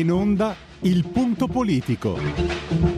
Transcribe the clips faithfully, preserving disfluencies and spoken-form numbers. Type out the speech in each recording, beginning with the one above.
in onda Il Punto Politico.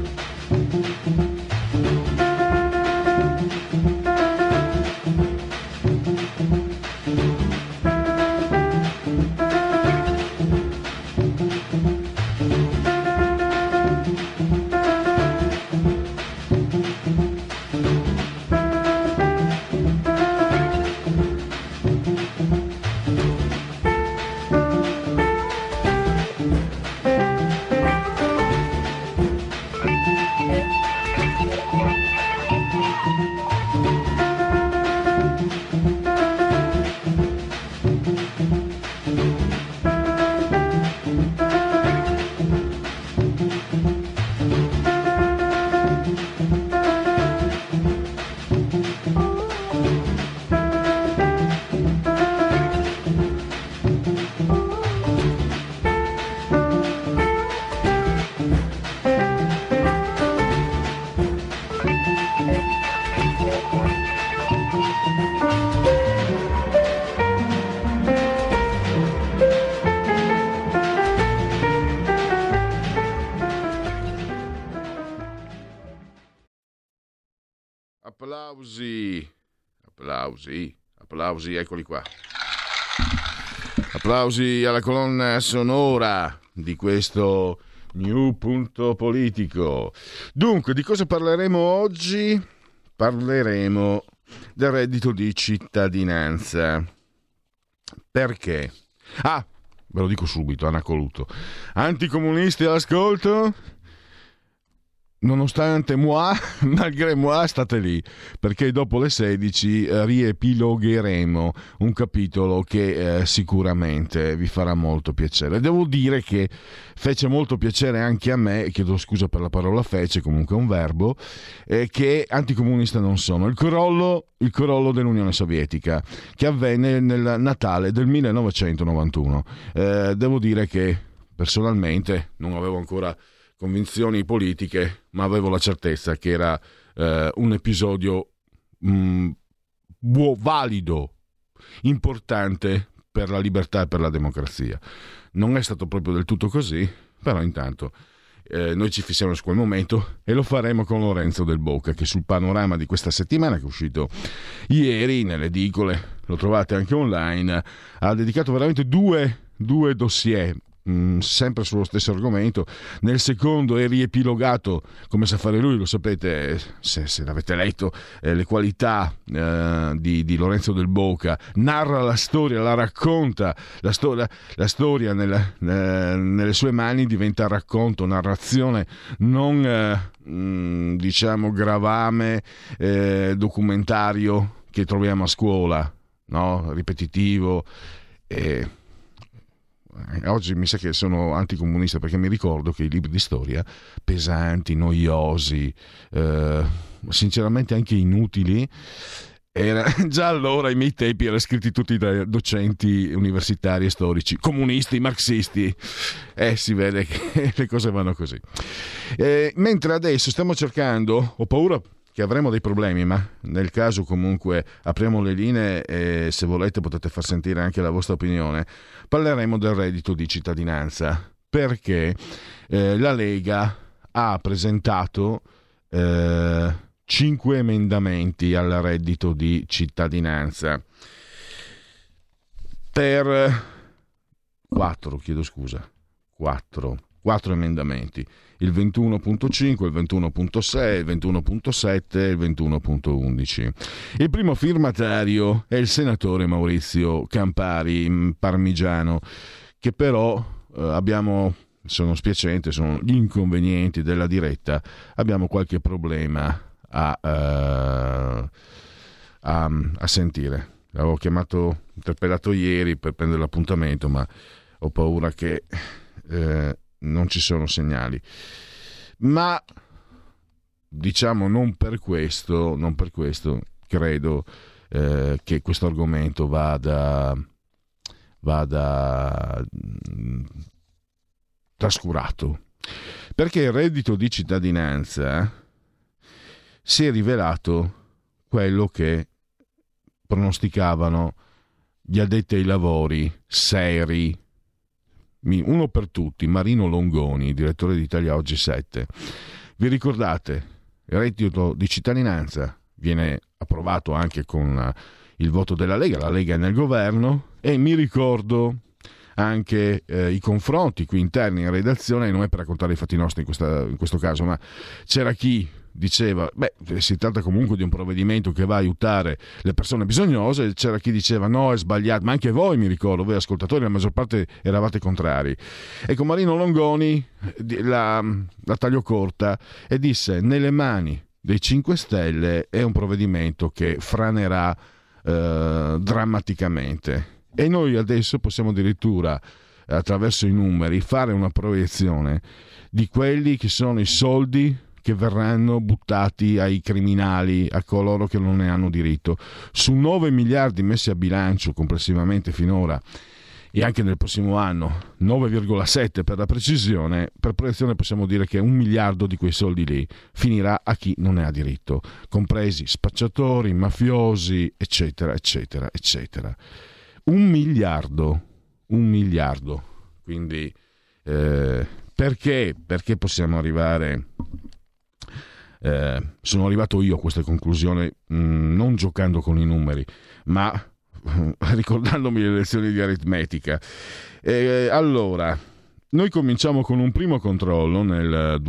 Applausi, applausi, applausi, eccoli qua. Applausi alla colonna sonora di questo New Punto Politico. Dunque, di cosa parleremo oggi? Parleremo del reddito di cittadinanza. Perché? Ah, ve lo dico subito, Anacoluto. Anticomunisti all'ascolto? Nonostante moi, malgré moi, state lì, perché dopo le sedici riepilogheremo un capitolo che eh, sicuramente vi farà molto piacere. Devo dire che fece molto piacere anche a me, chiedo scusa per la parola fece, comunque è un verbo, eh, che anticomunista non sono. Il crollo, il crollo dell'Unione Sovietica, che avvenne nel Natale del millenovecentonovantuno. Eh, devo dire che personalmente non avevo ancora convinzioni politiche, ma avevo la certezza che era eh, un episodio mh, buo, valido, importante per la libertà e per la democrazia. Non è stato proprio del tutto così, però intanto eh, noi ci fissiamo su quel momento e lo faremo con Lorenzo Del Bocca, che sul Panorama di questa settimana, che è uscito ieri nelle edicole, lo trovate anche online, ha dedicato veramente due, due dossier, sempre sullo stesso argomento. Nel secondo è riepilogato, come sa fare lui, lo sapete se, se l'avete letto, eh, le qualità eh, di, di Lorenzo Del Bocca. Narra la storia, la racconta, la storia, la storia nella, eh, nelle sue mani diventa racconto, narrazione, non eh, mh, diciamo gravame eh, documentario che troviamo a scuola, no? Ripetitivo. eh, Oggi mi sa che sono anticomunista, perché mi ricordo che i libri di storia pesanti, noiosi, eh, sinceramente anche inutili, era, già allora ai miei tempi erano scritti tutti da docenti universitari e storici, comunisti, marxisti, e eh, si vede che le cose vanno così. Eh, mentre adesso stiamo cercando, ho paura che avremo dei problemi, ma nel caso comunque apriamo le linee e se volete potete far sentire anche la vostra opinione. Parleremo del reddito di cittadinanza, perché eh, la Lega ha presentato eh, cinque emendamenti al reddito di cittadinanza per quattro, chiedo scusa, quattro, quattro emendamenti. Il ventuno punto cinque, il ventuno punto sei, il ventuno punto sette e il ventuno punto undici. Il primo firmatario è il senatore Maurizio Campari, parmigiano, che però eh, abbiamo, sono spiacenti, sono gli inconvenienti della diretta, abbiamo qualche problema a, uh, a, a sentire. L'avevo chiamato, interpellato ieri per prendere l'appuntamento, ma ho paura che eh, non ci sono segnali. Ma diciamo non per questo, non per questo credo eh, che questo argomento vada vada mh, trascurato, perché il reddito di cittadinanza si è rivelato quello che pronosticavano gli addetti ai lavori seri. uno per tutti, Marino Longoni, direttore di Italia Oggi sette. Vi ricordate, il reddito di cittadinanza viene approvato anche con il voto della Lega, la Lega è nel governo, e mi ricordo anche eh, i confronti qui interni in redazione, non è per raccontare i fatti nostri in, questa, in questo caso, ma c'era chi diceva, beh, si tratta comunque di un provvedimento che va a aiutare le persone bisognose, c'era chi diceva no, è sbagliato, ma anche voi, mi ricordo, voi ascoltatori, la maggior parte eravate contrari. E con Marino Longoni la, la tagliò corta e disse, nelle mani dei cinque Stelle è un provvedimento che franerà eh, drammaticamente. E noi adesso possiamo addirittura, attraverso i numeri, fare una proiezione di quelli che sono i soldi che verranno buttati ai criminali, a coloro che non ne hanno diritto. Su nove miliardi messi a bilancio complessivamente finora, e anche nel prossimo anno, nove virgola sette per la precisione, per proiezione possiamo dire che un miliardo di quei soldi lì finirà a chi non ne ha diritto, compresi spacciatori, mafiosi, eccetera, eccetera, eccetera. Un miliardo, un miliardo. Quindi eh, perché? Perché possiamo arrivare... Eh, sono arrivato io a questa conclusione mh, non giocando con i numeri, ma uh, ricordandomi le lezioni di aritmetica. Eh, allora, noi cominciamo con un primo controllo nel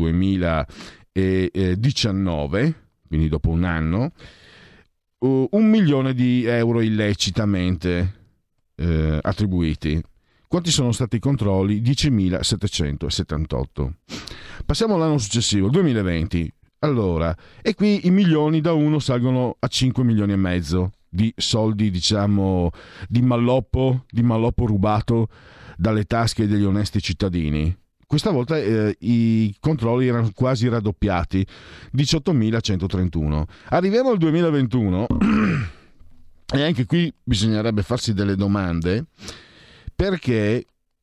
duemiladiciannove, quindi dopo un anno, uh, un milione di euro illecitamente eh, attribuiti. Quanti sono stati i controlli? diecimilasettecentosettantotto. Passiamo all'anno successivo, il duemilaventi. Allora, e qui i milioni da uno salgono a cinque milioni e mezzo di soldi, diciamo, di malloppo, di malloppo rubato dalle tasche degli onesti cittadini. Questa volta eh, i controlli erano quasi raddoppiati, diciottomilacentotrentuno. Arriviamo al duemilaventuno e anche qui bisognerebbe farsi delle domande, perché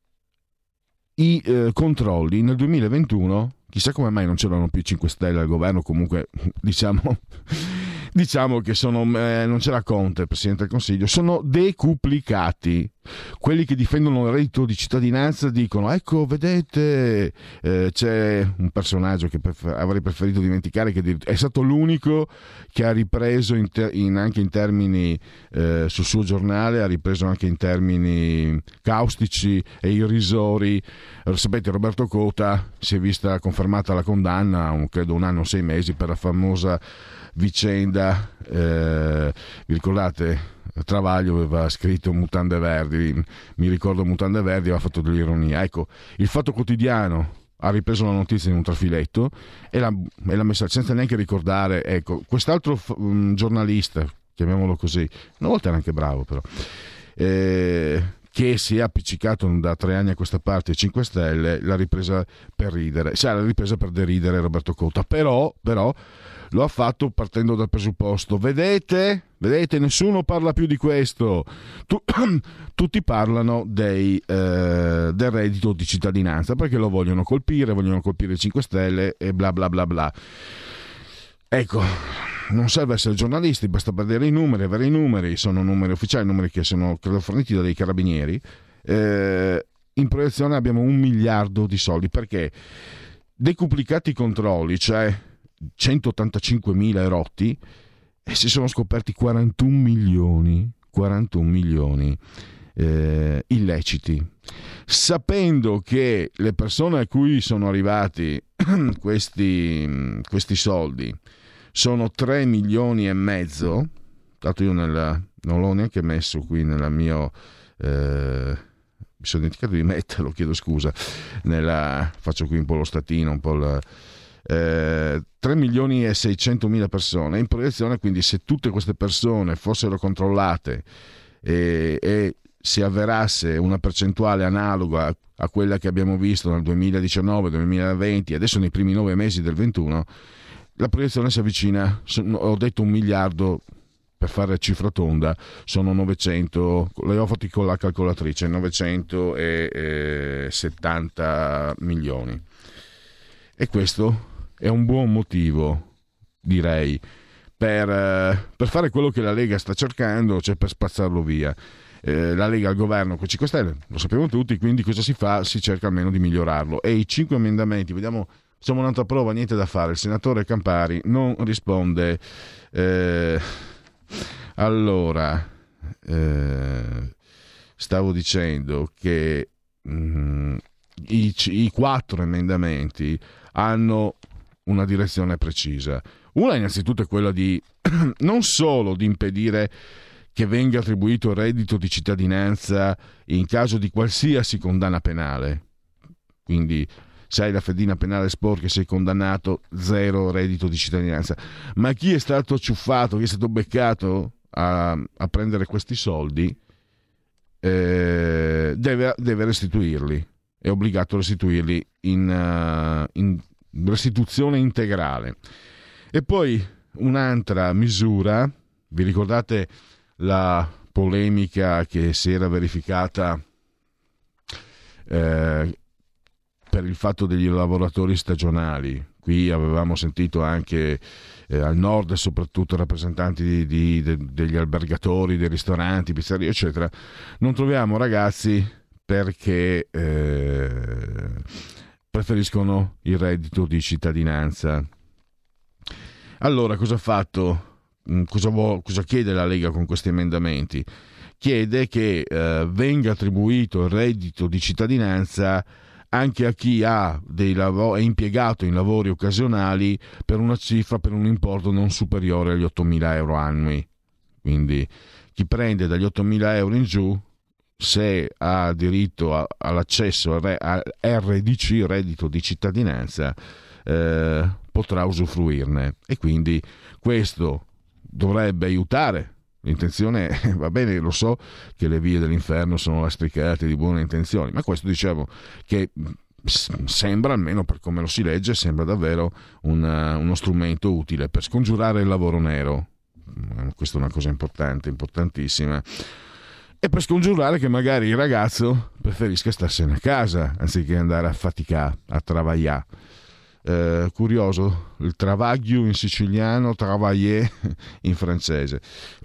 i eh, controlli nel duemilaventuno, chissà come mai non c'erano più cinque Stelle al governo, comunque diciamo, diciamo che sono, eh, non c'era Conte, Presidente del Consiglio, sono decuplicati. Quelli che difendono il reddito di cittadinanza dicono, ecco, vedete, eh, c'è un personaggio che prefer- avrei preferito dimenticare, che è stato l'unico che ha ripreso in ter- in, anche in termini eh, sul suo giornale, ha ripreso anche in termini caustici e irrisori. Allora, sapete, Roberto Cota si è vista confermata la condanna, un, credo un anno o sei mesi, per la famosa vicenda, eh, vi ricordate? Travaglio aveva scritto Mutande Verdi, mi ricordo Mutande Verdi, aveva fatto dell'ironia. Ecco, il Fatto Quotidiano ha ripreso la notizia in un trafiletto e l'ha, e l'ha messa senza neanche ricordare. Ecco, quest'altro um, giornalista, chiamiamolo così, una volta era anche bravo però, eh, che si è appiccicato da tre anni a questa parte ai cinque Stelle, l'ha ripresa per ridere, cioè l'ha ripresa per deridere Roberto Cota, però, però lo ha fatto partendo dal presupposto, vedete, vedete, nessuno parla più di questo, tu, tutti parlano dei, eh, del reddito di cittadinanza, perché lo vogliono colpire, vogliono colpire i cinque Stelle e bla bla bla bla. Ecco, non serve essere giornalisti, basta vedere i numeri, avere i numeri, sono numeri ufficiali, numeri che sono, credo, forniti dai carabinieri. Eh, in proiezione abbiamo un miliardo di soldi, perché decuplicati i controlli, cioè centottantacinquemila erotti, e si sono scoperti quarantuno milioni eh, illeciti, sapendo che le persone a cui sono arrivati questi, questi soldi sono tre milioni e mezzo. Tanto io nella, non l'ho neanche messo qui nella mio eh, mi sono dimenticato di metterlo, chiedo scusa, nella, faccio qui un po' lo statino, un po' la, Eh, tre milioni e seicentomila persone in proiezione. Quindi se tutte queste persone fossero controllate e, e si avverasse una percentuale analoga a quella che abbiamo visto nel duemiladiciannove duemilaventi, adesso nei primi nove mesi del ventuno, la proiezione si avvicina, ho detto un miliardo per fare cifra tonda, sono novecento, le ho fatti con la calcolatrice, novecentosettanta milioni. E questo è un buon motivo, direi, per, per fare quello che la Lega sta cercando, cioè per spazzarlo via. eh, la Lega al governo con cinque Stelle, lo sappiamo tutti, quindi cosa si fa? Si cerca almeno di migliorarlo. E i cinque emendamenti, vediamo, facciamo un'altra prova, niente da fare, il senatore Campari non risponde. Eh, allora, eh, stavo dicendo che mh, i, i quattro emendamenti hanno una direzione precisa. Una innanzitutto è quella di non solo di impedire che venga attribuito il reddito di cittadinanza in caso di qualsiasi condanna penale, quindi se hai la fedina penale sporca e sei condannato, zero reddito di cittadinanza, ma chi è stato ciuffato, chi è stato beccato a, a prendere questi soldi eh, deve, deve restituirli, è obbligato a restituirli in, uh, in restituzione integrale. E poi un'altra misura, vi ricordate la polemica che si era verificata eh, per il fatto degli lavoratori stagionali? Qui avevamo sentito anche eh, al nord soprattutto rappresentanti di, di, de, degli albergatori, dei ristoranti, pizzerie eccetera. Non troviamo ragazzi perché eh, preferiscono il reddito di cittadinanza. Allora, cosa ha fatto? Cosa, vuole, cosa chiede la Lega con questi emendamenti? Chiede che eh, venga attribuito il reddito di cittadinanza anche a chi ha dei lav- è impiegato in lavori occasionali per una cifra, per un importo non superiore agli ottomila euro annui. Quindi chi prende dagli ottomila euro in giù, se ha diritto a, all'accesso al re, a R D C, reddito di cittadinanza, eh, potrà usufruirne. E quindi questo dovrebbe aiutare. L'intenzione, va bene, lo so che le vie dell'inferno sono lastricate di buone intenzioni, ma questo diciamo che sembra, almeno per come lo si legge, sembra davvero una, uno strumento utile per scongiurare il lavoro nero. Questa è una cosa importante, importantissima. E per scongiurare che magari il ragazzo preferisca starsene a casa anziché andare a faticare, a travagliare. Eh, curioso, il travaglio in siciliano, travailler in francese.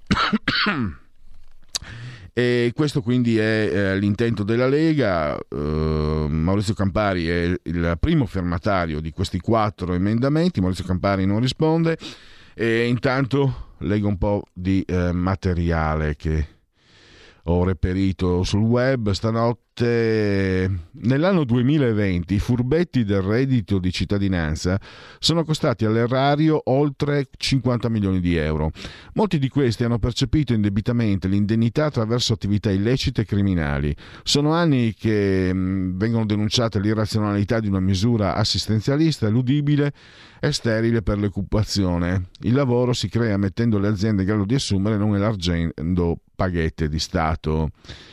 E questo quindi è eh, l'intento della Lega. eh, Maurizio Campari è il primo firmatario di questi quattro emendamenti. Maurizio Campari non risponde e intanto leggo un po' di eh, materiale che ho reperito sul web stanotte. Nell'anno duemilaventi i furbetti del reddito di cittadinanza sono costati all'erario oltre cinquanta milioni di euro. Molti di questi hanno percepito indebitamente l'indennità attraverso attività illecite e criminali. Sono anni che mh, vengono denunciate l'irrazionalità di una misura assistenzialista, eludibile e sterile per l'occupazione. Il lavoro si crea mettendo le aziende in grado di assumere, non elargendo paghette di Stato.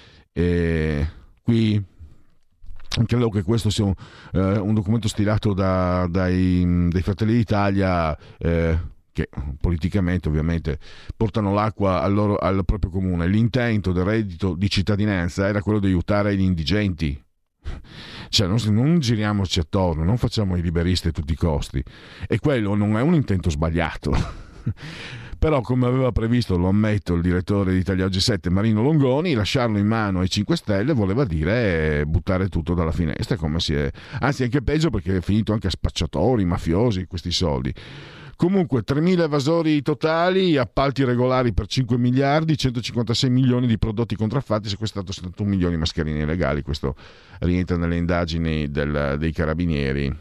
E qui credo che questo sia un, eh, un documento stilato da, dai, dai Fratelli d'Italia, eh, che politicamente ovviamente portano l'acqua al, loro, al proprio comune. L'intento del reddito di cittadinanza era quello di aiutare gli indigenti. Cioè non, non giriamoci attorno, non facciamo i liberisti a tutti i costi, e quello non è un intento sbagliato. Però, come aveva previsto, lo ammetto, il direttore di Italia Oggi sette, Marino Longoni, lasciarlo in mano ai cinque Stelle voleva dire buttare tutto dalla finestra, come si è, anzi anche peggio, perché è finito anche a spacciatori, mafiosi, questi soldi. Comunque tremila evasori totali, appalti regolari per cinque miliardi, centocinquantasei milioni di prodotti contraffatti, sequestrato settantuno milioni di mascherine illegali. Questo rientra nelle indagini del, dei carabinieri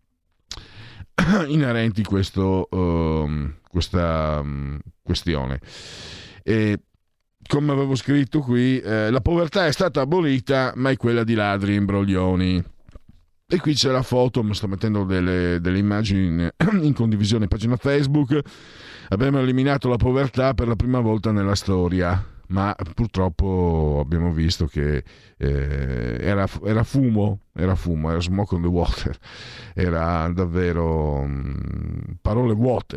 inerenti a questo, uh, questa um, questione. E come avevo scritto qui, eh, la povertà è stata abolita, ma è quella di ladri e imbroglioni. E qui c'è la foto, mi sto mettendo delle, delle immagini in, in condivisione in pagina Facebook. Abbiamo eliminato la povertà per la prima volta nella storia, ma purtroppo abbiamo visto che eh, era, era fumo, era fumo, era smoke on the water, era davvero mh, parole vuote.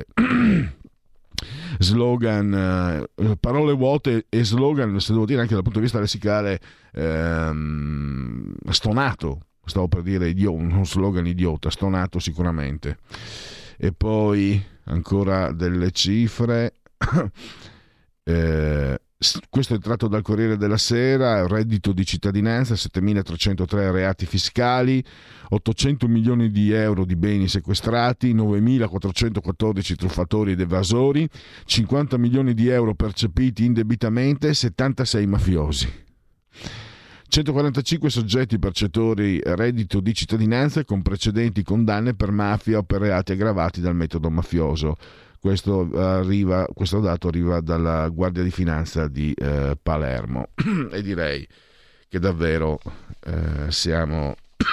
Slogan, eh, parole vuote e slogan, se devo dire anche dal punto di vista lessicale, ehm, stonato. Stavo per dire idiota, uno slogan idiota, stonato sicuramente. E poi ancora delle cifre. eh, Questo è tratto dal Corriere della Sera. Reddito di cittadinanza, settemilatrecentotre reati fiscali, ottocento milioni di euro di beni sequestrati, novemilaquattrocentoquattordici truffatori ed evasori, cinquanta milioni di euro percepiti indebitamente, settantasei mafiosi. centoquarantacinque soggetti percettori reddito di cittadinanza con precedenti condanne per mafia o per reati aggravati dal metodo mafioso. Questo, arriva, questo dato arriva dalla Guardia di Finanza di eh, Palermo e direi che davvero eh, siamo,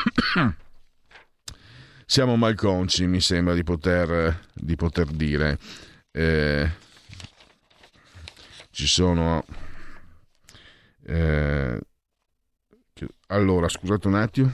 siamo malconci, mi sembra di poter, di poter dire. Eh, ci sono... Eh, allora, scusate un attimo.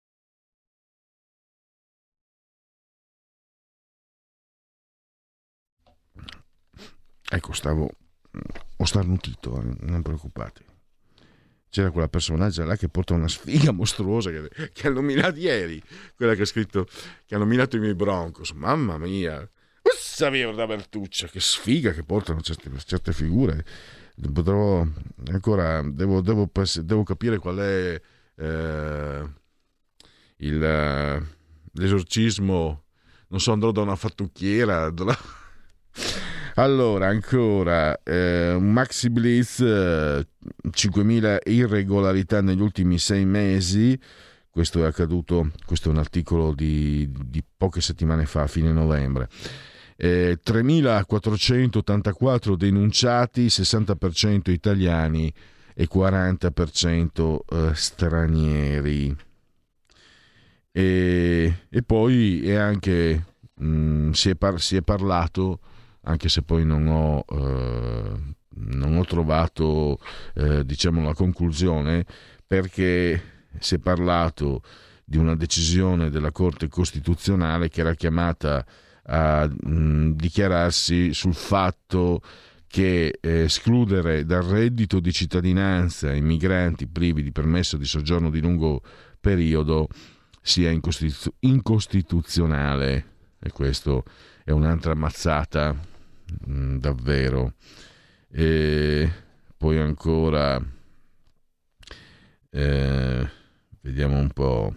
Ecco, stavo... ho starnutito, eh, non preoccupate. C'era quella personaggia là che porta una sfiga mostruosa che, che ha nominato ieri, quella che ha scritto, che ha nominato i miei Broncos. Mamma mia, questa mia Bertuccia, che sfiga che portano certe, certe figure. Potrò ancora, devo, devo, devo capire qual è eh, il, l'esorcismo. Non so, andrò da una fattucchiera. Da... Allora, ancora, eh, un maxi blitz, eh, cinquemila irregolarità negli ultimi sei mesi. Questo è accaduto, questo è un articolo di, di poche settimane fa, fine novembre. Eh, tremilaquattrocentottantaquattro denunciati, sessanta per cento italiani e quaranta per cento eh, stranieri. E, e poi è anche mh, si, è par- si è parlato, anche se poi non ho, eh, non ho trovato eh, diciamo la conclusione, perché si è parlato di una decisione della Corte Costituzionale che era chiamata a mh, dichiararsi sul fatto che eh, escludere dal reddito di cittadinanza i migranti privi di permesso di soggiorno di lungo periodo sia incostitu- incostituzionale, e questo è un'altra mazzata mh, davvero. E poi ancora eh, vediamo un po'.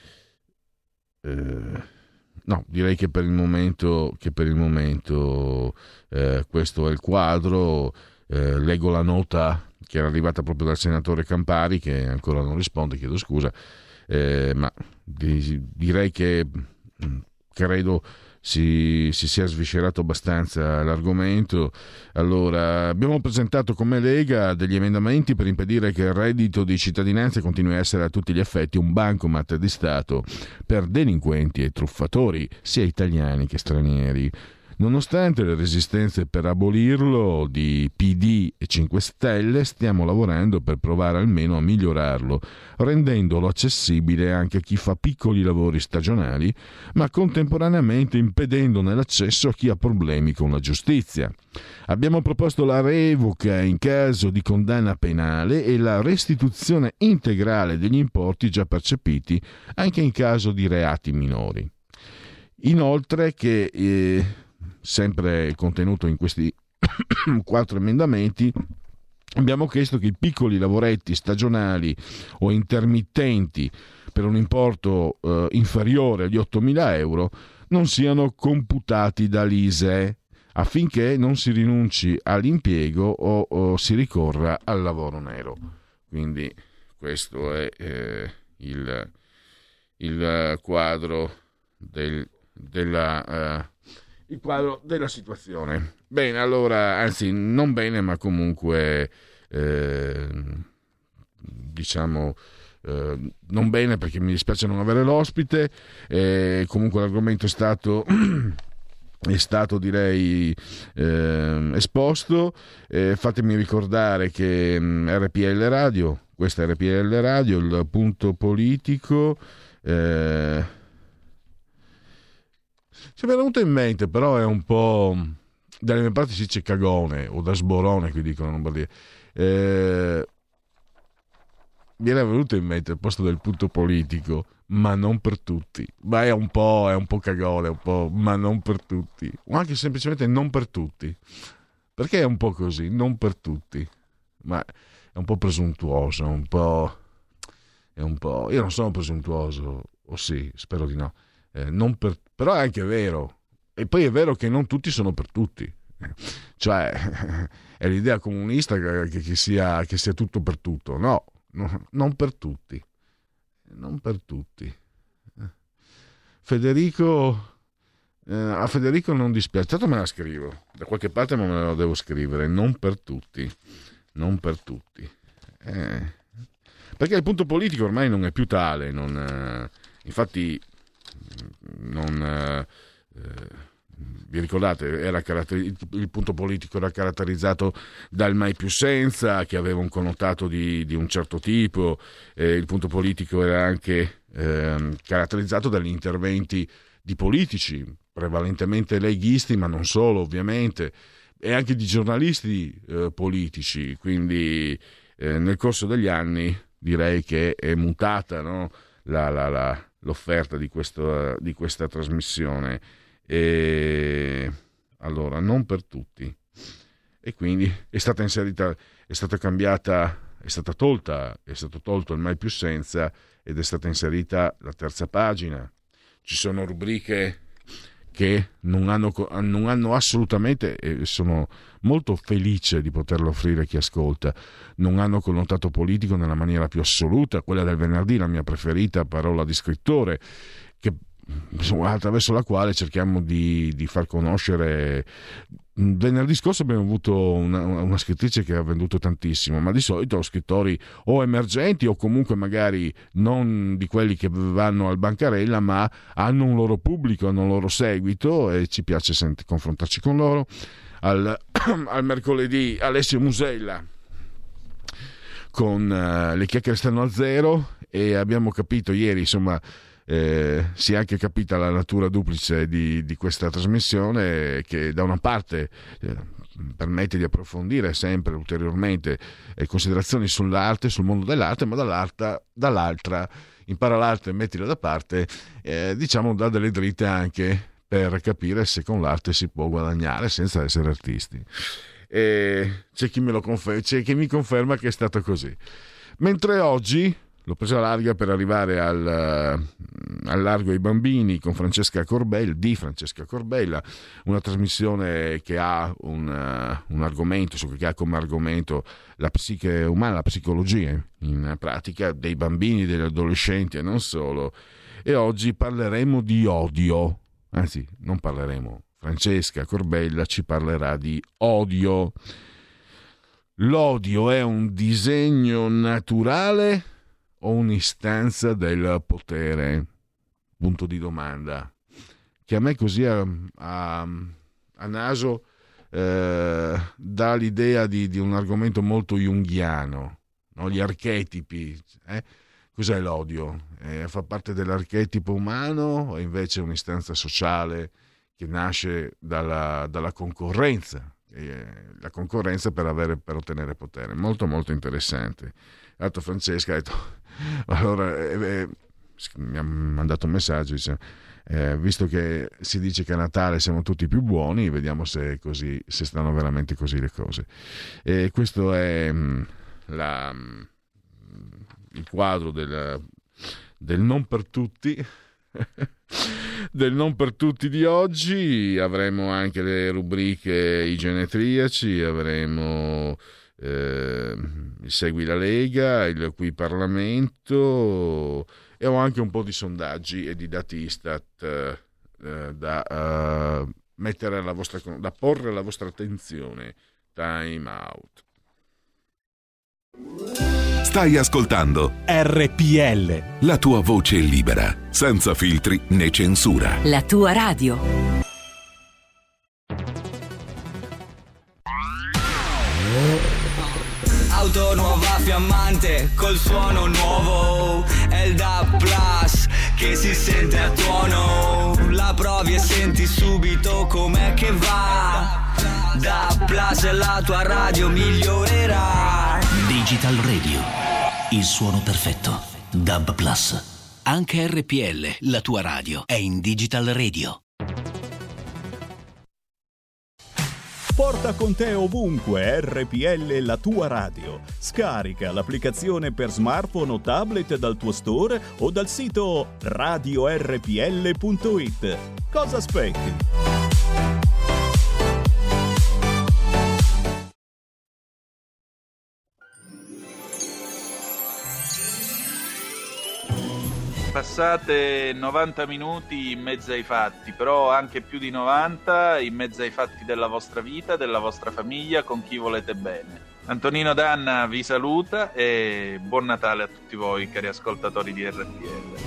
Eh, no, direi che per il momento, che per il momento eh, questo è il quadro. Eh, leggo la nota che era arrivata proprio dal senatore Campari, che ancora non risponde, chiedo scusa, eh, ma di, direi che mh, credo si, si sia sviscerato abbastanza l'argomento. Allora, abbiamo presentato come Lega degli emendamenti per impedire che il reddito di cittadinanza continui a essere a tutti gli effetti un bancomat di Stato per delinquenti e truffatori, sia italiani che stranieri. Nonostante le resistenze per abolirlo di P D e cinque Stelle, stiamo lavorando per provare almeno a migliorarlo, rendendolo accessibile anche a chi fa piccoli lavori stagionali, ma contemporaneamente impedendone l'accesso a chi ha problemi con la giustizia. Abbiamo proposto la revoca in caso di condanna penale e la restituzione integrale degli importi già percepiti anche in caso di reati minori. Inoltre che... Eh, sempre contenuto in questi quattro emendamenti, abbiamo chiesto che i piccoli lavoretti stagionali o intermittenti per un importo eh, inferiore agli ottomila euro non siano computati dall'I S E E, affinché non si rinunci all'impiego o, o si ricorra al lavoro nero. Quindi questo è eh, il, il quadro del, della... Eh, il quadro della situazione. Bene, allora, anzi, non bene, ma comunque eh, diciamo eh, non bene, perché mi dispiace non avere l'ospite. Eh, comunque l'argomento è stato è stato direi eh, esposto. Eh, fatemi ricordare che mh, R P L Radio, questa è R P L Radio, il punto politico. Eh, ci è venuto in mente, però è un po', dalle mie parti si dice cagone o da sborone, qui dicono in Lombardia. Eh, mi era venuto in mente il posto del punto politico, ma non per tutti. Ma è un po', è un po' cagone, un po', ma non per tutti. O anche semplicemente non per tutti. Perché è un po' così, non per tutti. ma è un po' presuntuoso, un po', è un po', io non sono presuntuoso, o sì, spero di no, eh, non per, però è anche vero, e poi è vero che non tutti sono per tutti, cioè è l'idea comunista che, che, sia, che sia tutto per tutto, no, no, non per tutti, non per tutti. Federico, eh, a Federico non dispiace, tanto me la scrivo, da qualche parte ma me la devo scrivere, non per tutti, non per tutti, eh, perché il punto politico ormai non è più tale, non, eh, infatti non... Eh, eh, vi ricordate, era caratter- il punto politico era caratterizzato dal mai più senza, che aveva un connotato di, di un certo tipo, eh, il punto politico era anche eh, caratterizzato dagli interventi di politici, prevalentemente leghisti, ma non solo ovviamente, e anche di giornalisti eh, politici, quindi eh, nel corso degli anni direi che è mutata, no? la, la, la, l'offerta di, questo, di questa trasmissione. E allora non per tutti, e quindi è stata inserita, è stata cambiata, è stata tolta, è stato tolto il mai più senza ed è stata inserita la terza pagina. Ci sono rubriche che non hanno, non hanno assolutamente, e sono molto felice di poterlo offrire a chi ascolta, non hanno connotato politico nella maniera più assoluta. Quella del venerdì, la mia preferita, parola di scrittore, che attraverso la quale cerchiamo di, di far conoscere. Venerdì scorso abbiamo avuto una, una scrittrice che ha venduto tantissimo, ma di solito scrittori o emergenti o comunque magari non di quelli che vanno al bancarella, ma hanno un loro pubblico, hanno un loro seguito e ci piace senti, confrontarci con loro. Al, al mercoledì Alessio Musella con uh, le chiacchiere stanno a zero, e abbiamo capito ieri, insomma, Eh, si è anche capita la natura duplice di, di questa trasmissione, che da una parte eh, permette di approfondire sempre ulteriormente eh, considerazioni sull'arte, sul mondo dell'arte, ma dall'altra, dall'altra impara l'arte e mettila da parte, eh, diciamo dà delle dritte anche per capire se con l'arte si può guadagnare senza essere artisti. E c'è chi me lo confer- c'è chi mi conferma che è stato così, mentre oggi l'ho presa larga per arrivare al, al largo ai bambini con Francesca Corbella, di Francesca Corbella, una trasmissione che ha un, uh, un argomento, che ha come argomento la psiche umana, la psicologia in pratica dei bambini, degli adolescenti e non solo. E oggi parleremo di odio, anzi non parleremo, Francesca Corbella ci parlerà di odio. L'odio è un disegno naturale o un'istanza del potere? Punto di domanda, che a me così a, a, a naso eh, dà l'idea di, di un argomento molto junghiano, no? Gli archetipi, eh? Cos'è l'odio? Eh, fa parte dell'archetipo umano o invece è un'istanza sociale che nasce dalla, dalla concorrenza? Eh, la concorrenza per, avere, per ottenere potere. Molto molto interessante. L'altro Francesca ha detto, allora eh, eh, mi ha mandato un messaggio, dice, eh, visto che si dice che a Natale siamo tutti più buoni, vediamo se è così, se stanno veramente così le cose. E questo è mh, la, mh, il quadro del, del non per tutti del non per tutti di oggi. Avremo anche le rubriche i genetriaci, avremo eh, il Segui la Lega, il Qui Parlamento, e ho anche un po' di sondaggi e di dati Istat eh, da uh, mettere alla vostra, da porre alla vostra attenzione. Time out. Stai ascoltando R P L, la tua voce libera, senza filtri né censura. La tua radio. Auto nuova fiammante col suono nuovo, è il D A B Plus che si sente a tuono. La provi e senti subito com'è che va. D A B Plus e la tua radio migliorerà. Digital Radio, il suono perfetto. D A B Plus. Anche R P L, la tua radio, è in Digital Radio. Porta con te ovunque R P L, la tua radio. Scarica l'applicazione per smartphone o tablet dal tuo store o dal sito radio r p l punto i t. Cosa aspetti? Passate novanta minuti in mezzo ai fatti, però anche più di novanta in mezzo ai fatti della vostra vita, della vostra famiglia, con chi volete bene. Antonino Danna vi saluta e buon Natale a tutti voi, cari ascoltatori di R P L.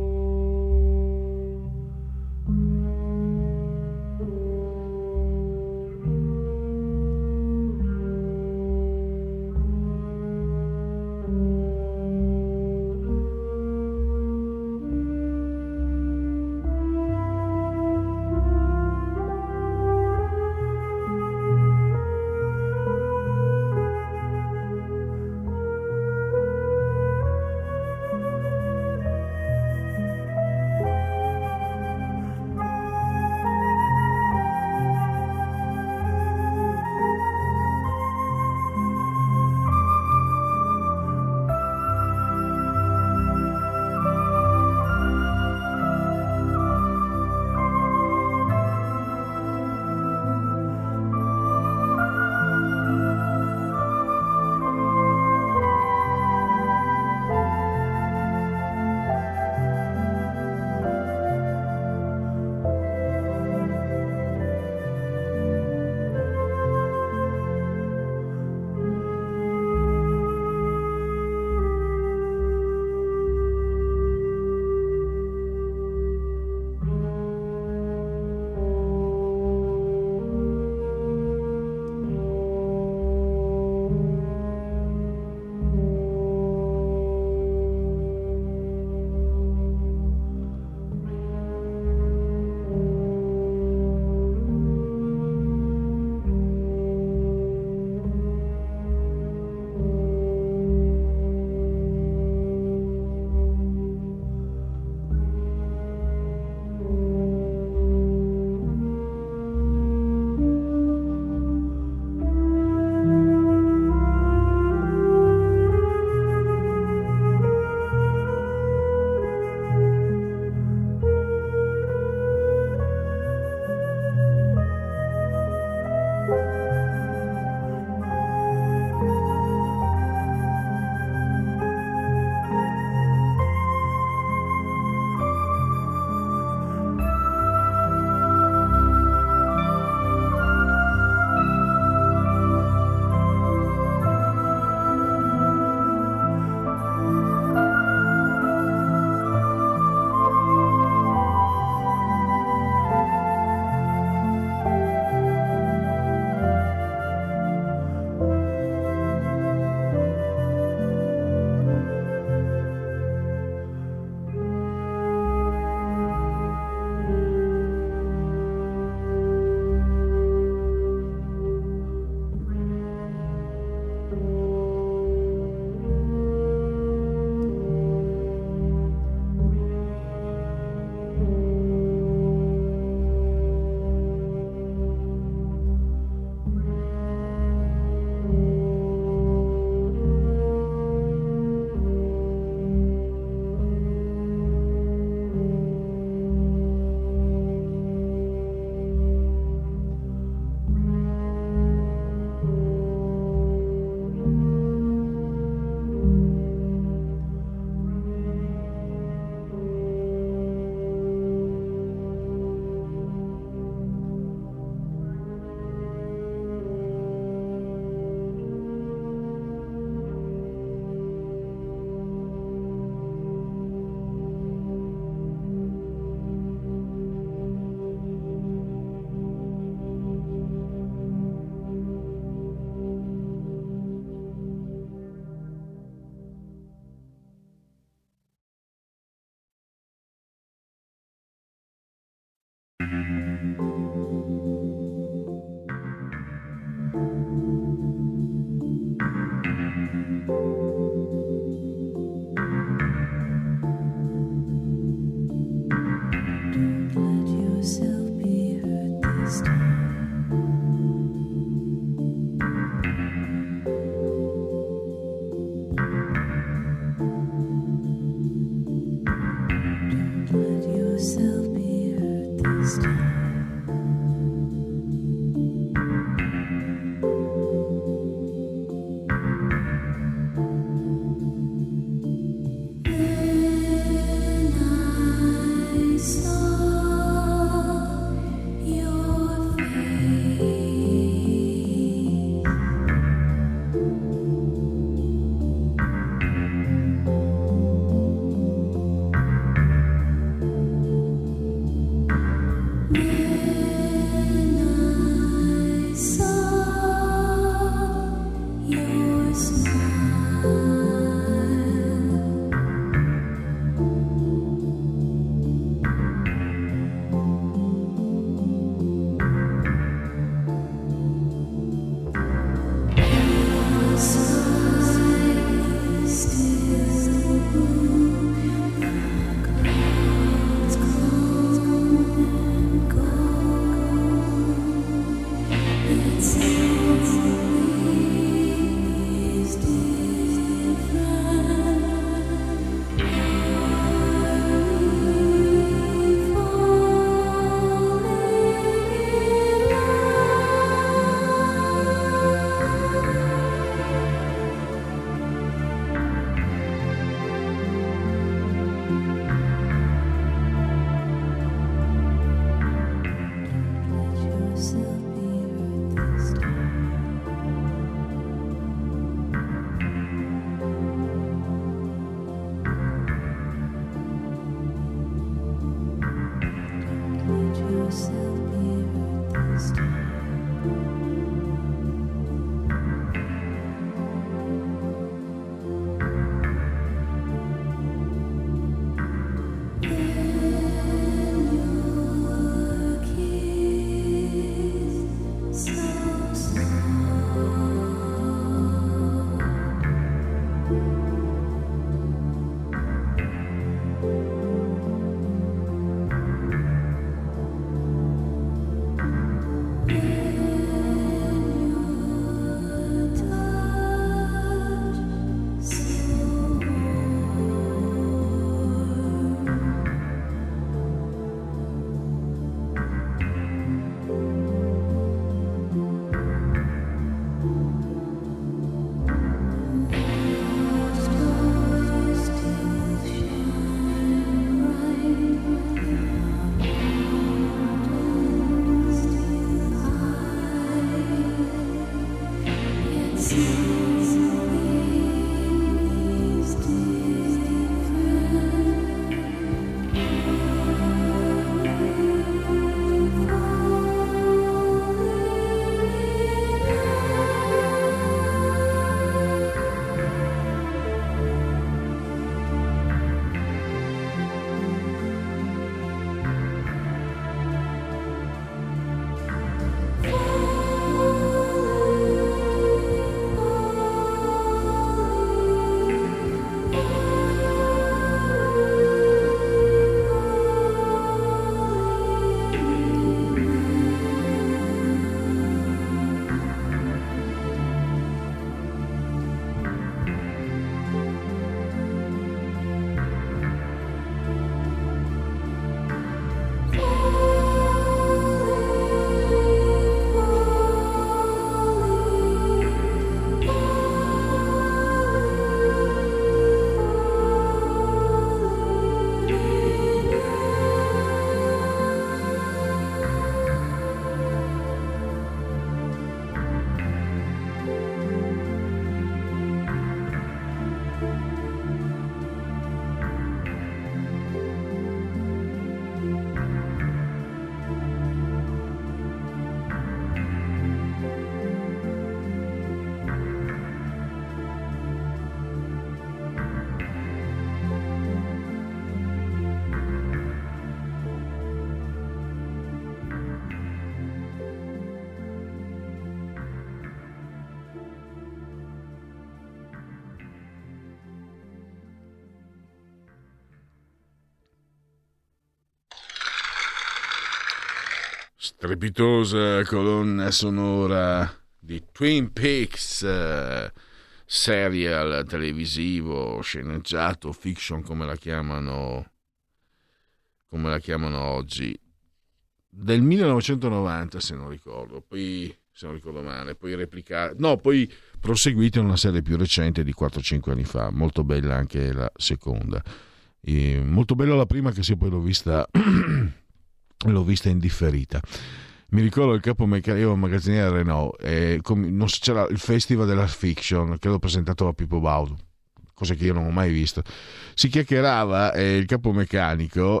strepitosa colonna sonora di Twin Peaks, eh, serial televisivo, sceneggiato, fiction come la chiamano, come la chiamano oggi, del millenovecentonovanta se non ricordo, poi se non ricordo male, poi replicato, no, poi proseguito in una serie più recente di quattro cinque anni fa, molto bella anche la seconda, e molto bella la prima, che se poi l'ho vista l'ho vista indifferita. Mi ricordo il capo meccanico magazziniere Renault, e non so, c'era il festival della fiction che l'ho presentato a Pippo Baudo, cosa che io non ho mai visto. Si chiacchierava e il capo meccanico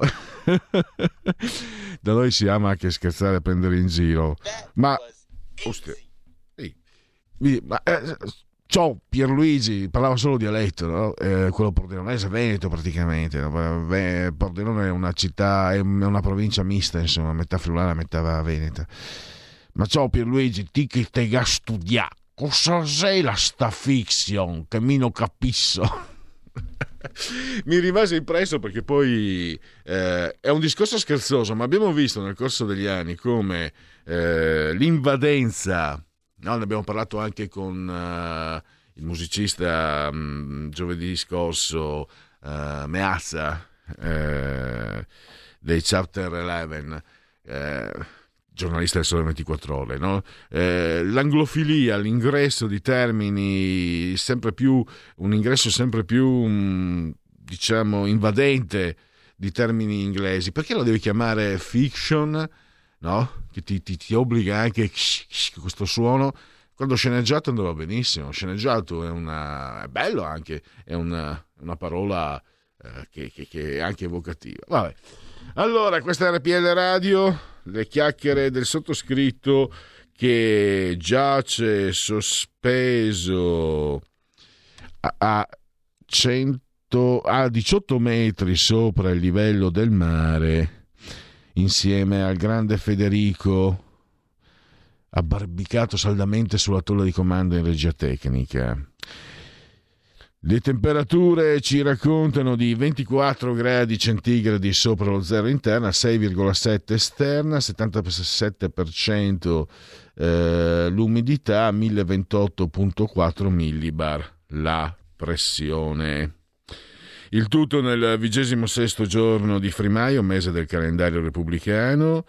da noi si ama anche scherzare e prendere in giro, ma ostia, sì. ma eh, ciao Pierluigi, parlava solo dialetto, no? Eh, quello pordenonese, Veneto praticamente, no? Pordenone è una città, è una provincia mista, insomma, metà friulana, metà veneta. Ma ciao Pierluigi, ti che te ga studiare, cosa sei la sta fiction che mi non capisco? Mi rimase impresso perché poi eh, è un discorso scherzoso, ma abbiamo visto nel corso degli anni come eh, l'invadenza, no? Ne abbiamo parlato anche con uh, il musicista um, giovedì scorso, uh, Meazza, uh, dei Chapter undici, uh, giornalista del Sole ventiquattro Ore, no? Eh, l'anglofilia, l'ingresso di termini sempre più, un ingresso sempre più, um, diciamo, invadente di termini inglesi. Perché lo devi chiamare fiction, no? Che ti, ti, ti obbliga anche questo suono. Quando sceneggiato andava benissimo. Sceneggiato è una, è bello anche, è una, una parola eh, che, che, che è anche evocativa. Vabbè. Allora, questa è R P L Radio, le chiacchiere del sottoscritto che giace sospeso a, a, cento, a diciotto metri sopra il livello del mare, insieme al grande Federico, abbarbicato saldamente sulla tolla di comando in regia tecnica. Le temperature ci raccontano di ventiquattro gradi centigradi sopra lo zero interna, sei virgola sette esterna, settantasette per cento eh, l'umidità, mille ventotto virgola quattro millibar la pressione. Il tutto nel vigesimo sesto giorno di Frimaio, mese del calendario repubblicano,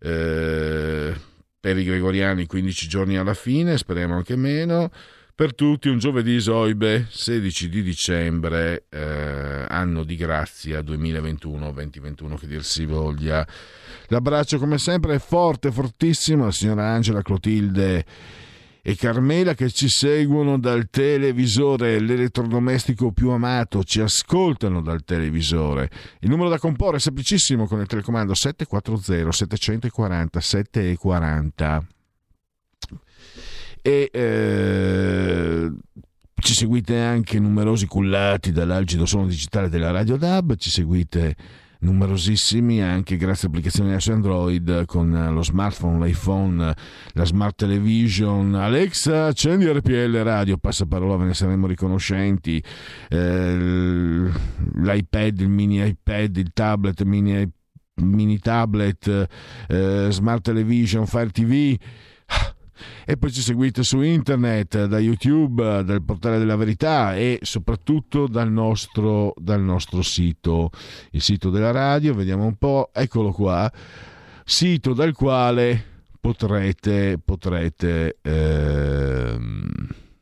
eh, per i gregoriani quindici giorni alla fine, speriamo anche meno. Per tutti un giovedì Soibe, sedici di dicembre, eh, anno di grazia duemilaventuno duemilaventuno, che dir si voglia. L'abbraccio come sempre è forte, fortissimo alla signora Angela, Clotilde e Carmela, che ci seguono dal televisore, l'elettrodomestico più amato, ci ascoltano dal televisore. Il numero da comporre è semplicissimo con il telecomando sette quattro zero sette quattro zero sette quattro zero. E eh, ci seguite anche numerosi cullati dall'algido suono digitale della Radio D A B, ci seguite numerosissimi anche grazie all'applicazione su Android con lo smartphone, l'iPhone, la smart television. Alexa, accendi R P L Radio, passaparola, ve ne saremo riconoscenti. eh, l'iPad, il mini iPad, il tablet, il mini, mini tablet, eh, smart television, Fire T V. E poi ci seguite su internet, da YouTube, dal portale della verità e soprattutto dal nostro, dal nostro sito, il sito della radio. Vediamo un po', eccolo qua, sito dal quale potrete potrete ehm,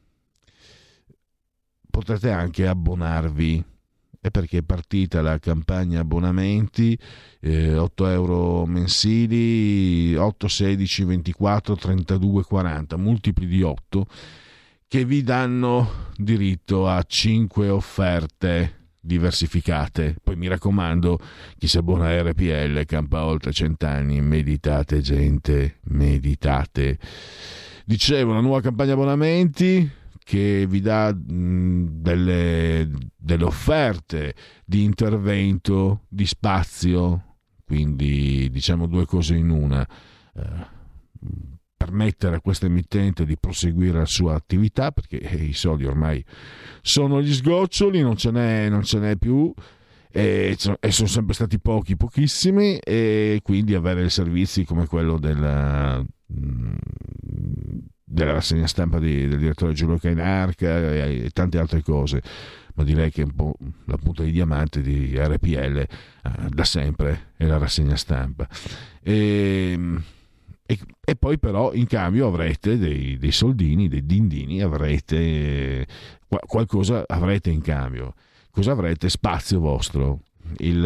potrete anche abbonarvi. È perché è partita la campagna abbonamenti, eh, otto euro mensili, otto, sedici, ventiquattro, trentadue, quaranta, multipli di otto, che vi danno diritto a cinque offerte diversificate. Poi mi raccomando, chi si abbona a R P L campa oltre cent'anni. Meditate, gente, meditate. Dicevo, una nuova campagna abbonamenti che vi dà mh, delle, delle offerte di intervento, di spazio, quindi diciamo due cose in una, eh, permettere a questa emittente di proseguire la sua attività, perché eh, i soldi ormai sono gli sgoccioli, non ce n'è, non ce n'è più, e, e sono sempre stati pochi, pochissimi, e quindi avere servizi come quello della, della rassegna stampa di, del direttore Giulio Cainarca e, e tante altre cose, ma direi che un po' la punta di diamante di R P L eh, da sempre è la rassegna stampa. E, e, e poi però in cambio avrete dei, dei soldini, dei dindini, avrete qualcosa, avrete in cambio. Cosa avrete? Spazio vostro, il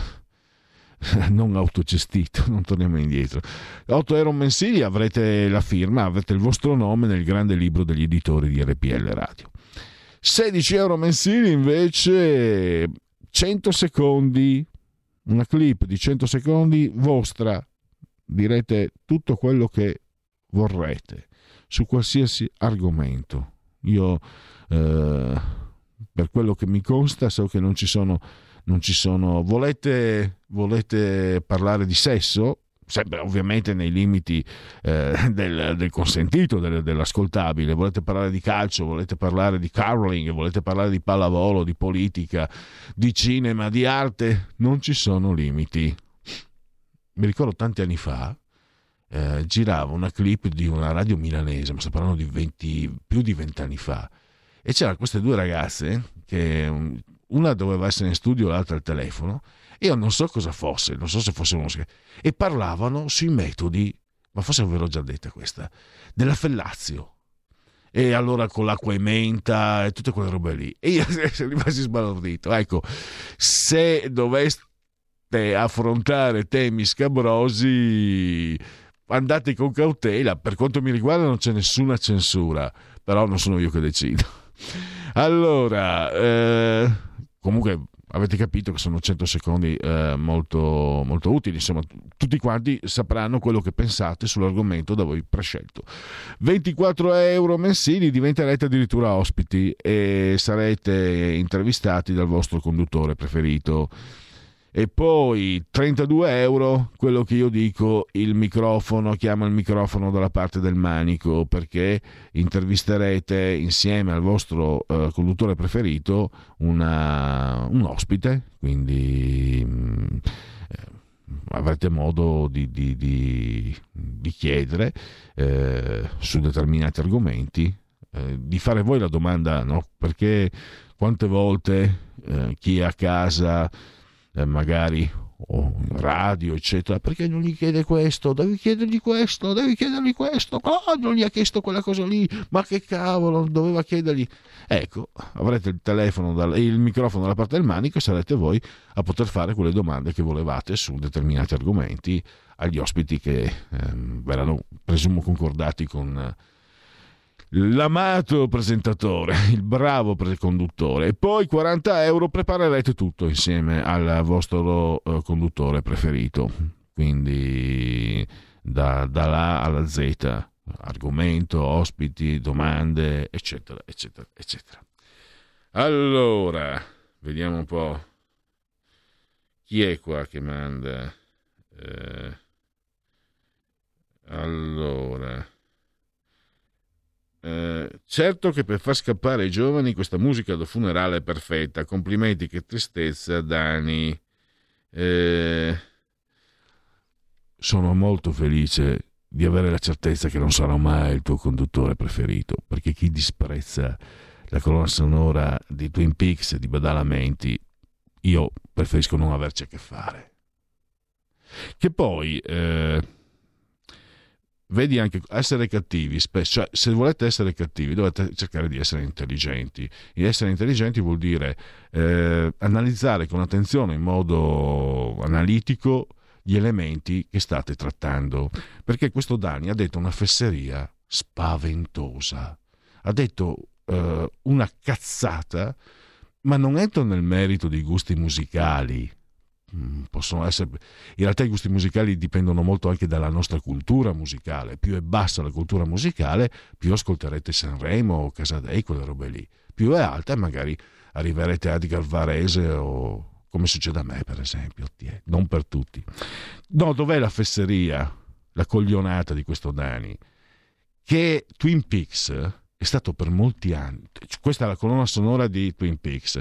non autogestito, non torniamo indietro. otto euro mensili, avrete la firma, avrete il vostro nome nel grande libro degli editori di R P L Radio. sedici euro mensili invece, cento secondi, una clip di cento secondi vostra, direte tutto quello che vorrete su qualsiasi argomento. Io eh, per quello che mi consta so che non ci sono non ci sono volete volete parlare di sesso, sempre ovviamente nei limiti eh, del, del consentito, del, dell'ascoltabile, volete parlare di calcio, volete parlare di curling, volete parlare di pallavolo, di politica, di cinema, di arte, non ci sono limiti. Mi ricordo tanti anni fa eh, girava una clip di una radio milanese, ma sto parlando di venti, più di vent'anni fa, e c'erano queste due ragazze che una doveva essere in studio, l'altra al telefono. Io non so cosa fosse, non so se fosse musica, e parlavano sui metodi, ma forse ve l'ho già detta questa, della fellazio. E allora con l'acqua e menta e tutte quelle robe lì. E io sono rimasto sbalordito. Ecco, se doveste affrontare temi scabrosi, andate con cautela. Per quanto mi riguarda non c'è nessuna censura, però non sono io che decido. Allora, eh, comunque avete capito che sono cento secondi eh, molto, molto utili, insomma tutti quanti sapranno quello che pensate sull'argomento da voi prescelto. ventiquattro euro mensili, diventerete addirittura ospiti e sarete intervistati dal vostro conduttore preferito. E poi trentadue euro, quello che io dico, il microfono, chiamo il microfono dalla parte del manico, perché intervisterete insieme al vostro uh, conduttore preferito una, un ospite, quindi mh, eh, avrete modo di, di, di, di chiedere eh, su determinati argomenti, eh, di fare voi la domanda, no? Perché quante volte eh, chi è a casa Eh, magari o in radio eccetera, perché non gli chiede questo, devi chiedergli questo, devi chiedergli questo, oh, non gli ha chiesto quella cosa lì, ma che cavolo doveva chiedergli. Ecco, avrete il telefono e il microfono dalla parte del manico e sarete voi a poter fare quelle domande che volevate su determinati argomenti agli ospiti che eh, verranno, presumo, concordati con l'amato presentatore, il bravo conduttore. E poi quaranta euro, preparerete tutto insieme al vostro uh, conduttore preferito, quindi da, dalla A alla Z, argomento, ospiti, domande, eccetera eccetera eccetera. Allora vediamo un po' chi è qua che manda. eh, allora Eh, certo che per far scappare i giovani questa musica da funerale è perfetta. Complimenti, che tristezza, Dani. Eh, sono molto felice di avere la certezza che non sarò mai il tuo conduttore preferito, perché chi disprezza la colonna sonora di Twin Peaks e di Badalamenti, io preferisco non averci a che fare. Che poi eh, vedi, anche essere cattivi spesso, cioè, se volete essere cattivi dovete cercare di essere intelligenti. E essere intelligenti vuol dire eh, analizzare con attenzione, in modo analitico, gli elementi che state trattando, perché questo Dani ha detto una fesseria spaventosa, ha detto eh, una cazzata, ma non entro nel merito dei gusti musicali. Possono essere, in realtà i gusti musicali dipendono molto anche dalla nostra cultura musicale. Più è bassa la cultura musicale, più ascolterete Sanremo o Casadei, quelle robe lì. Più è alta, magari arriverete a Edgar Varese, o come succede a me per esempio. Non per tutti. No, dov'è la fesseria, la coglionata di questo Dani? Che Twin Peaks è stato per molti anni, questa è la colonna sonora di Twin Peaks,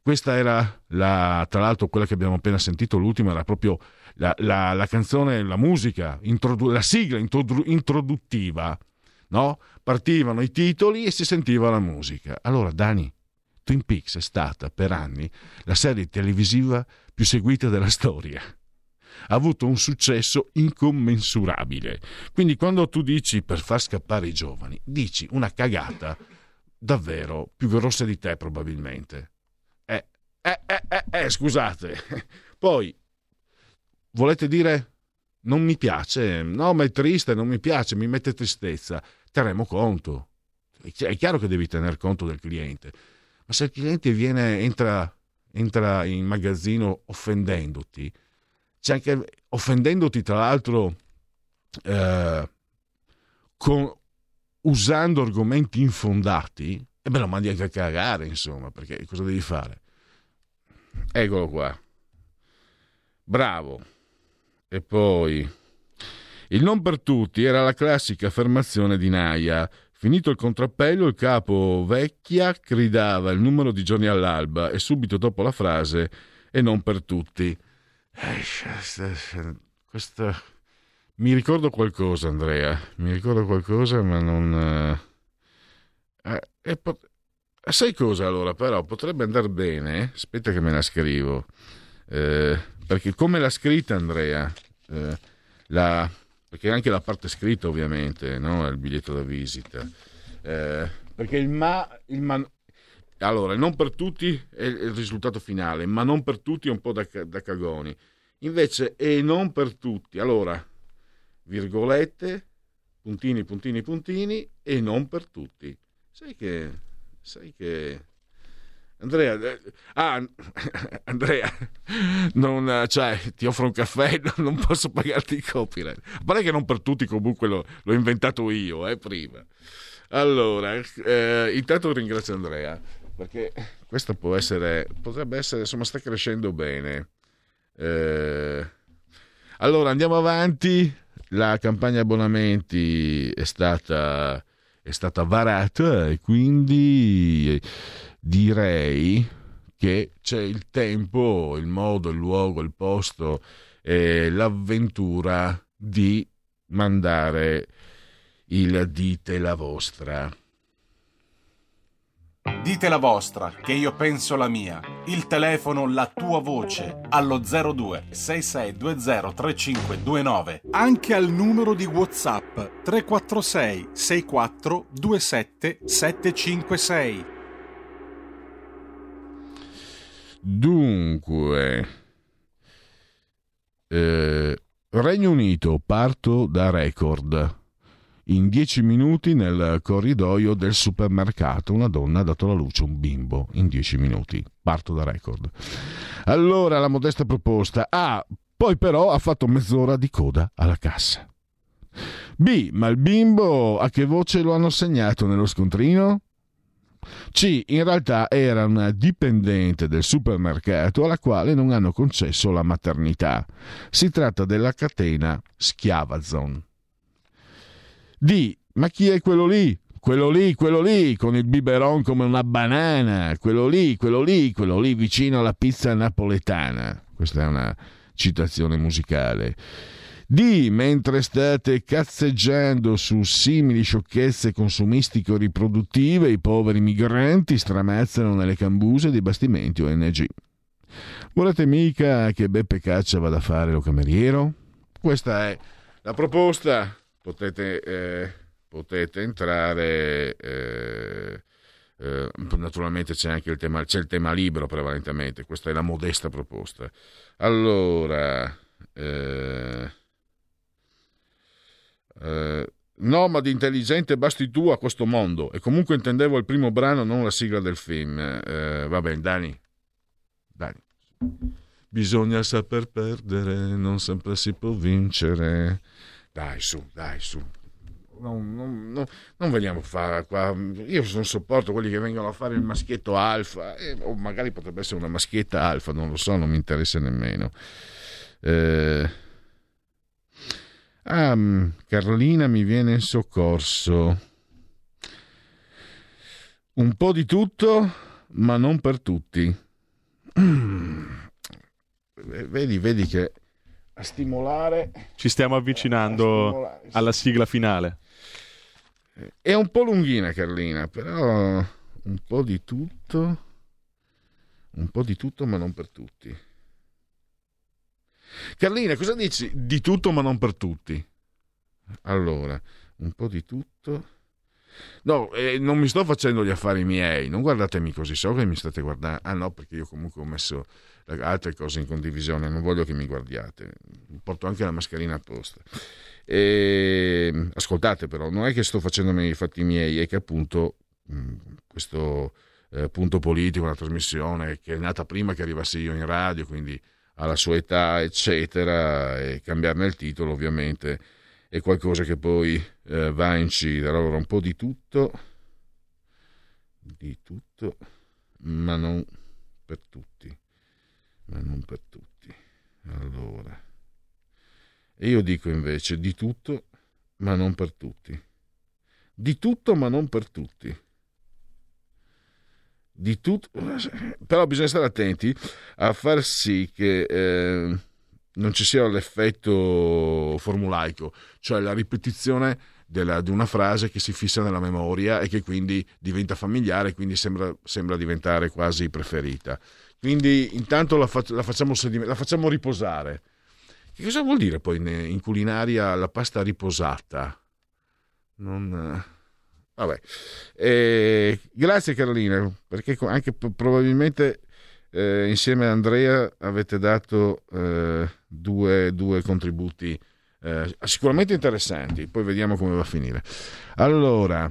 Questa era la, tra l'altro quella che abbiamo appena sentito, l'ultima era proprio la, la, la canzone, la musica, introdu- la sigla introdu- introduttiva, no? Partivano i titoli e si sentiva la musica. Allora, Dani, Twin Peaks è stata per anni la serie televisiva più seguita della storia. Ha avuto un successo incommensurabile. Quindi quando tu dici per far scappare i giovani, dici una cagata davvero più grossa di te probabilmente. Eh, eh, eh, eh, eh scusate. Poi, volete dire non mi piace? No, ma è triste, non mi piace, mi mette tristezza. Terremo conto. È chiaro che devi tener conto del cliente. Ma se il cliente viene, entra, entra in magazzino offendendoti, c'è anche offendendoti tra l'altro eh, con, usando argomenti infondati, e beh, lo mandi anche a cagare, insomma, perché cosa devi fare? Eccolo qua. Bravo. E poi il non per tutti era la classica affermazione di Naia. Finito il contrappello, il capo Vecchia gridava il numero di giorni all'alba e subito dopo la frase e non per tutti. Questa... Mi ricordo qualcosa, Andrea, mi ricordo qualcosa, ma non... Eh, eh, pot... Sai cosa allora, però? Potrebbe andare bene, aspetta che me la scrivo, eh, perché come l'ha scritta Andrea, eh, la... perché anche la parte scritta ovviamente, no? Il biglietto da visita, eh, perché il ma... Il ma... Allora, non per tutti è il risultato finale, ma non per tutti è un po' da, da cagoni. Invece, e non per tutti. Allora, virgolette, puntini, puntini, puntini, e non per tutti. Sai che... Sai che... Andrea... Ah, Andrea, non, cioè, ti offro un caffè, non posso pagarti il copyright. A parte che non per tutti comunque l'ho, l'ho inventato io, eh, prima. Allora, eh, intanto ringrazio Andrea, perché questo può essere, potrebbe essere, insomma, sta crescendo bene. Eh, allora andiamo avanti. La campagna abbonamenti è stata è stata varata e quindi direi che c'è il tempo, il modo, il luogo, il posto e l'avventura di mandare il dite la vostra. Dite la vostra, che io penso la mia. Il telefono, la tua voce, allo zero due sei sei due zero tre cinque due nove. Anche al numero di WhatsApp tre quattro sei sei quattro due sette sette cinque sei. Dunque, eh, Regno Unito, parto da record. In dieci minuti nel corridoio del supermercato una donna ha dato alla luce un bimbo in dieci minuti. Parto da record. Allora la modesta proposta A, poi però ha fatto mezz'ora di coda alla cassa. B, ma il bimbo a che voce lo hanno segnato nello scontrino? C, in realtà era una dipendente del supermercato alla quale non hanno concesso la maternità. Si tratta della catena Schiavazon. D, ma chi è quello lì? Quello lì, quello lì, con il biberon come una banana, quello lì, quello lì, quello lì vicino alla pizza napoletana. Questa è una citazione musicale. D, mentre state cazzeggiando su simili sciocchezze consumistico-riproduttive, i poveri migranti stramazzano nelle cambuse dei bastimenti O N G. Volete mica che Beppe Caccia vada a fare lo cameriero? Questa è la proposta. Potete, eh, potete entrare, eh, eh, naturalmente c'è anche il tema, c'è il tema libero prevalentemente, questa è la modesta proposta. Allora, eh, eh, nomadi intelligente basti tu a questo mondo, e comunque intendevo il primo brano, non la sigla del film. Eh, va bene, Dani, Dani. Bisogna saper perdere, non sempre si può vincere. Dai su, dai su, non, non, non, non veniamo a fare qua. Io non sopporto quelli che vengono a fare il maschietto alfa, eh, o magari potrebbe essere una maschietta alfa, non lo so, non mi interessa nemmeno. Eh... Ah, Carlina mi viene in soccorso. Un po' di tutto, ma non per tutti. vedi, vedi che a stimolare ci stiamo avvicinando alla sigla finale. È un po' lunghina, Carlina, però un po' di tutto, un po' di tutto, ma non per tutti. Carlina, cosa dici? Di tutto, ma non per tutti. Allora, un po' di tutto. No, eh, non mi sto facendo gli affari miei, non guardatemi così, so che mi state guardando. Ah no, perché io comunque ho messo altre cose in condivisione, non voglio che mi guardiate. Porto anche la mascherina apposta. E, ascoltate però, non è che sto facendomi i fatti miei, è che appunto mh, questo eh, punto politico, una trasmissione che è nata prima che arrivassi io in radio, quindi alla sua età eccetera, e cambiarne il titolo ovviamente è qualcosa che poi eh, va a incidere. Allora un po' di tutto, di tutto, ma non per tutti, ma non per tutti. Allora, e io dico invece di tutto, ma non per tutti. Di tutto, ma non per tutti. Di tutto, però bisogna stare attenti a far sì che eh, non ci sia l'effetto formulaico, cioè la ripetizione della, di una frase che si fissa nella memoria e che quindi diventa familiare, quindi sembra, sembra diventare quasi preferita. Quindi intanto la, fa, la, facciamo, la facciamo riposare. Che cosa vuol dire poi in, in culinaria la pasta riposata? Non... Vabbè, eh, grazie Carolina, perché anche probabilmente eh, insieme a Andrea avete dato eh, due, due contributi eh, sicuramente interessanti, poi vediamo come va a finire. Allora,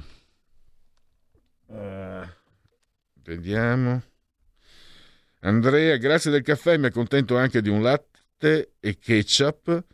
eh, vediamo. Andrea, grazie del caffè, mi accontento anche di un latte e ketchup.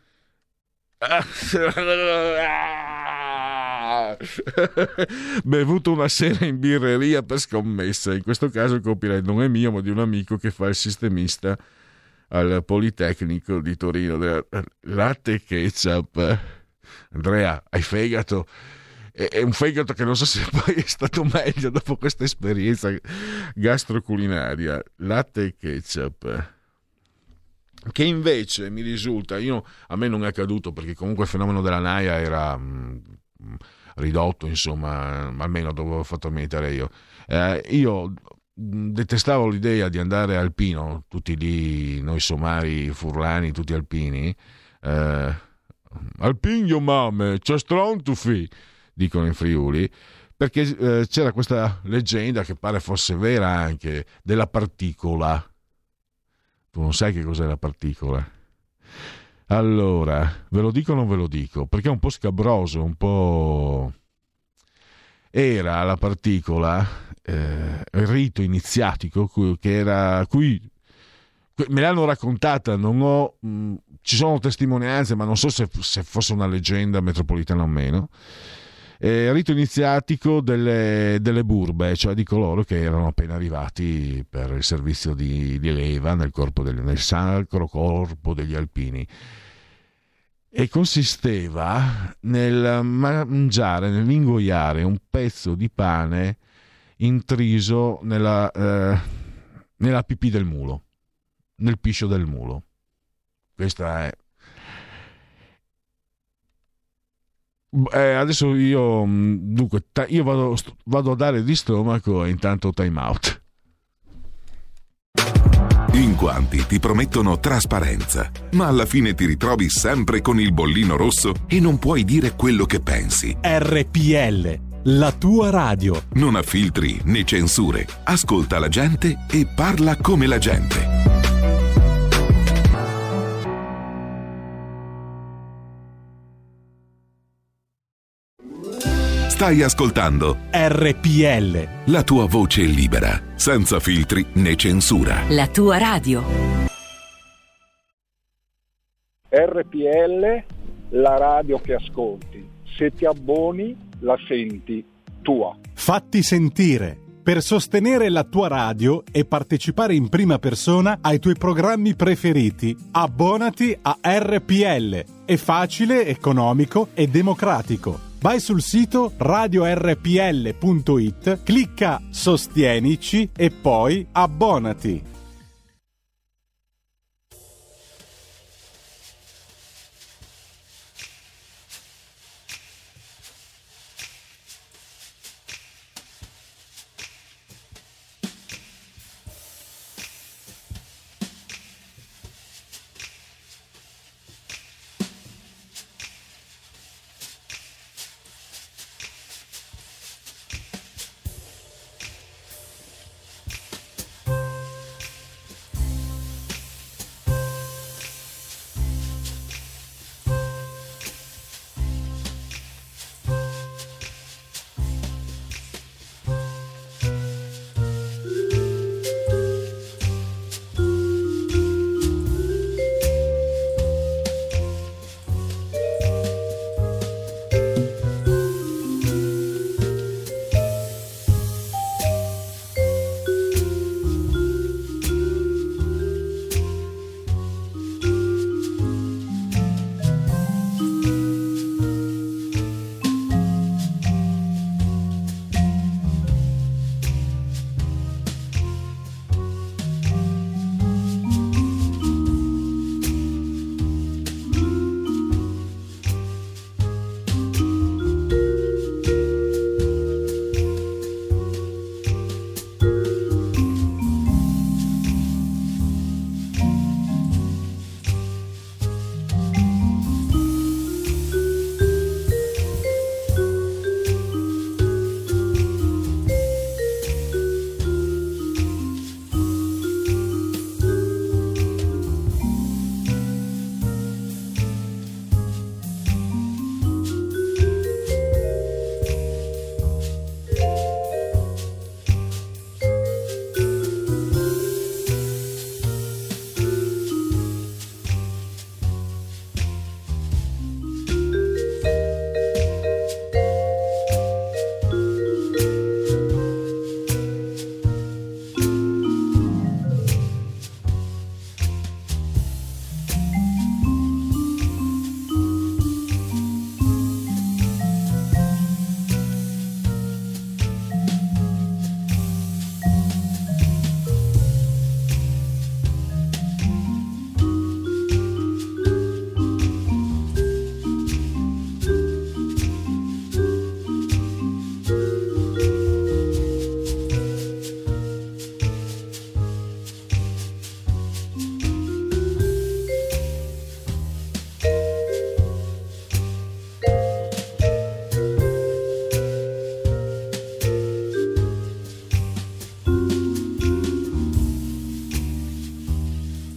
Bevuto una sera in birreria per scommessa, in questo caso il copyright non è mio ma di un amico che fa il sistemista al Politecnico di Torino. Latte e ketchup. Andrea, hai fegato, è un fegato che non so se poi è stato meglio dopo questa esperienza gastroculinaria. Latte e ketchup, che invece mi risulta, io, a me non è accaduto perché comunque il fenomeno della naia era mh, ridotto, insomma, almeno dove ho fatto militare io. Eh, io detestavo l'idea di andare alpino, tutti lì, noi somari, furlani, tutti alpini. Eh, Alpigno mame, c'è strontufi, dicono in Friuli, perché eh, c'era questa leggenda che pare fosse vera anche, della particola. Tu non sai che cos'è la particola? Allora, ve lo dico o non ve lo dico? Perché è un po' scabroso, un po'... Era la particola, eh, il rito iniziatico che era qui, me l'hanno raccontata, non ho, mh, ci sono testimonianze, ma non so se, se fosse una leggenda metropolitana o meno. Eh, il rito iniziatico delle, delle burbe, cioè di coloro che erano appena arrivati per il servizio di, di leva nel, corpo del, nel sacro corpo degli alpini. E consisteva nel mangiare, nell'ingoiare un pezzo di pane intriso nella, eh, nella pipì del mulo, nel piscio del mulo. Questa è... Eh, adesso io dunque io vado, vado a dare di stomaco e intanto time out. In quanti ti promettono trasparenza, ma alla fine ti ritrovi sempre con il bollino rosso e non puoi dire quello che pensi. R P L, la tua radio. Non ha filtri né censure. Ascolta la gente e parla come la gente. Stai ascoltando R P L, la tua voce libera, senza filtri né censura. La tua radio. R P L, la radio che ascolti. Se ti abboni, la senti tua. Fatti sentire. Per sostenere la tua radio e partecipare in prima persona ai tuoi programmi preferiti, abbonati a R P L. È facile, economico e democratico. Vai sul sito radio erre pi elle punto it, clicca Sostienici e poi abbonati.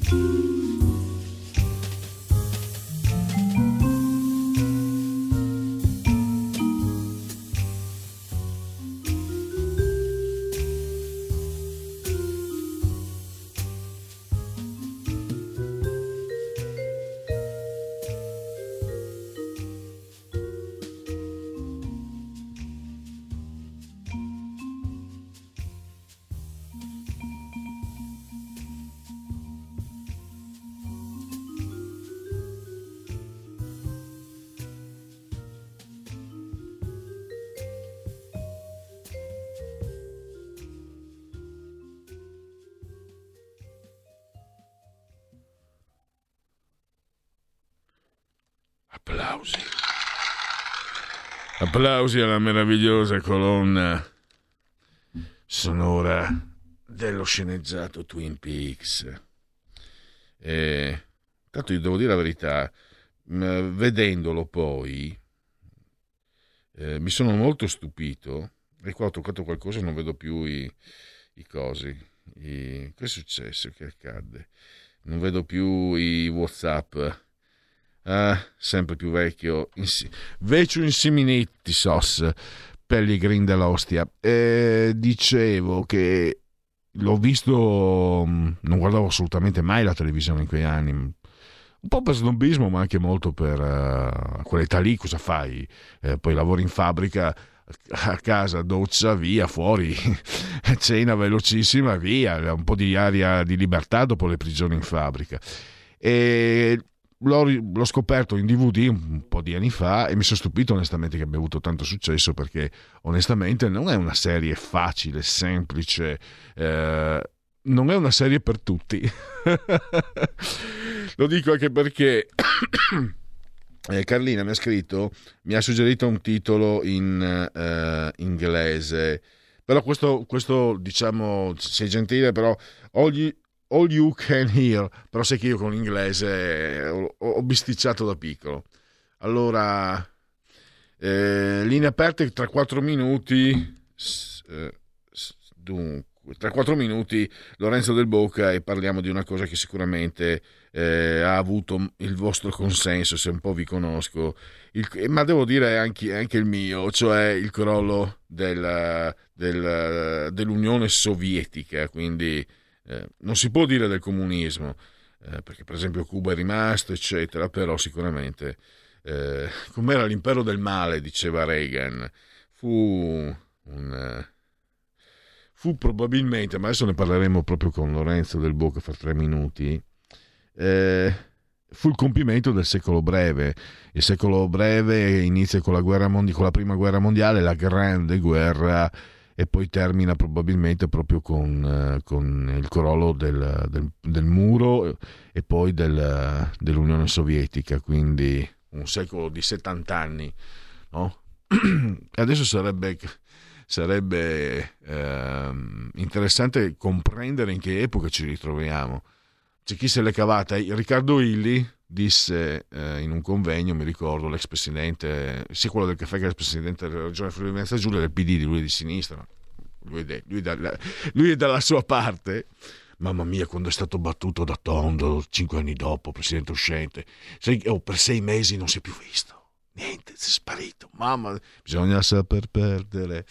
Applausi. Applausi alla meravigliosa colonna sonora dello sceneggiato Twin Peaks. E, tanto io devo dire la verità, vedendolo poi eh, mi sono molto stupito, e qua ho toccato qualcosa, non vedo più i, i cosi. I, che è successo? Che accadde? Non vedo più i WhatsApp. Ah, sempre più vecchio, Insi- Vecchio Insiminetti sos Pellegrin dell'Ostia. E dicevo che l'ho visto, non guardavo assolutamente mai la televisione in quei anni, un po' per snobismo, ma anche molto per uh, quell'età lì. Cosa fai? Eh, poi lavori in fabbrica, a casa doccia, via, fuori, cena velocissima, via, un po' di aria di libertà dopo le prigioni in fabbrica. E L'ho, l'ho scoperto in D V D un po' di anni fa e mi sono stupito onestamente che abbia avuto tanto successo, perché onestamente non è una serie facile, semplice, eh, non è una serie per tutti. Lo dico anche perché eh, Carlina mi ha scritto, mi ha suggerito un titolo in eh, inglese, però questo, questo diciamo, sei gentile, però oggi All You Can Hear, però sai che io con l'inglese ho, ho bisticciato da piccolo. Allora, eh, linee aperte tra quattro minuti, eh, dunque, tra quattro minuti Lorenzo Del Boca, e parliamo di una cosa che sicuramente eh, ha avuto il vostro consenso, se un po' vi conosco, il, ma devo dire anche, anche il mio, cioè il crollo del, del, dell'Unione Sovietica, quindi Eh, non si può dire del comunismo, eh, perché per esempio Cuba è rimasto, eccetera, però sicuramente eh, com'era l'impero del male, diceva Reagan, fu un eh, fu probabilmente, ma adesso ne parleremo proprio con Lorenzo Del Boca fra tre minuti, eh, fu il compimento del secolo breve. Il secolo breve inizia con la guerra mondiale, con la prima guerra mondiale, la grande guerra, e poi termina probabilmente proprio con, con il crollo del, del, del muro e poi del, dell'Unione Sovietica, quindi un secolo di settanta anni, no? Adesso sarebbe, sarebbe eh, interessante comprendere in che epoca ci ritroviamo. C'è chi se l'è cavata. Riccardo Illy disse eh, in un convegno, mi ricordo, l'ex presidente, sia quello del caffè che l'ex presidente della regione Friuli Venezia Giulia, del P D, di lui di sinistra, lui è, lui, dalla, lui è dalla sua parte. Mamma mia, quando è stato battuto da Tondo cinque anni dopo, presidente uscente, sei, oh, per sei mesi non si è più visto, niente, si è sparito. Mamma, bisogna saper perdere.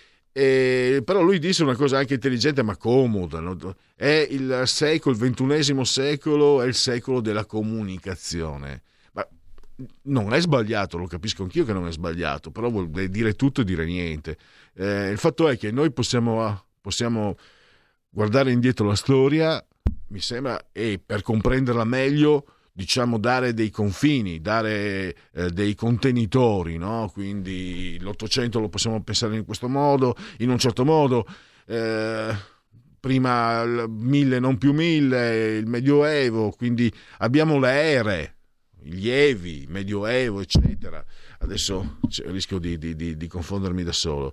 E, però lui disse una cosa anche intelligente ma comoda, no? È il secolo, il ventunesimo secolo è il secolo della comunicazione. Ma non è sbagliato, lo capisco anch'io che non è sbagliato, però vuol dire tutto e dire niente. Eh, il fatto è che noi possiamo, possiamo guardare indietro la storia, mi sembra, e per comprenderla meglio, diciamo, dare dei confini, dare eh, dei contenitori, no? Quindi l'Ottocento lo possiamo pensare in questo modo, in un certo modo, eh, prima il mille non più mille, il Medioevo, quindi abbiamo le ere, gli Evi, Medioevo, eccetera. Adesso rischio di, di, di, di confondermi da solo.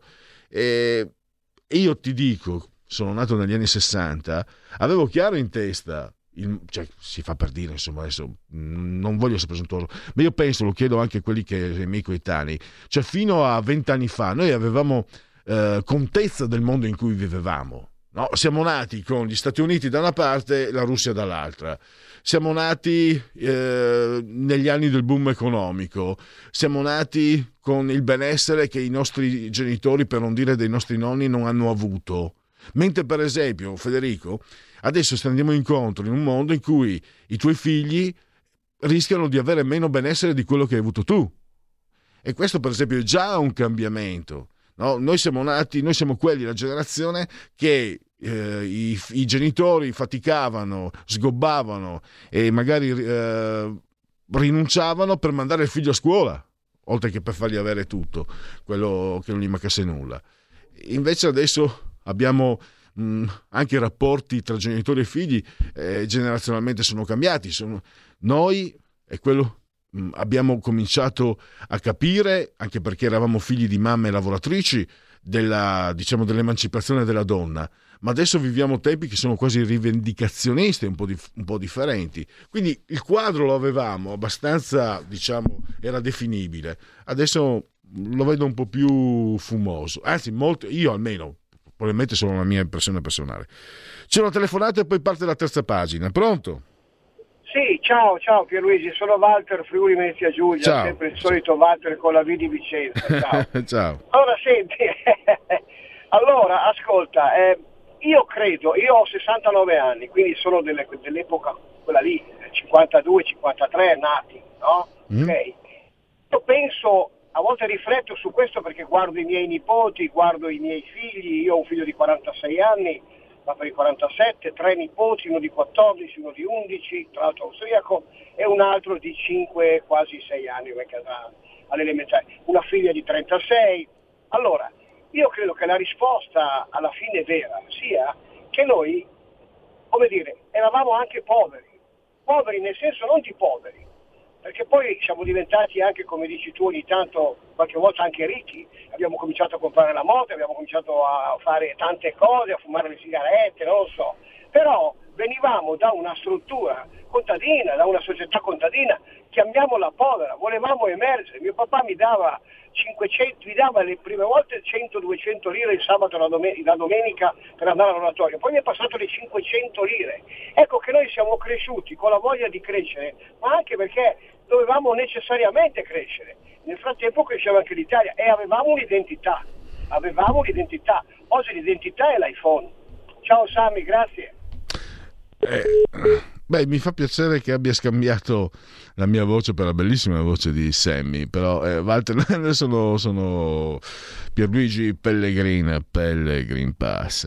E io ti dico, sono nato negli anni sessanta, avevo chiaro in testa, il, cioè si fa per dire, insomma, adesso non voglio essere presuntuoso, ma io penso, lo chiedo anche a quelli che ai miei coetanei, cioè fino a vent'anni fa noi avevamo eh, contezza del mondo in cui vivevamo, No, siamo nati con gli Stati Uniti da una parte e la Russia dall'altra. Siamo nati eh, negli anni del boom economico. Siamo nati con il benessere che i nostri genitori, per non dire dei nostri nonni, non hanno avuto. Mentre, per esempio, Federico, adesso andiamo incontro in un mondo in cui i tuoi figli rischiano di avere meno benessere di quello che hai avuto tu. E questo, per esempio, è già un cambiamento. No? Noi siamo nati, noi siamo quelli, la generazione che eh, i, i genitori faticavano, sgobbavano e magari eh, rinunciavano per mandare il figlio a scuola, oltre che per fargli avere tutto, quello che non gli mancasse nulla. Invece adesso abbiamo mh, anche i rapporti tra genitori e figli eh, generazionalmente sono cambiati. Sono, noi è quello abbiamo cominciato a capire, anche perché eravamo figli di mamme lavoratrici, della, diciamo, dell'emancipazione della donna, ma adesso viviamo tempi che sono quasi rivendicazionisti, un po', di, un po' differenti. Quindi il quadro lo avevamo abbastanza, diciamo, era definibile. Adesso lo vedo un po' più fumoso, anzi molto, io almeno, probabilmente solo la mia impressione personale. C'è una telefonata e poi parte la terza pagina. Pronto? Sì, ciao, ciao Pierluigi, sono Walter Friuli Venezia Giulia, ciao. Sempre il solito Walter con la V di Vicenza, ciao. Ciao. Allora senti, allora ascolta, eh, io credo, io ho sessantanove anni, quindi sono delle, dell'epoca quella lì, cinquantadue cinquantatré nati, no? Mm. Ok. Io penso, a volte rifletto su questo perché guardo i miei nipoti, guardo i miei figli, io ho un figlio di quarantasei anni, va per i quarantasette, tre nipoti, uno di quattordici, uno di undici, tra l'altro austriaco, e un altro di cinque, quasi sei anni, perché all'elementare, una figlia di trentasei. Allora, io credo che la risposta alla fine vera sia che noi, come dire, eravamo anche poveri, poveri nel senso non di poveri, perché poi siamo diventati anche, come dici tu ogni tanto, qualche volta anche ricchi, abbiamo cominciato a comprare la moto, abbiamo cominciato a fare tante cose, a fumare le sigarette, non lo so, però venivamo da una struttura contadina, da una società contadina, chiamiamola povera, volevamo emergere, mio papà mi dava cinquecento, mi dava le prime volte cento duecento lire il sabato e la, domen- la domenica per andare all'oratorio, poi mi è passato le cinquecento lire. Ecco che noi siamo cresciuti con la voglia di crescere, ma anche perché dovevamo necessariamente crescere. Nel frattempo cresceva anche l'Italia e avevamo un'identità, avevamo un'identità. Oggi l'identità è l'iPhone. Ciao Sammy, grazie. Eh, beh, mi fa piacere che abbia scambiato la mia voce per la bellissima voce di Sammy, però eh, Walter, sono, sono Pierluigi Pellegrin, Pellegrin Pass.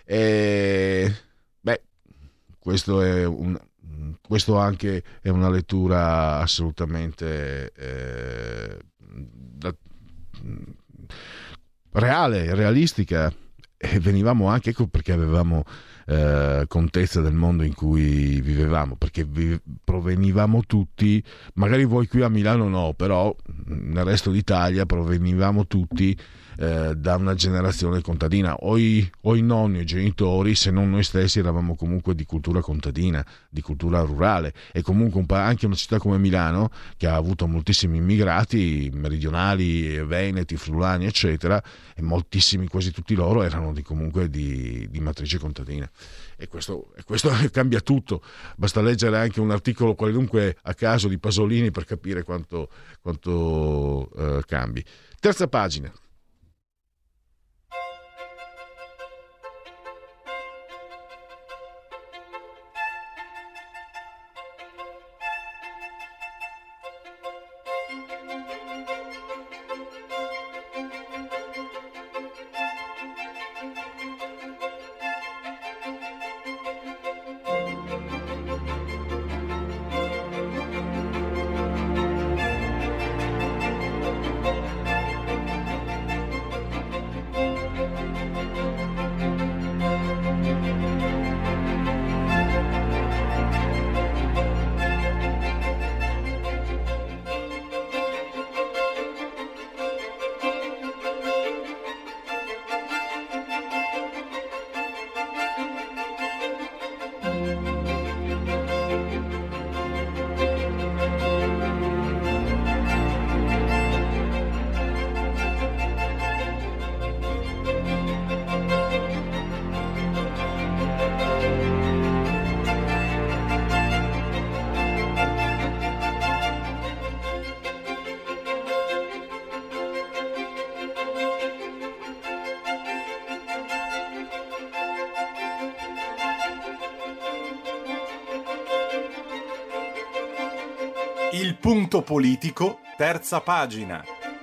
E, beh, questo è un questo anche è una lettura assolutamente eh, da, reale, realistica, e venivamo anche, ecco perché avevamo eh, contezza del mondo in cui vivevamo, perché vi, provenivamo tutti, magari voi qui a Milano no, però nel resto d'Italia provenivamo tutti eh, da una generazione contadina, o i, o i nonni o i genitori, se non noi stessi eravamo comunque di cultura contadina, di cultura rurale, e comunque un pa- anche una città come Milano che ha avuto moltissimi immigrati meridionali, veneti, friulani eccetera, e moltissimi, quasi tutti loro erano di, comunque di, di matrice contadina, e questo, e questo cambia tutto. Basta leggere anche un articolo qualunque a caso di Pasolini per capire quanto, quanto eh, cambi. Terza pagina. Il punto politico, terza pagina.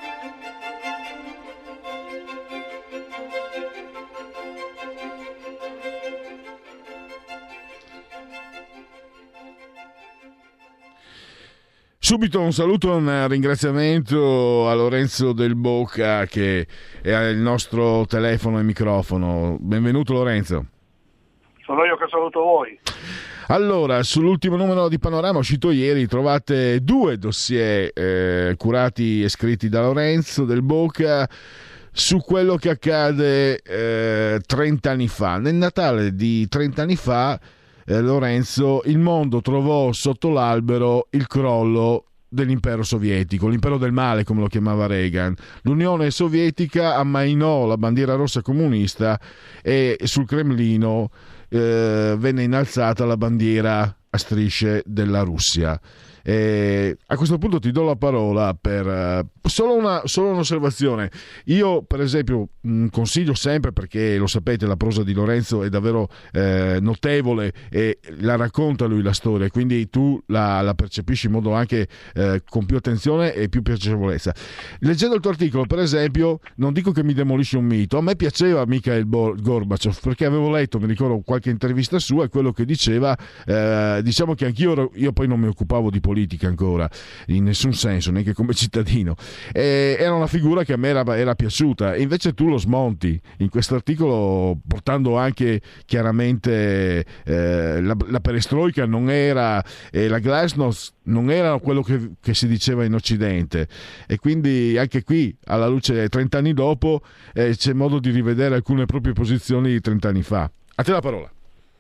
Subito un saluto, un ringraziamento a Lorenzo Del Boca che è al nostro telefono e microfono. Benvenuto Lorenzo. Sono io che saluto voi. Allora, sull'ultimo numero di Panorama uscito ieri trovate due dossier eh, curati e scritti da Lorenzo Del Boca su quello che accade eh, trenta anni fa. Nel Natale di trenta anni fa, eh, Lorenzo, il mondo trovò sotto l'albero il crollo dell'impero sovietico, l'impero del male come lo chiamava Reagan. L'Unione Sovietica ammainò la bandiera rossa comunista e sul Cremlino eh, venne innalzata la bandiera a strisce della Russia. E a questo punto ti do la parola per uh, solo, una, solo un'osservazione. Io per esempio mh, consiglio sempre, perché lo sapete, la prosa di Lorenzo è davvero eh, notevole e la racconta lui la storia, quindi tu la, la percepisci in modo anche eh, con più attenzione e più piacevolezza. Leggendo il tuo articolo per esempio, non dico che mi demolisce un mito, a me piaceva Mikhail Gorbaciov perché avevo letto, mi ricordo qualche intervista sua, e quello che diceva eh, diciamo che anch'io io poi non mi occupavo di politica ancora in nessun senso, neanche come cittadino, e era una figura che a me era, era piaciuta, e invece tu lo smonti in questo articolo portando anche chiaramente eh, la, la perestroica non era e la glasnost non era quello che, che si diceva in Occidente, e quindi anche qui alla luce trenta anni dopo eh, c'è modo di rivedere alcune proprie posizioni di trenta anni fa. A te la parola.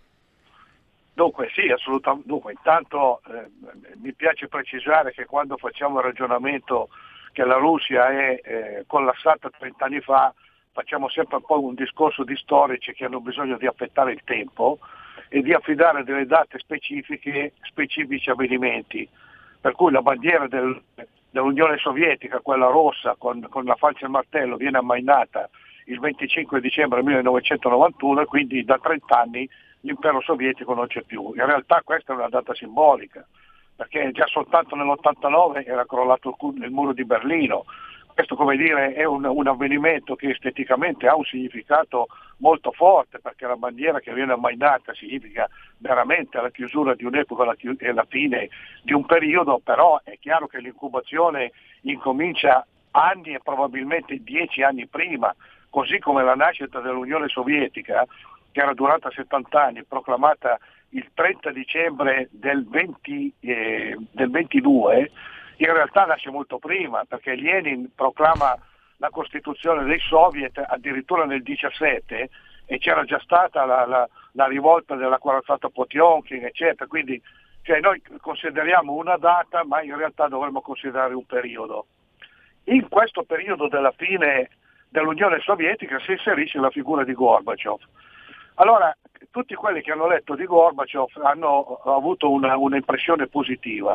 Dunque sì, assolutamente. Dunque, intanto eh, mi piace precisare che quando facciamo il ragionamento che la Russia è eh, collassata trenta anni fa, facciamo sempre un po' un discorso di storici che hanno bisogno di aspettare il tempo e di affidare delle date specifiche, specifici avvenimenti. Per cui la bandiera del, dell'Unione Sovietica, quella rossa con, con la falce e il martello, viene ammainata il venticinque dicembre millenovecentonovantuno, e quindi da trenta anni l'impero sovietico non c'è più. In realtà questa è una data simbolica, perché già soltanto nell'ottantanove era crollato il, il muro di Berlino. Questo, come dire, è un, un avvenimento che esteticamente ha un significato molto forte, perché la bandiera che viene ammainata significa veramente la chiusura di un'epoca e la fine di un periodo, però è chiaro che l'incubazione incomincia anni e probabilmente dieci anni prima, così come la nascita dell'Unione Sovietica, che era durata settanta anni, proclamata il trenta dicembre del, venti, eh, del ventidue, in realtà nasce molto prima, perché Lenin proclama la Costituzione dei Soviet addirittura nel diciassette, e c'era già stata la, la, la rivolta della corazzata Potionkin, eccetera. Quindi cioè, noi consideriamo una data, ma in realtà dovremmo considerare un periodo. In questo periodo della fine dell'Unione Sovietica si inserisce la figura di Gorbaciov. Allora, tutti quelli che hanno letto di Gorbaciov hanno avuto una, un'impressione positiva.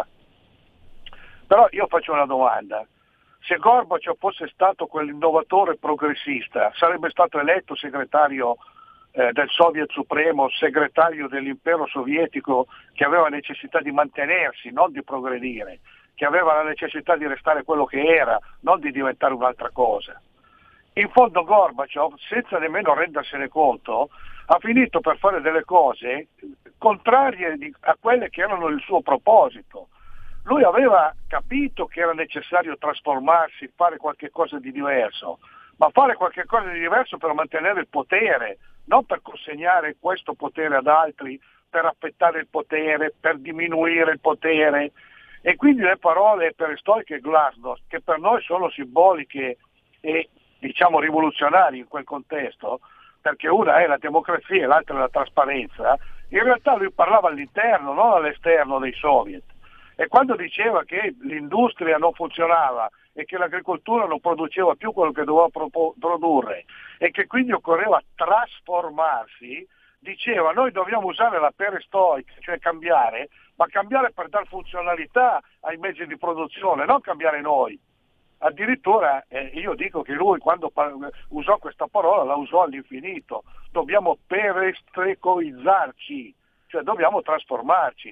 Però io faccio una domanda: se Gorbaciov fosse stato quell'innovatore progressista, sarebbe stato eletto segretario eh, del Soviet Supremo, segretario dell'impero sovietico, che aveva necessità di mantenersi, non di progredire, che aveva la necessità di restare quello che era, non di diventare un'altra cosa. In fondo Gorbaciov, senza nemmeno rendersene conto, ha finito per fare delle cose contrarie a quelle che erano il suo proposito. Lui aveva capito che era necessario trasformarsi, fare qualche cosa di diverso, ma fare qualche cosa di diverso per mantenere il potere, non per consegnare questo potere ad altri, per affettare il potere, per diminuire il potere. E quindi le parole perestroica e glasnost, che per noi sono simboliche e diciamo rivoluzionarie in quel contesto, perché una è la democrazia e l'altra è la trasparenza, in realtà lui parlava all'interno, non all'esterno dei soviet. E quando diceva che l'industria non funzionava e che l'agricoltura non produceva più quello che doveva pro- produrre e che quindi occorreva trasformarsi, diceva noi dobbiamo usare la perestroica, cioè cambiare, ma cambiare per dar funzionalità ai mezzi di produzione, non cambiare noi. Addirittura eh, io dico che lui quando par- usò questa parola la usò all'infinito: dobbiamo perestroizzarci, cioè dobbiamo trasformarci.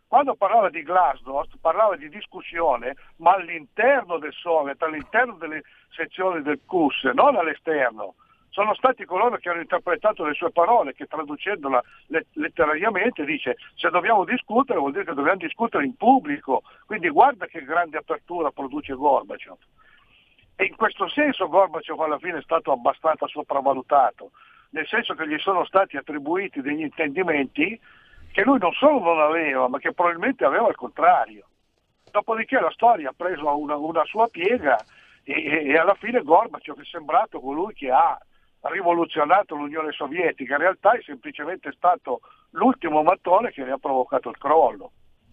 Quando parlava di glasnost parlava di discussione, ma all'interno del Soviet, all'interno delle sezioni del C U S, non all'esterno. Sono stati coloro che hanno interpretato le sue parole, che traducendola letterariamente dice: se dobbiamo discutere vuol dire che dobbiamo discutere in pubblico, quindi guarda che grande apertura produce Gorbaciov. E in questo senso Gorbaciov alla fine è stato abbastanza sopravvalutato, nel senso che gli sono stati attribuiti degli intendimenti che lui non solo non aveva, ma che probabilmente aveva al contrario. Dopodiché la storia ha preso una, una sua piega e, e, e alla fine Gorbaciov è sembrato colui che ha rivoluzionato l'Unione Sovietica. In realtà è semplicemente stato l'ultimo mattone che ne ha provocato il crollo.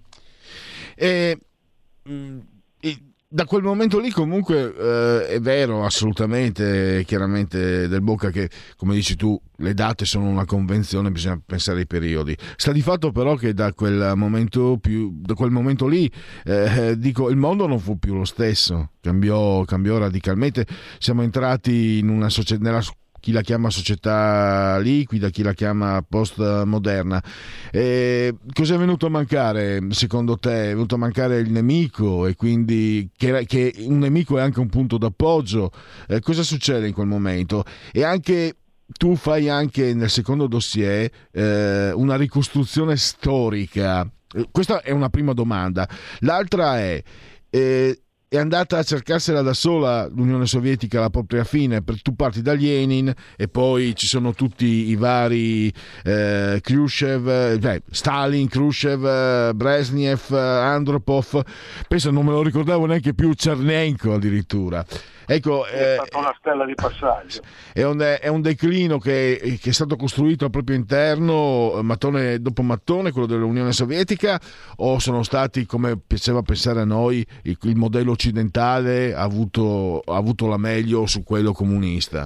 E, mh, e da quel momento lì comunque eh, è vero assolutamente, chiaramente, Del Bocca, che come dici tu le date sono una convenzione, bisogna pensare ai periodi. Sta di fatto però che da quel momento più da quel momento lì eh, dico il mondo non fu più lo stesso, cambiò, cambiò radicalmente. Siamo entrati in una società, nella chi la chiama società liquida, chi la chiama postmoderna. Eh, cosa è venuto a mancare secondo te? È venuto a mancare il nemico, e quindi che, che un nemico è anche un punto d'appoggio. Eh, cosa succede in quel momento? E anche tu fai anche nel secondo dossier eh, una ricostruzione storica. Eh, questa è una prima domanda. L'altra è eh, è andata a cercarsela da sola l'Unione Sovietica la propria fine, perché tu parti da Lenin e poi ci sono tutti i vari eh, Khrushchev, eh, Stalin, Khrushchev, eh, Brezhnev, eh, Andropov, penso non me lo ricordavo neanche più, Chernenko addirittura. Ecco, è stata una stella di passaggio. È un, è un declino che, che è stato costruito al proprio interno, mattone dopo mattone, quello dell'Unione Sovietica, o sono stati, come piaceva pensare a noi, il, il modello occidentale ha avuto, ha avuto la meglio su quello comunista?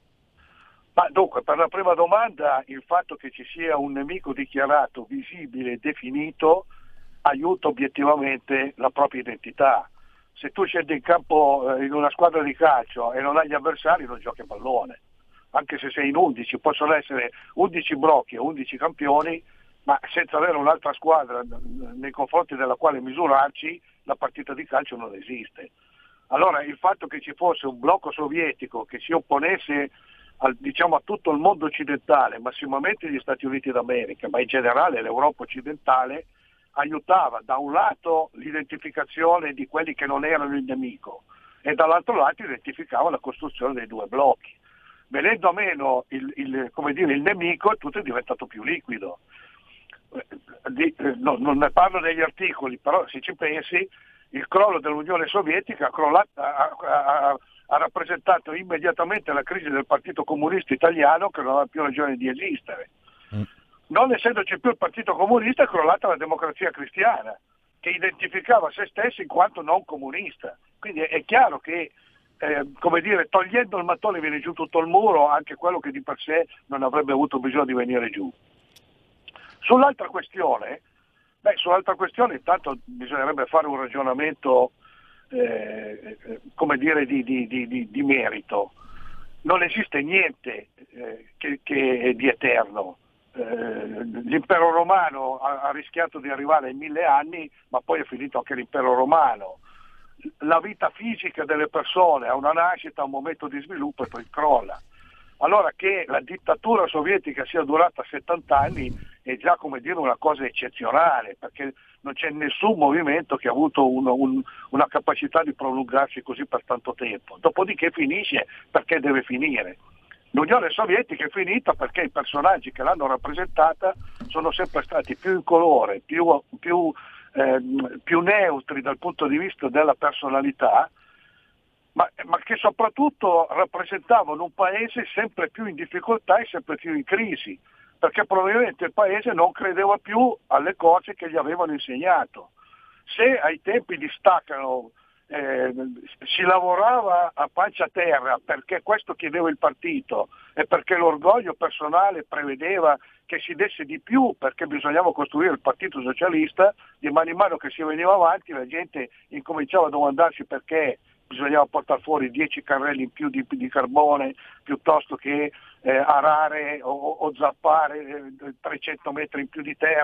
Ma dunque, per la prima domanda, il fatto che ci sia un nemico dichiarato, visibile e definito aiuta obiettivamente la propria identità. Se tu scendi in campo in una squadra di calcio e non hai gli avversari, non giochi a pallone, anche se sei in undici, possono essere undici brocchi o undici campioni, ma senza avere un'altra squadra nei confronti della quale misurarci, la partita di calcio non esiste. Allora il fatto che ci fosse un blocco sovietico che si opponesse al, diciamo, a tutto il mondo occidentale, massimamente gli Stati Uniti d'America, ma in generale l'Europa occidentale, aiutava da un lato l'identificazione di quelli che non erano il nemico e dall'altro lato identificava la costruzione dei due blocchi. Venendo a meno il, il, come dire, il nemico, tutto è diventato più liquido. Di, no, non ne parlo negli articoli, però se ci pensi, il crollo dell'Unione Sovietica ha, crollato, ha, ha, ha rappresentato immediatamente la crisi del Partito Comunista Italiano, che non aveva più ragione di esistere. Mm. Non essendoci più il Partito Comunista, è crollata la Democrazia Cristiana, che identificava se stessa in quanto non comunista. Quindi è, è chiaro che, eh, come dire, togliendo il mattone viene giù tutto il muro, anche quello che di per sé non avrebbe avuto bisogno di venire giù. Sull'altra questione, beh, sull'altra questione intanto bisognerebbe fare un ragionamento, eh, come dire, di, di, di, di merito. Non esiste niente eh, che, che è di eterno. L'impero romano ha rischiato di arrivare ai mille anni, ma poi è finito anche l'impero romano. La vita fisica delle persone ha una nascita, un momento di sviluppo e poi crolla. Allora che la dittatura sovietica sia durata settanta anni è già, come dire, una cosa eccezionale, perché non c'è nessun movimento che ha avuto un, un, una capacità di prolungarsi così per tanto tempo. Dopodiché finisce perché deve finire. L'Unione Sovietica è finita perché i personaggi che l'hanno rappresentata sono sempre stati più incolore, più, più, eh, più neutri dal punto di vista della personalità, ma, ma che soprattutto rappresentavano un paese sempre più in difficoltà e sempre più in crisi, perché probabilmente il paese non credeva più alle cose che gli avevano insegnato. Se ai tempi di Stakhanow Eh, si lavorava a pancia terra perché questo chiedeva il partito e perché l'orgoglio personale prevedeva che si desse di più perché bisognava costruire il partito socialista, di mano in mano che si veniva avanti la gente incominciava a domandarsi perché bisognava portare fuori dieci carrelli in più di, di carbone piuttosto che eh, arare o, o zappare eh, trecento metri in più di terra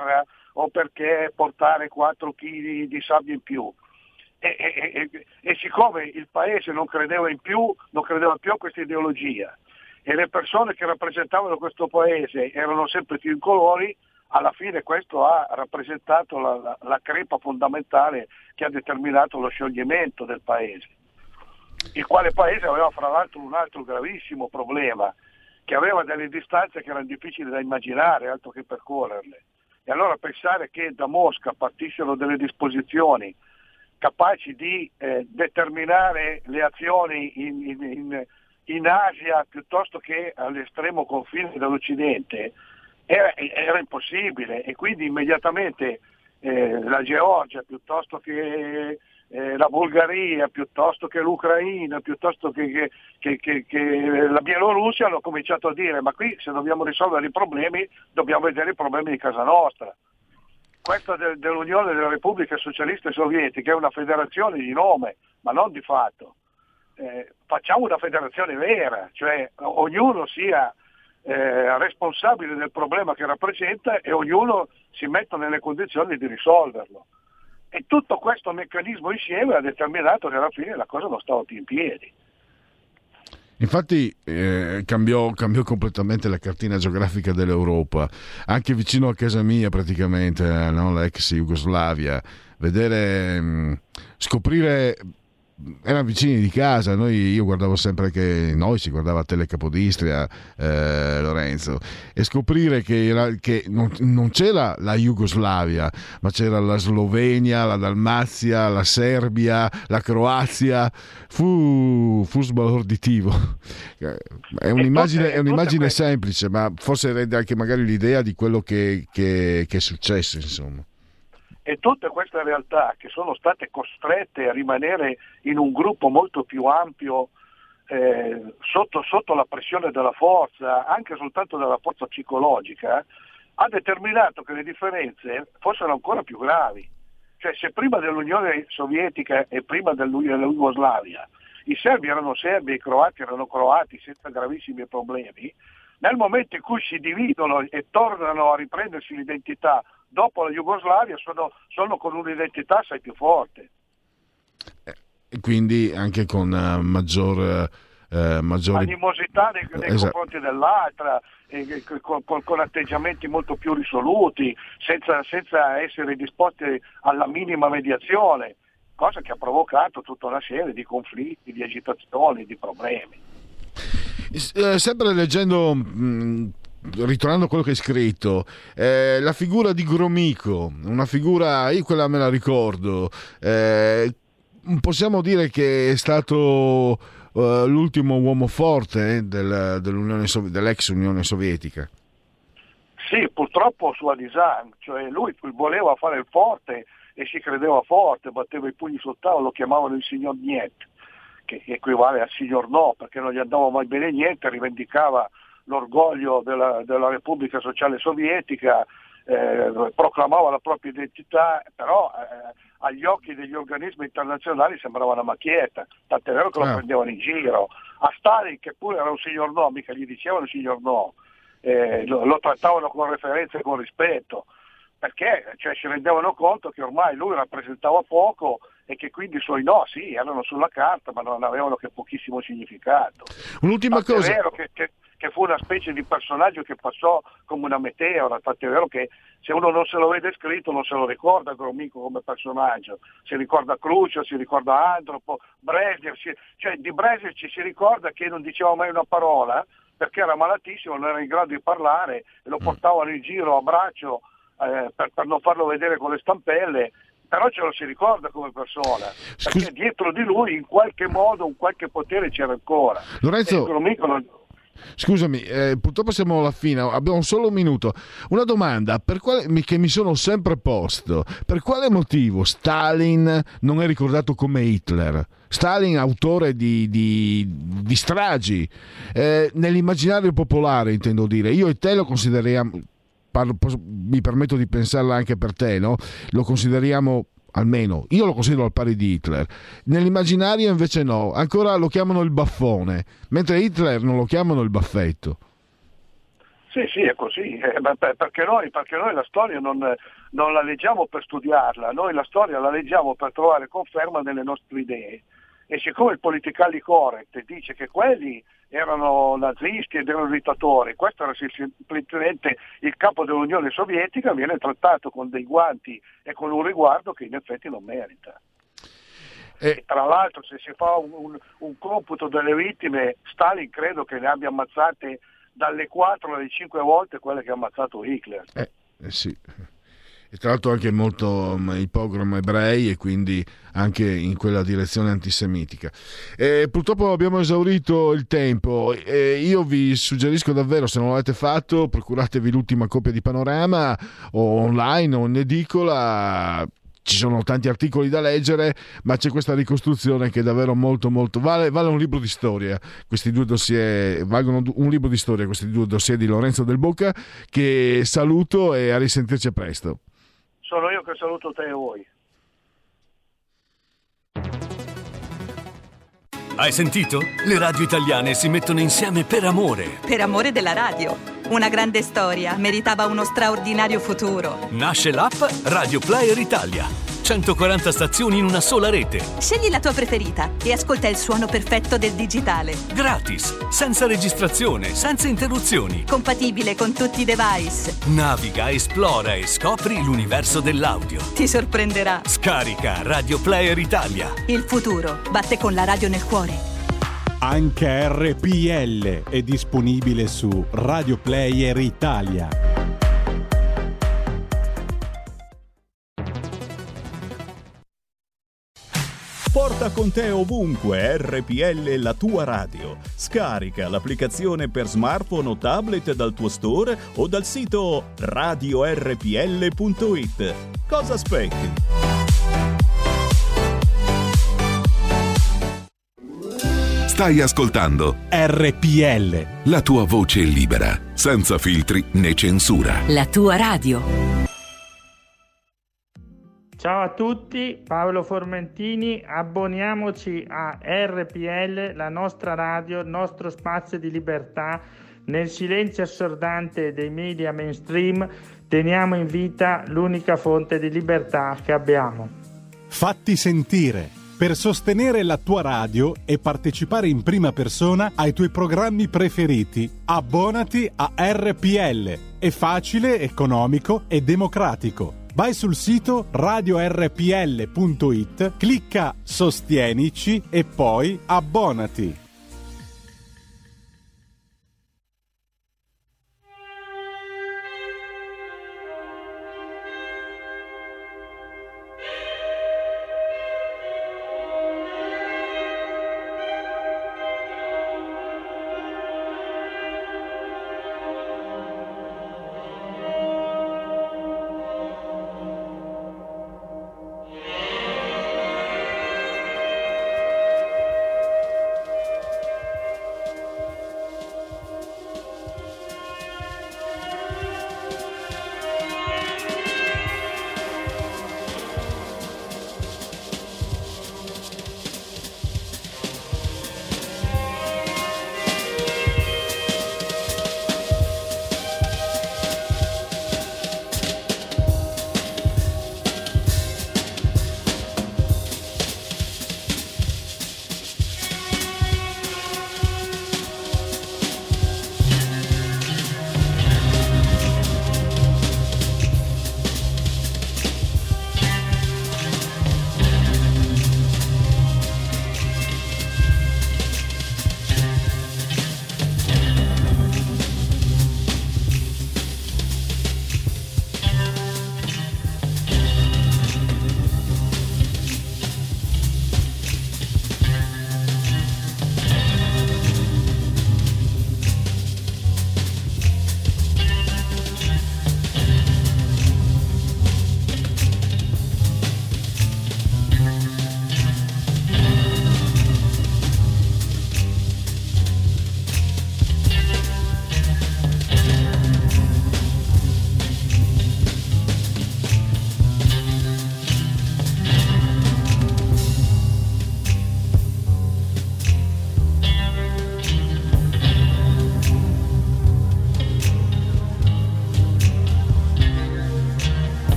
o perché portare quattro chili di sabbia in più. E, e, e, e siccome il paese non credeva in più, non credeva più a questa ideologia, e le persone che rappresentavano questo paese erano sempre più incolori, alla fine questo ha rappresentato la, la, la crepa fondamentale che ha determinato lo scioglimento del paese, il quale paese aveva fra l'altro un altro gravissimo problema, che aveva delle distanze che erano difficili da immaginare, altro che percorrerle. E allora pensare che da Mosca partissero delle disposizioni capaci di eh, determinare le azioni in, in, in, in Asia piuttosto che all'estremo confine dell'Occidente era, era impossibile, e quindi immediatamente eh, la Georgia piuttosto che eh, la Bulgaria, piuttosto che l'Ucraina, piuttosto che, che, che, che la Bielorussia hanno cominciato a dire: ma qui se dobbiamo risolvere i problemi dobbiamo vedere i problemi di casa nostra. Questa de- dell'Unione delle Repubbliche Socialiste Sovietiche è una federazione di nome, ma non di fatto. Eh, facciamo una federazione vera, cioè ognuno sia eh, responsabile del problema che rappresenta e ognuno si metta nelle condizioni di risolverlo. E tutto questo meccanismo insieme ha determinato che alla fine la cosa non stava più in piedi. Infatti eh, cambiò, cambiò completamente la cartina geografica dell'Europa, anche vicino a casa mia praticamente, no? L'ex Jugoslavia, vedere, mh, scoprire, erano vicini di casa, noi, io guardavo sempre che, noi si guardava Tele Capodistria, eh, Lorenzo, e scoprire che, era, che non, non c'era la Jugoslavia, ma c'era la Slovenia, la Dalmazia, la Serbia, la Croazia, fu, fu sbalorditivo. È un'immagine, è un'immagine semplice, ma forse rende anche magari l'idea di quello che, che, che è successo, insomma. E tutte queste realtà che sono state costrette a rimanere in un gruppo molto più ampio eh, sotto, sotto la pressione della forza, anche soltanto della forza psicologica, ha determinato che le differenze fossero ancora più gravi. Cioè, se prima dell'Unione Sovietica e prima della Jugoslavia i serbi erano serbi e i croati erano croati senza gravissimi problemi, nel momento in cui si dividono e tornano a riprendersi l'identità dopo la Jugoslavia sono, sono con un'identità assai più forte. E quindi anche con uh, maggior, uh, maggiori... animosità nei, nei esatto. confronti dell'altra, eh, con, con, con atteggiamenti molto più risoluti, senza, senza essere disposti alla minima mediazione, cosa che ha provocato tutta una serie di conflitti, di agitazioni, di problemi. Eh, sempre leggendo, mh, ritornando a quello che hai scritto, eh, la figura di Gromyko, una figura, io quella me la ricordo, eh, possiamo dire che è stato uh, l'ultimo uomo forte eh, del, dell'Unione Sov- dell'ex Unione Sovietica. Sì, purtroppo su Adisan, cioè lui voleva fare il forte e si credeva forte, batteva i pugni sul tavolo, lo chiamavano il signor Niet, che equivale al signor no, perché non gli andava mai bene niente, rivendicava l'orgoglio della, della Repubblica Sociale Sovietica, eh, proclamava la propria identità, però eh, agli occhi degli organismi internazionali sembrava una macchietta, tant'è vero che lo ah. prendevano in giro. A Stalin, che pure era un signor no, mica gli dicevano signor no, eh, lo, lo trattavano con referenza e con rispetto, perché cioè, si rendevano conto che ormai lui rappresentava poco e che quindi i suoi no, sì, erano sulla carta, ma non avevano che pochissimo significato. Un'ultima Tant'è cosa. È vero che, che, che fu una specie di personaggio che passò come una meteora, tant'è vero che se uno non se lo vede scritto non se lo ricorda Gromyko come personaggio, si ricorda Khrushchev, si ricorda Andropov, Brezhnev, si, cioè di Brezhnev ci si ricorda che non diceva mai una parola perché era malatissimo, non era in grado di parlare e lo portavano in giro a braccio eh, per, per non farlo vedere con le stampelle. Però ce lo si ricorda come persona, perché Scusi. dietro di lui in qualche modo un qualche potere c'era ancora. Lorenzo, non... scusami, eh, purtroppo siamo alla fine, abbiamo solo un minuto. Una domanda per quale, che mi sono sempre posto: per quale motivo Stalin non è ricordato come Hitler? Stalin, autore di, di, di stragi, eh, nell'immaginario popolare intendo dire, io e te lo consideriamo... Parlo, mi permetto di pensarla anche per te, no? Lo consideriamo, almeno io lo considero al pari di Hitler. Nell'immaginario invece no, ancora lo chiamano il baffone, mentre Hitler non lo chiamano il baffetto. Sì, sì, è così, eh, perché, noi, perché noi la storia non, non la leggiamo per studiarla, noi la storia la leggiamo per trovare conferma nelle nostre idee. E siccome il politically correct dice che quelli erano nazisti ed erano dittatori, questo era semplicemente il capo dell'Unione Sovietica, viene trattato con dei guanti e con un riguardo che in effetti non merita. E tra l'altro, se si fa un, un, un computo delle vittime, Stalin credo che ne abbia ammazzate dalle quattro alle cinque volte quelle che ha ammazzato Hitler. Eh, eh sì. E tra l'altro anche molto um, i pogrom ebrei, e quindi anche in quella direzione antisemitica. E purtroppo abbiamo esaurito il tempo, e io vi suggerisco davvero, se non l'avete fatto, procuratevi l'ultima copia di Panorama o online o in edicola. Ci sono tanti articoli da leggere, ma c'è questa ricostruzione che è davvero molto molto vale, vale un libro di storia. Questi due dossier valgono un libro di storia, questi due dossier di Lorenzo Del Bocca, che saluto e a risentirci a presto. Sono io che saluto te e voi. Hai sentito? Le radio italiane si mettono insieme per amore. Per amore della radio. Una grande storia meritava uno straordinario futuro. Nasce l'app Radio Player Italia. centoquaranta stazioni in una sola rete. Scegli la tua preferita e ascolta il suono perfetto del digitale. Gratis, senza registrazione, senza interruzioni. Compatibile con tutti i device. Naviga, esplora e scopri l'universo dell'audio. Ti sorprenderà. Scarica Radio Player Italia. Il futuro batte con la radio nel cuore. Anche R P L è disponibile su Radio Player Italia. Porta con te ovunque R P L, la tua radio. Scarica l'applicazione per smartphone o tablet dal tuo store o dal sito radio r p l punto i t. Cosa aspetti? Stai ascoltando R P L, la tua voce libera, senza filtri né censura. La tua radio. Ciao a tutti, Paolo Formentini, abboniamoci a R P L, la nostra radio, il nostro spazio di libertà. Nel silenzio assordante dei media mainstream teniamo in vita l'unica fonte di libertà che abbiamo. Fatti sentire. Per sostenere la tua radio e partecipare in prima persona ai tuoi programmi preferiti, abbonati a R P L. È facile, economico e democratico. Vai sul sito radio r p l punto i t, clicca Sostienici e poi abbonati.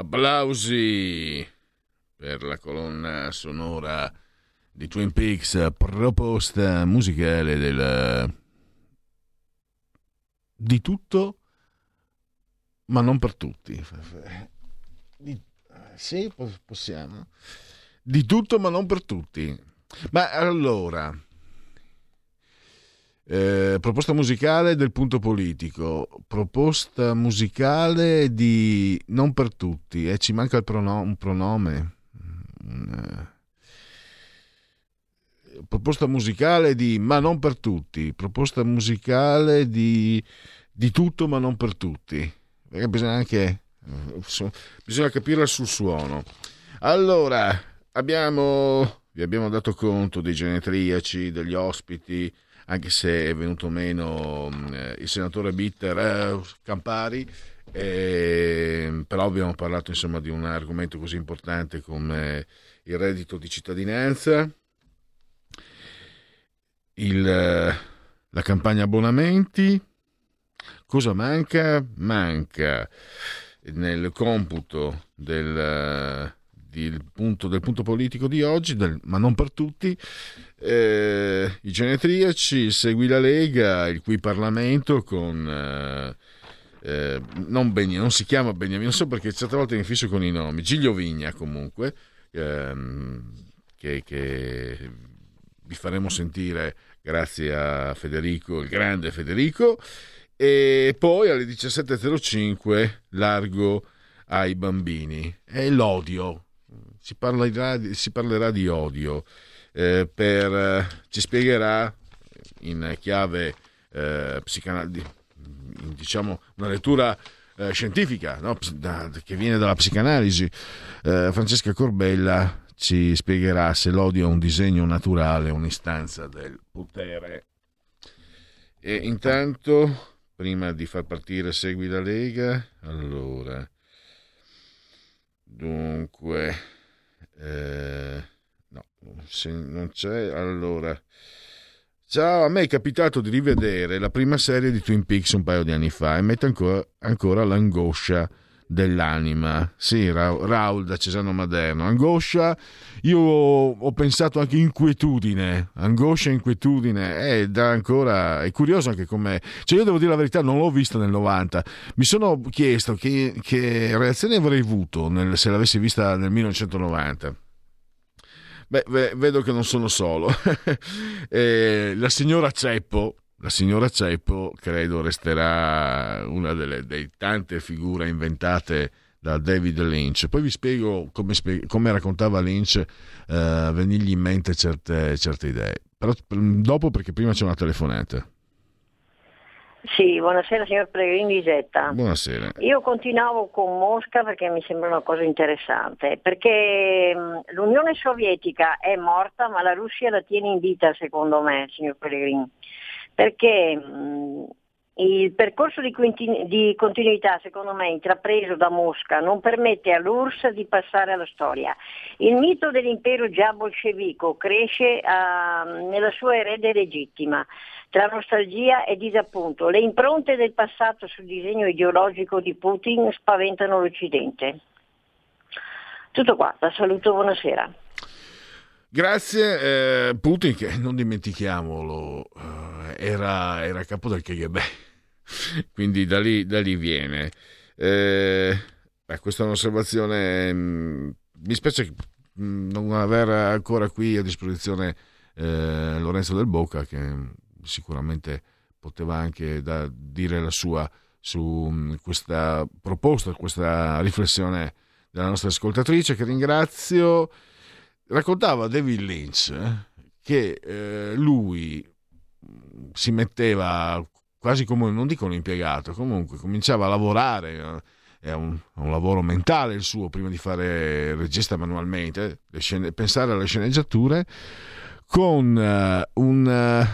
Applausi per la colonna sonora di Twin Peaks, proposta musicale del di tutto ma non per tutti. Di... sì, possiamo di tutto ma non per tutti. Ma allora, eh, proposta musicale del punto politico, proposta musicale di non per tutti, e eh, ci manca il prono- un pronome. Eh. Proposta musicale di ma non per tutti, proposta musicale di, di tutto ma non per tutti, perché bisogna anche bisogna capirla sul suono. Allora, abbiamo vi abbiamo dato conto dei genetriaci, degli ospiti, anche se è venuto meno eh, il senatore Bitter eh, Campari, eh, però abbiamo parlato insomma di un argomento così importante come il reddito di cittadinanza, il, la campagna abbonamenti. Cosa manca? Manca nel computo del, del, punto, del punto politico di oggi, del, ma non per tutti, eh, i genetriaci, il Segui la Lega, il Qui Parlamento con eh, eh, non, Beni, non si chiama Beniamino, non so perché certe volte mi fisso con i nomi, Giglio Vigna comunque, ehm, che, che vi faremo sentire grazie a Federico, il grande Federico. E poi alle diciassette e zero cinque largo ai bambini. È l'odio, si parlerà di, si parlerà di odio, eh, per, eh, ci spiegherà in chiave eh, psicanalitica, diciamo una lettura eh, scientifica, no? da, che viene dalla psicanalisi. eh, Francesca Corbella ci spiegherà se l'odio è un disegno naturale, un'istanza del potere. E intanto, prima di far partire Segui la Lega, allora, dunque, eh, no, se non c'è, allora, ciao, a me è capitato di rivedere la prima serie di Twin Peaks un paio di anni fa e mette ancora, ancora l'angoscia dell'anima. Sì, Ra- Raul da Cesano Maderno. Angoscia, io ho pensato anche inquietudine, angoscia e inquietudine, è da ancora, è curioso anche com'è. Cioè, io devo dire la verità, non l'ho vista nel novanta, mi sono chiesto che, che reazione avrei avuto nel, se l'avessi vista nel millenovecentonovanta. Beh, vedo che non sono solo. eh, la signora Ceppo La signora Ceppo credo resterà una delle, delle tante figure inventate da David Lynch. Poi vi spiego come, spieg- come raccontava Lynch, eh, venirgli in mente certe, certe idee. Però dopo, perché prima c'è una telefonata. Sì, buonasera signor Pellegrini Lisetta. Buonasera. Io continuavo con Mosca perché mi sembra una cosa interessante, perché l'Unione Sovietica è morta ma la Russia la tiene in vita, secondo me, signor Pellegrini. Perché mh, il percorso di, continu- di continuità, secondo me, intrapreso da Mosca non permette all'U R S S di passare alla storia. Il mito dell'impero già bolscevico cresce uh, nella sua erede legittima, tra nostalgia e disappunto. Le impronte del passato sul disegno ideologico di Putin spaventano l'Occidente. Tutto qua, la saluto, buonasera. Grazie. eh, Putin, che non dimentichiamolo, era, era capo del K G B, quindi da lì, da lì viene. Eh, beh, questa è un'osservazione. Mh, mi spiace non aver ancora qui a disposizione eh, Lorenzo Del Bocca, che sicuramente poteva anche da, dire la sua su mh, questa proposta, questa riflessione della nostra ascoltatrice, che ringrazio. Raccontava David Lynch eh, che eh, lui si metteva quasi come, non dico un impiegato, comunque cominciava a lavorare, è un, un lavoro mentale il suo, prima di fare il regista manualmente, le scene, pensare alle sceneggiature, con uh, un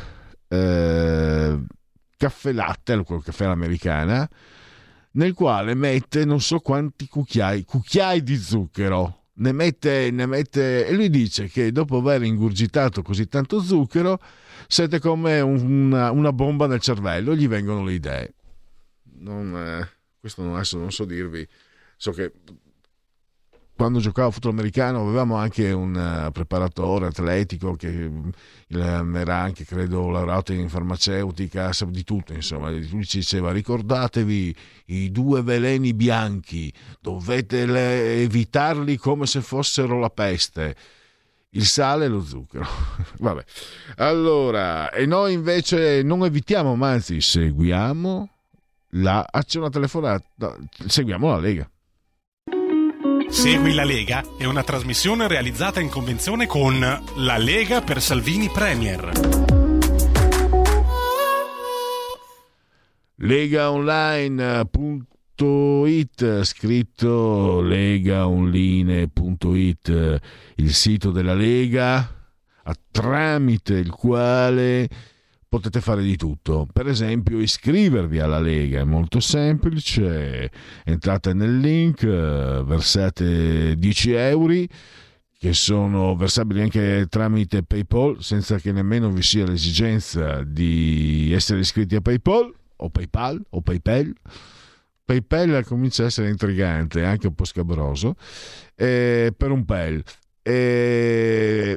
uh, caffè latte, il caffè all'americana, nel quale mette non so quanti cucchiai, cucchiai di zucchero. Ne mette, ne mette, e lui dice che dopo aver ingurgitato così tanto zucchero sente come una, una bomba nel cervello, gli vengono le idee. Non, eh, questo non, adesso non so dirvi, so che quando giocavo a football americano avevamo anche un uh, preparatore atletico che uh, era anche, credo, laureato in farmaceutica, di tutto, insomma. Lui ci diceva: ricordatevi i due veleni bianchi, dovete le- evitarli come se fossero la peste, il sale e lo zucchero. Vabbè, allora, e noi invece non evitiamo, ma anzi seguiamo la ah, c'è una telefonata, no, seguiamo la Lega. Segui la Lega è una trasmissione realizzata in convenzione con la Lega per Salvini Premier. legaonline punto it, scritto legaonline punto it, il sito della Lega, tramite il quale potete fare di tutto. Per esempio iscrivervi alla Lega, è molto semplice, entrate nel link, versate dieci euro che sono versabili anche tramite PayPal, senza che nemmeno vi sia l'esigenza di essere iscritti a PayPal o PayPal o PayPal. PayPal comincia a essere intrigante, anche un po' scabroso, eh, per un pel. E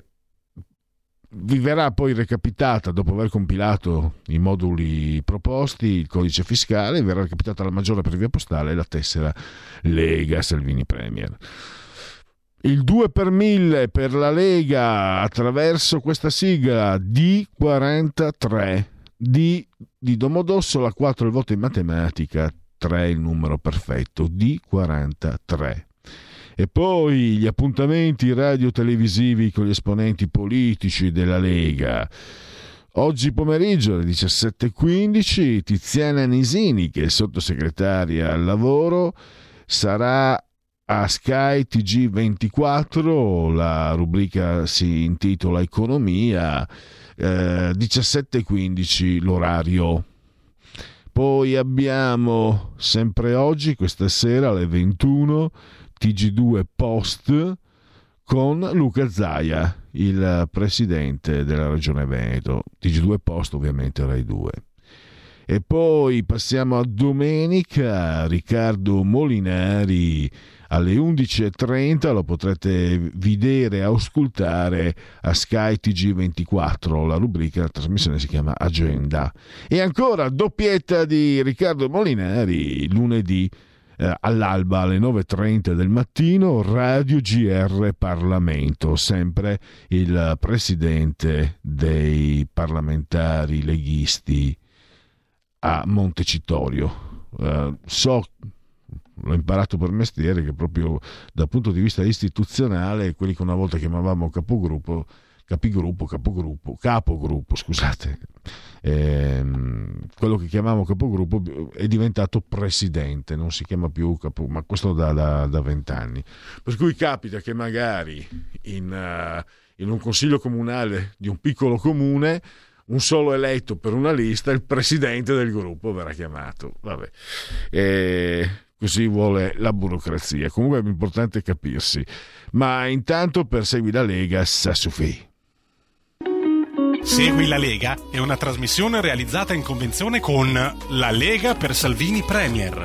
vi verrà poi recapitata, dopo aver compilato i moduli proposti, il codice fiscale, verrà recapitata la maggiore per via postale e la tessera Lega Salvini Premier. Il due per mille per la Lega attraverso questa sigla D quarantatré, D di Domodossola, quattro il voto in matematica, tre il numero perfetto, D quarantatré. E poi gli appuntamenti radio-televisivi con gli esponenti politici della Lega. Oggi pomeriggio alle diciassette e quindici Tiziana Nisini, che è sottosegretaria al lavoro, sarà a Sky T G ventiquattro, la rubrica si intitola Economia, eh, diciassette e quindici l'orario. Poi abbiamo sempre oggi, questa sera alle ventuno, T G due Post con Luca Zaia, il presidente della Regione Veneto. T G due Post ovviamente Rai due. E poi passiamo a domenica, Riccardo Molinari alle undici e trenta, lo potrete vedere e ascoltare a Sky T G ventiquattro, la rubrica, la trasmissione si chiama Agenda. E ancora doppietta di Riccardo Molinari lunedì eh, all'alba alle nove e trenta del mattino, Radio G R Parlamento, sempre il presidente dei parlamentari leghisti a Montecitorio. Uh, so, l'ho imparato per mestiere, che proprio dal punto di vista istituzionale quelli che una volta chiamavamo capogruppo, capigruppo, capogruppo, capogruppo, scusate, ehm, quello che chiamavamo capogruppo è diventato presidente, non si chiama più capo, ma questo da, da, da vent'anni. Per cui capita che magari in, uh, in un consiglio comunale di un piccolo comune un solo eletto per una lista, il presidente del gruppo verrà chiamato. Vabbè. E così vuole la burocrazia. Comunque è importante capirsi. Ma intanto per Segui la Lega, Sassufi. Segui la Lega è una trasmissione realizzata in convenzione con la Lega per Salvini Premier.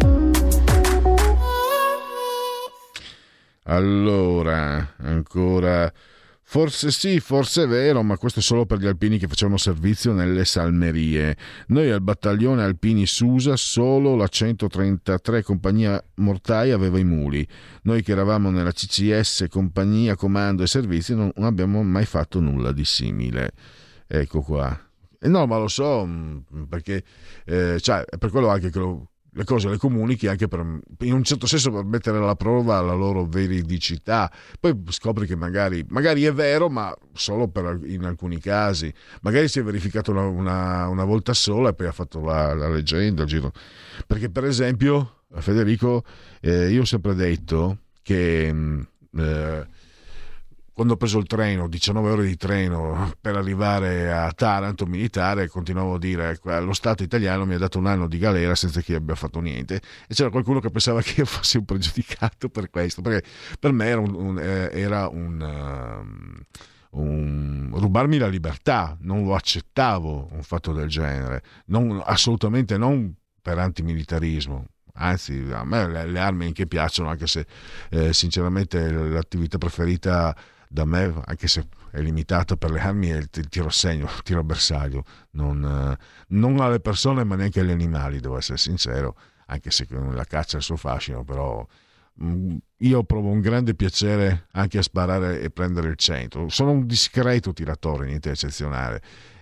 Allora, ancora... Forse sì, forse è vero, ma questo è solo per gli alpini che facevano servizio nelle salmerie. Noi al battaglione Alpini Susa solo la centotrentatré compagnia mortai aveva i muli. Noi che eravamo nella C C S compagnia comando e servizi non abbiamo mai fatto nulla di simile. Ecco qua. E no, ma lo so, perché eh, cioè, è per quello anche che lo... le cose le comunichi anche per, in un certo senso, per mettere alla prova la loro veridicità. Poi scopri che magari magari è vero, ma solo per, in alcuni casi magari si è verificato una, una, una volta sola e poi ha fatto la, la leggenda, il giro. Perché per esempio Federico, eh, io ho sempre detto che eh, quando ho preso il treno, diciannove ore di treno per arrivare a Taranto militare, continuavo a dire lo Stato italiano mi ha dato un anno di galera senza che io abbia fatto niente, e c'era qualcuno che pensava che io fossi un pregiudicato per questo, perché per me era un, un, era un, uh, un rubarmi la libertà, non lo accettavo un fatto del genere, non, assolutamente non per antimilitarismo, anzi a me le, le armi anche piacciono, anche se eh, sinceramente l'attività preferita da me, anche se è limitata per le armi, è il, il tiro a segno, il tiro a bersaglio, non, eh, non alle persone ma neanche agli animali, devo essere sincero, anche se la caccia ha il suo fascino, però mh, io provo un grande piacere anche a sparare e prendere il centro. Sono un discreto tiratore, niente di eccezionale.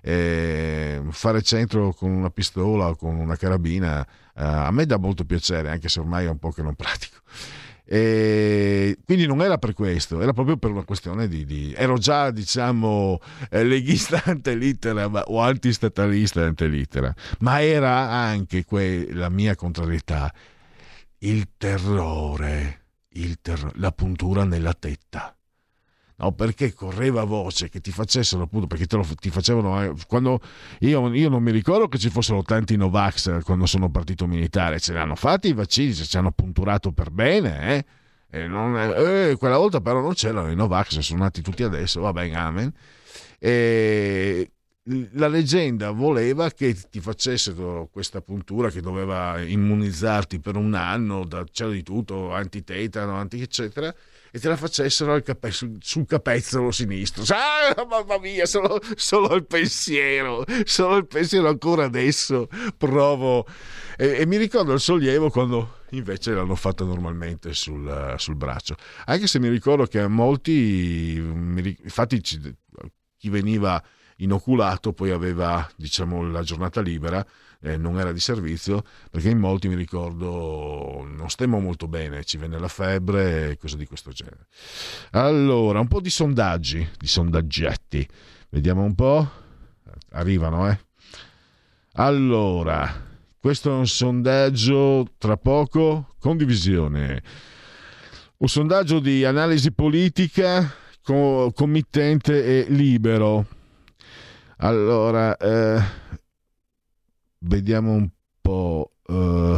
E fare centro con una pistola o con una carabina eh, a me dà molto piacere, anche se ormai è un po' che non pratico. E quindi non era per questo, era proprio per una questione di, di... ero già diciamo eh, leghista ante litteram o antistatalista ante litteram, ma era anche que- la mia contrarietà, il terrore, il terrore, la puntura nella tetta. No, perché correva voce che ti facessero, appunto, perché te lo, ti facevano quando io, io non mi ricordo che ci fossero tanti Novax quando sono partito militare, ce l'hanno fatti i vaccini, ci hanno punturato per bene, eh? E non, eh, quella volta però non c'erano i Novax, sono nati tutti adesso, va bene, amen. E la leggenda voleva che ti facessero questa puntura che doveva immunizzarti per un anno, da, c'era di tutto, antitetano, anti eccetera, e te la facessero al cape- sul, sul capezzolo sinistro. Ah, mamma mia, solo, solo il pensiero, solo il pensiero ancora adesso provo. E, e mi ricordo il sollievo quando invece l'hanno fatta normalmente sul, sul braccio. Anche se mi ricordo che a molti, infatti chi veniva inoculato poi aveva, diciamo, la giornata libera, eh, non era di servizio, perché in molti, mi ricordo, non stemmo molto bene, ci venne la febbre e cose di questo genere. Allora, un po' di sondaggi, di sondaggetti, vediamo un po', arrivano, eh. Allora, questo è un sondaggio, tra poco, condivisione, un sondaggio di analisi politica, co- committente e libero. Allora, eh, vediamo un po'. Eh,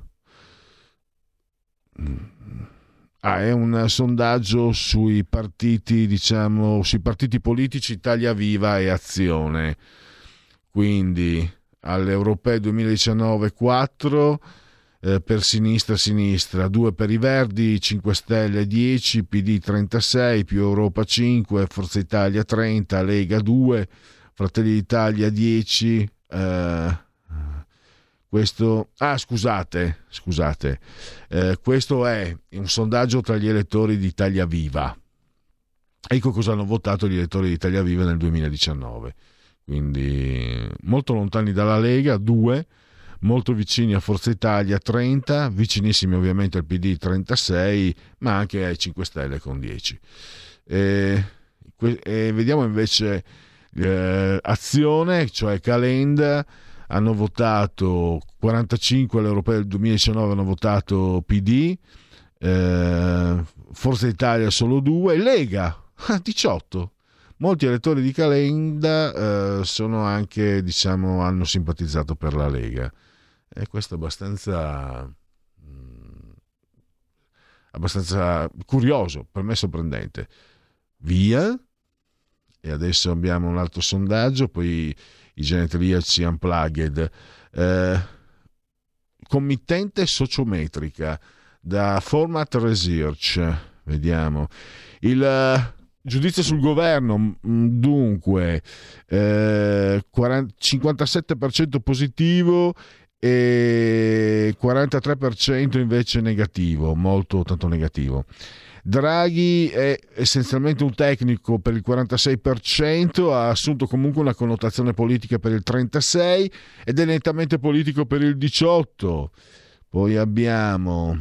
ah, è un sondaggio sui partiti, diciamo, sui partiti politici Italia Viva e Azione. Quindi alle europee duemiladiciannove quattro eh, per sinistra sinistra, due per i Verdi, cinque Stelle dieci, P D trentasei, più Europa cinque, Forza Italia trenta, Lega due, Fratelli d'Italia dieci, eh, questo ah scusate scusate eh, questo è un sondaggio tra gli elettori di Italia Viva. Ecco cosa hanno votato gli elettori di Italia Viva nel duemiladiciannove, quindi molto lontani dalla Lega due, molto vicini a Forza Italia trenta, vicinissimi ovviamente al P D trentasei, ma anche ai cinque Stelle con dieci. E, e vediamo invece Eh, Azione, cioè Calenda, hanno votato quarantacinque all'Europeo del duemiladiciannove, hanno votato P D, eh, Forza Italia solo due, Lega diciotto. Molti elettori di Calenda eh, sono anche, diciamo, hanno simpatizzato per la Lega, e questo è abbastanza mh, abbastanza curioso, per me sorprendente. Via. E adesso abbiamo un altro sondaggio, poi i genetriaci unplugged. Eh, committente sociometrica da Format Research. Vediamo. Il uh, giudizio sul governo, dunque, eh, quaranta, cinquantasette per cento positivo e quarantatré per cento invece negativo, molto tanto negativo. Draghi è essenzialmente un tecnico per il quarantasei per cento, ha assunto comunque una connotazione politica per il trentasei per cento ed è nettamente politico per il diciotto per cento. Poi abbiamo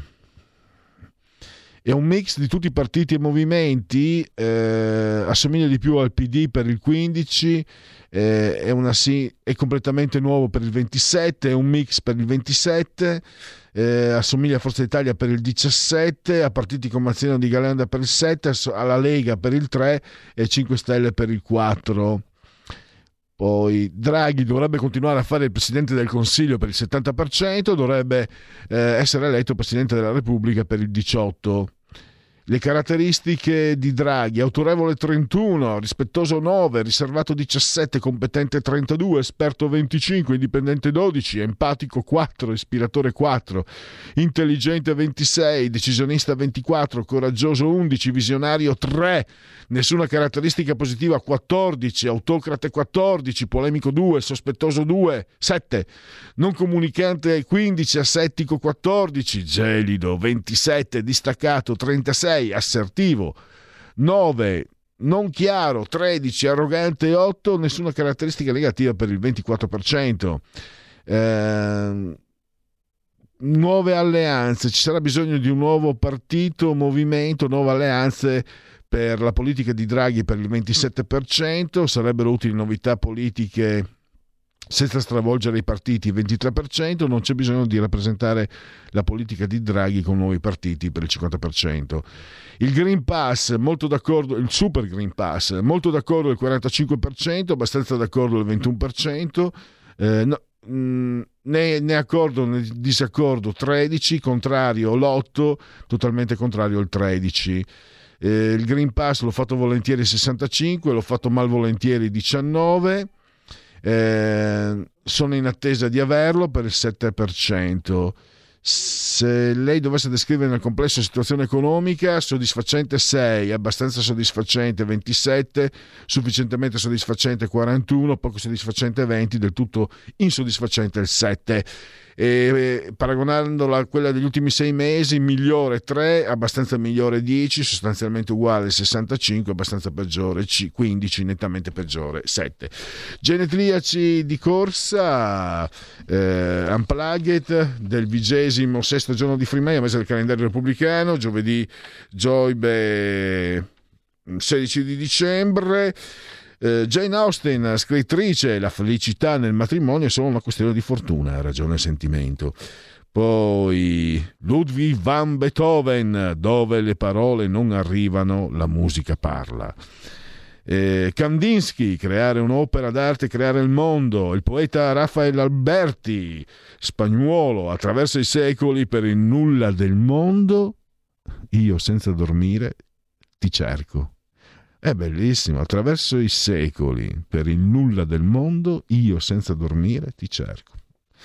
è un mix di tutti i partiti e movimenti, eh, assomiglia di più al P D per il quindici per cento, eh, è, una, sì, è completamente nuovo per il ventisette per cento, è un mix per il ventisette per cento, Eh, assomiglia a Forza Italia per il diciassette, a partiti come Mazzino di Galanda per il sette, alla Lega per il tre e cinque Stelle per il quattro. Poi Draghi dovrebbe continuare a fare il Presidente del Consiglio per il settanta per cento, dovrebbe eh, essere eletto Presidente della Repubblica per il diciotto. Le caratteristiche di Draghi: autorevole trentuno, rispettoso nove, riservato diciassette, competente trentadue, esperto venticinque, indipendente dodici, empatico quattro, ispiratore quattro, intelligente ventisei, decisionista ventiquattro, coraggioso undici, visionario tre, nessuna caratteristica positiva quattordici, autocrate quattordici, polemico due, sospettoso due, sette, non comunicante quindici, asettico quattordici, gelido ventisette, distaccato trentasei, assertivo nove, non chiaro tredici, arrogante otto, nessuna caratteristica negativa per il ventiquattro per cento. Eh, nuove alleanze: ci sarà bisogno di un nuovo partito, movimento, nuove alleanze per la politica di Draghi per il ventisette per cento, sarebbero utili novità politiche senza stravolgere i partiti, ventitré per cento, non c'è bisogno di rappresentare la politica di Draghi con nuovi partiti per il cinquanta per cento. Il Green Pass, molto d'accordo, il Super Green Pass, molto d'accordo il quarantacinque per cento, abbastanza d'accordo il ventuno per cento, eh, no, mh, né, né accordo né disaccordo tredici, contrario l'otto, totalmente contrario il tredici. Eh, il Green Pass l'ho fatto volentieri sessantacinque, l'ho fatto malvolentieri diciannove. Eh, sono in attesa di averlo per il sette per cento. Se lei dovesse descrivere nel complesso la situazione economica: soddisfacente sei, abbastanza soddisfacente ventisette, sufficientemente soddisfacente quarantuno, poco soddisfacente venti, del tutto insoddisfacente il sette. E paragonandola a quella degli ultimi sei mesi: migliore tre, abbastanza migliore dieci, sostanzialmente uguale sessantacinque, abbastanza peggiore quindici, nettamente peggiore sette. Genetriaci di corsa, eh, Unplugged del vigesimo sesto giorno di Freemail, mese del calendario repubblicano, giovedì Joybe sedici di dicembre. Uh, Jane Austen, scrittrice: la felicità nel matrimonio è solo una questione di fortuna, ragione e sentimento. Poi Ludwig van Beethoven: dove le parole non arrivano, la musica parla. Eh, Kandinsky: creare un'opera d'arte, creare il mondo. Il poeta Rafael Alberti: spagnuolo, attraverso i secoli, per il nulla del mondo, io senza dormire ti cerco. È bellissimo. Attraverso i secoli, per il nulla del mondo, io senza dormire ti cerco.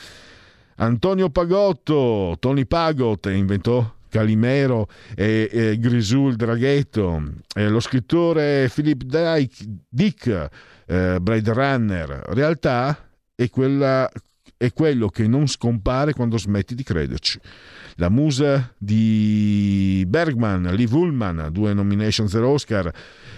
Antonio Pagotto, Tony Pagot, inventò Calimero e, e Grisù il draghetto. E lo scrittore Philip Dick, Dick eh, Blade Runner. Realtà è quella è quello che non scompare quando smetti di crederci. La musa di Bergman, Liv Ullmann, due nomination, zero Oscar.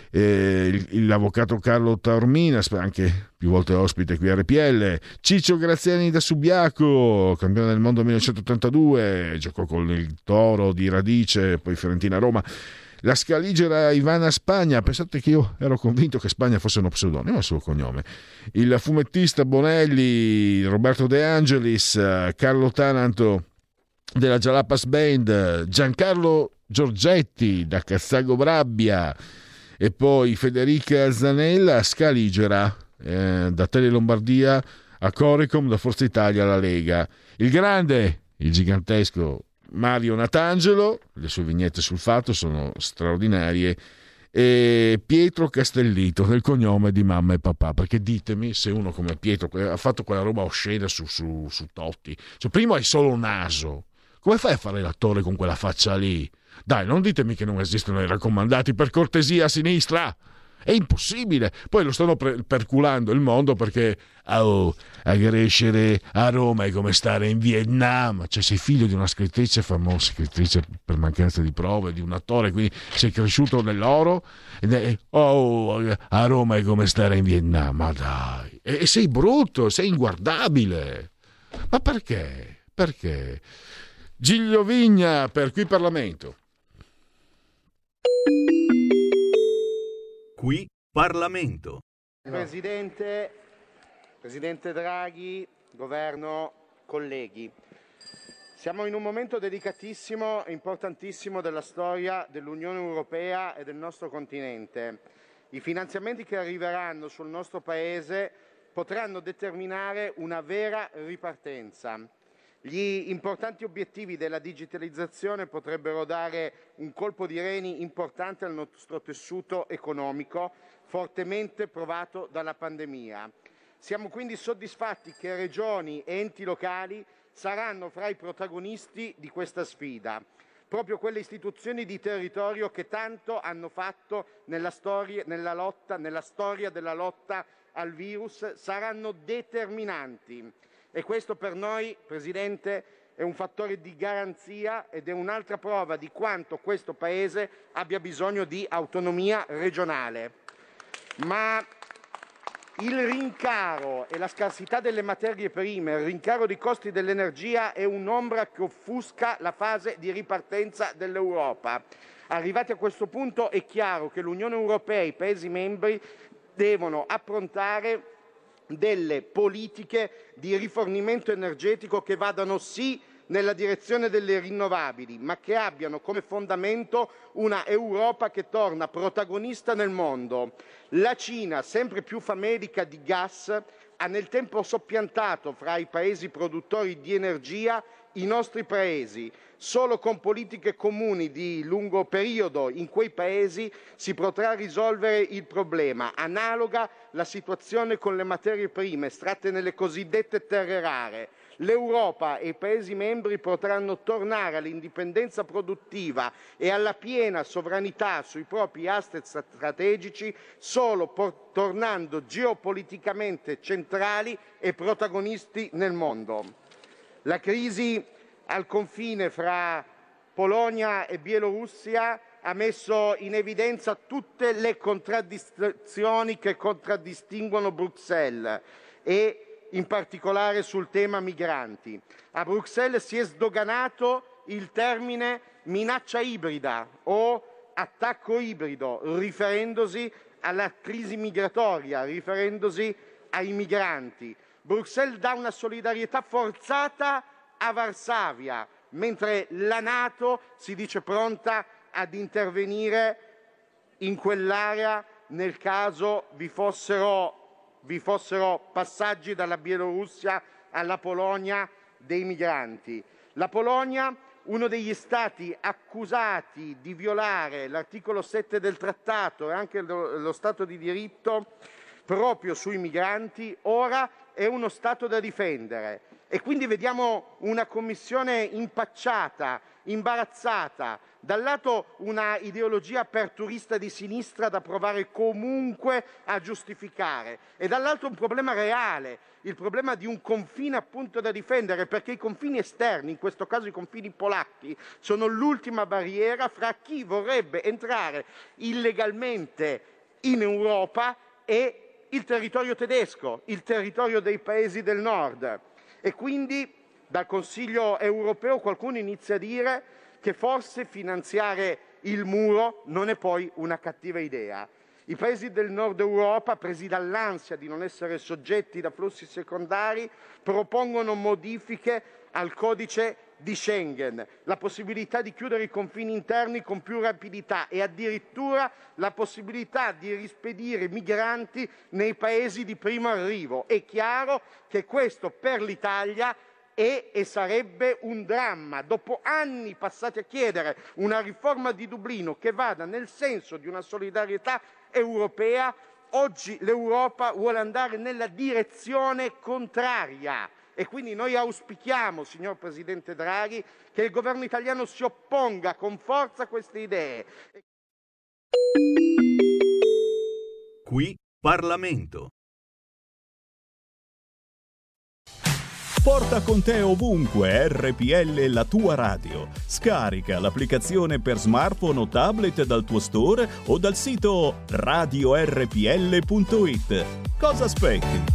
Eh, l'avvocato Carlo Taormina, anche più volte ospite qui a R P L. Ciccio Graziani da Subiaco, campione del mondo millenovecentottantadue, giocò con il Toro di Radice, poi Fiorentina Roma. La scaligera Ivana Spagna, pensate che io ero convinto che Spagna fosse uno pseudonimo, è il suo cognome. Il fumettista Bonelli, Roberto De Angelis, Carlo Taranto della Jalapas Band, Giancarlo Giorgetti da Cazzago Brabbia, e poi Federica Zanella, scaligera, eh, da Tele Lombardia a Coricom, da Forza Italia alla Lega. Il grande, il gigantesco Mario Natangelo, le sue vignette sul fatto sono straordinarie, e Pietro Castellito, del cognome di mamma e papà, perché ditemi se uno come Pietro ha fatto quella roba oscena su, su, su Totti. Cioè, prima hai solo naso, come fai a fare l'attore con quella faccia lì? Dai, non ditemi che non esistono i raccomandati, per cortesia, a sinistra. È impossibile. Poi lo stanno pre- perculando il mondo perché oh, a crescere a Roma è come stare in Vietnam. Cioè, sei figlio di una scrittrice famosa, scrittrice per mancanza di prove, di un attore, quindi sei cresciuto nell'oro ed è, oh, a Roma è come stare in Vietnam. Ma dai, e, e sei brutto, sei inguardabile. Ma perché? Perché? Giglio Vigna per Qui Parlamento. Qui Parlamento. Presidente, Presidente Draghi, Governo, colleghi. Siamo in un momento delicatissimo e importantissimo della storia dell'Unione Europea e del nostro continente. I finanziamenti che arriveranno sul nostro Paese potranno determinare una vera ripartenza. Gli importanti obiettivi della digitalizzazione potrebbero dare un colpo di reni importante al nostro tessuto economico, fortemente provato dalla pandemia. Siamo quindi soddisfatti che regioni e enti locali saranno fra i protagonisti di questa sfida. Proprio quelle istituzioni di territorio che tanto hanno fatto nella storia, nella lotta, nella storia della lotta al virus saranno determinanti. E questo per noi, Presidente, è un fattore di garanzia ed è un'altra prova di quanto questo Paese abbia bisogno di autonomia regionale. Ma il rincaro e la scarsità delle materie prime, il rincaro dei costi dell'energia è un'ombra che offusca la fase di ripartenza dell'Europa. Arrivati a questo punto è chiaro che l'Unione Europea e i Paesi membri devono approntare delle politiche di rifornimento energetico che vadano sì nella direzione delle rinnovabili, ma che abbiano come fondamento una Europa che torna protagonista nel mondo. La Cina, sempre più famelica di gas, ha nel tempo soppiantato fra i paesi produttori di energia i nostri paesi. Solo con politiche comuni di lungo periodo in quei paesi si potrà risolvere il problema. Analoga la situazione con le materie prime estratte nelle cosiddette terre rare. L'Europa e i Paesi membri potranno tornare all'indipendenza produttiva e alla piena sovranità sui propri asset strategici solo por- tornando geopoliticamente centrali e protagonisti nel mondo. La crisi al confine fra Polonia e Bielorussia ha messo in evidenza tutte le contraddizioni che contraddistinguono Bruxelles e in particolare sul tema migranti. A Bruxelles si è sdoganato il termine minaccia ibrida o attacco ibrido, riferendosi alla crisi migratoria, riferendosi ai migranti. Bruxelles dà una solidarietà forzata a Varsavia, mentre la NATO si dice pronta ad intervenire in quell'area nel caso vi fossero vi fossero passaggi dalla Bielorussia alla Polonia dei migranti. La Polonia, uno degli stati accusati di violare l'articolo sette del trattato e anche lo, lo Stato di diritto proprio sui migranti, ora è uno Stato da difendere. E quindi vediamo una Commissione impacciata, imbarazzata, dal lato una ideologia aperturista di sinistra da provare comunque a giustificare e dall'altro un problema reale, il problema di un confine appunto da difendere, perché i confini esterni, in questo caso i confini polacchi, sono l'ultima barriera fra chi vorrebbe entrare illegalmente in Europa e il territorio tedesco, il territorio dei paesi del nord. E quindi dal Consiglio europeo qualcuno inizia a dire che forse finanziare il muro non è poi una cattiva idea. I paesi del nord Europa, presi dall'ansia di non essere soggetti da flussi secondari, propongono modifiche al codice di Schengen, la possibilità di chiudere i confini interni con più rapidità e addirittura la possibilità di rispedire migranti nei paesi di primo arrivo. È chiaro che questo per l'Italia è e sarebbe un dramma. Dopo anni passati a chiedere una riforma di Dublino che vada nel senso di una solidarietà europea, oggi l'Europa vuole andare nella direzione contraria. E quindi noi auspichiamo, signor Presidente Draghi, che il governo italiano si opponga con forza a queste idee. Qui Parlamento. Porta con te ovunque R P L, la tua radio. Scarica l'applicazione per smartphone o tablet dal tuo store o dal sito radio r p l punto i t. Cosa aspetti?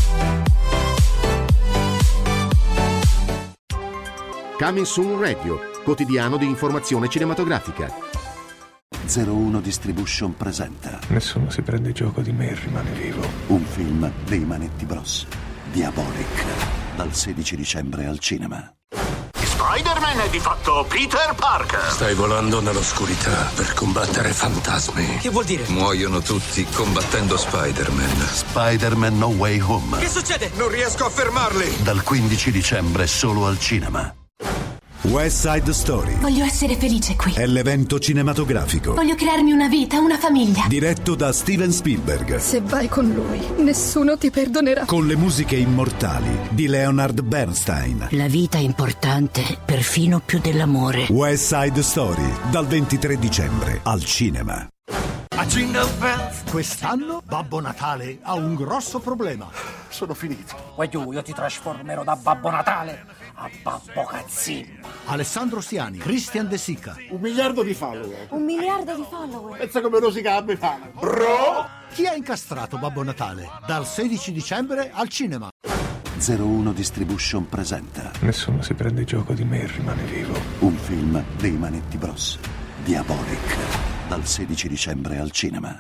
Coming Soon Radio, quotidiano di informazione cinematografica. zero uno Distribution presenta. Nessuno si prende gioco di me e rimane vivo. Un film dei Manetti Bros. Diabolic. Dal sedici dicembre al cinema. Spider-Man è di fatto Peter Parker. Stai volando nell'oscurità per combattere fantasmi. Che vuol dire? Muoiono tutti combattendo Spider-Man. Spider-Man No Way Home. Che succede? Non riesco a fermarli. Dal quindici dicembre solo al cinema. West Side Story. Voglio essere felice qui. È l'evento cinematografico. Voglio crearmi una vita, una famiglia. Diretto da Steven Spielberg. Se vai con lui, nessuno ti perdonerà. Con le musiche immortali di Leonard Bernstein. La vita è importante, perfino più dell'amore. West Side Story, dal ventitré dicembre al cinema. A Jingle Bells. Quest'anno Babbo Natale ha un grosso problema. Sono finito. Vuoi giù, io ti trasformerò da Babbo Natale a Babbo Cazzino. Alessandro Stiani, Christian De Sica. Un miliardo di follower. Un miliardo di follower. Pensa come rosica a Befana. Bro! Chi ha incastrato Babbo Natale? Dal sedici dicembre al cinema. zero uno Distribution presenta. Nessuno si prende gioco di me e rimane vivo. Un film dei Manetti Bros. Diabolic. Dal sedici dicembre al cinema.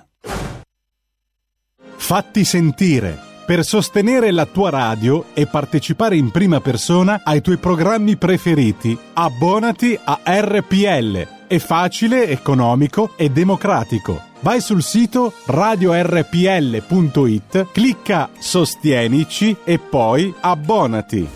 Fatti sentire. Per sostenere la tua radio e partecipare in prima persona ai tuoi programmi preferiti, abbonati a R P L. È facile, economico e democratico. Vai sul sito radio erre pi elle punto it, clicca Sostienici e poi abbonati.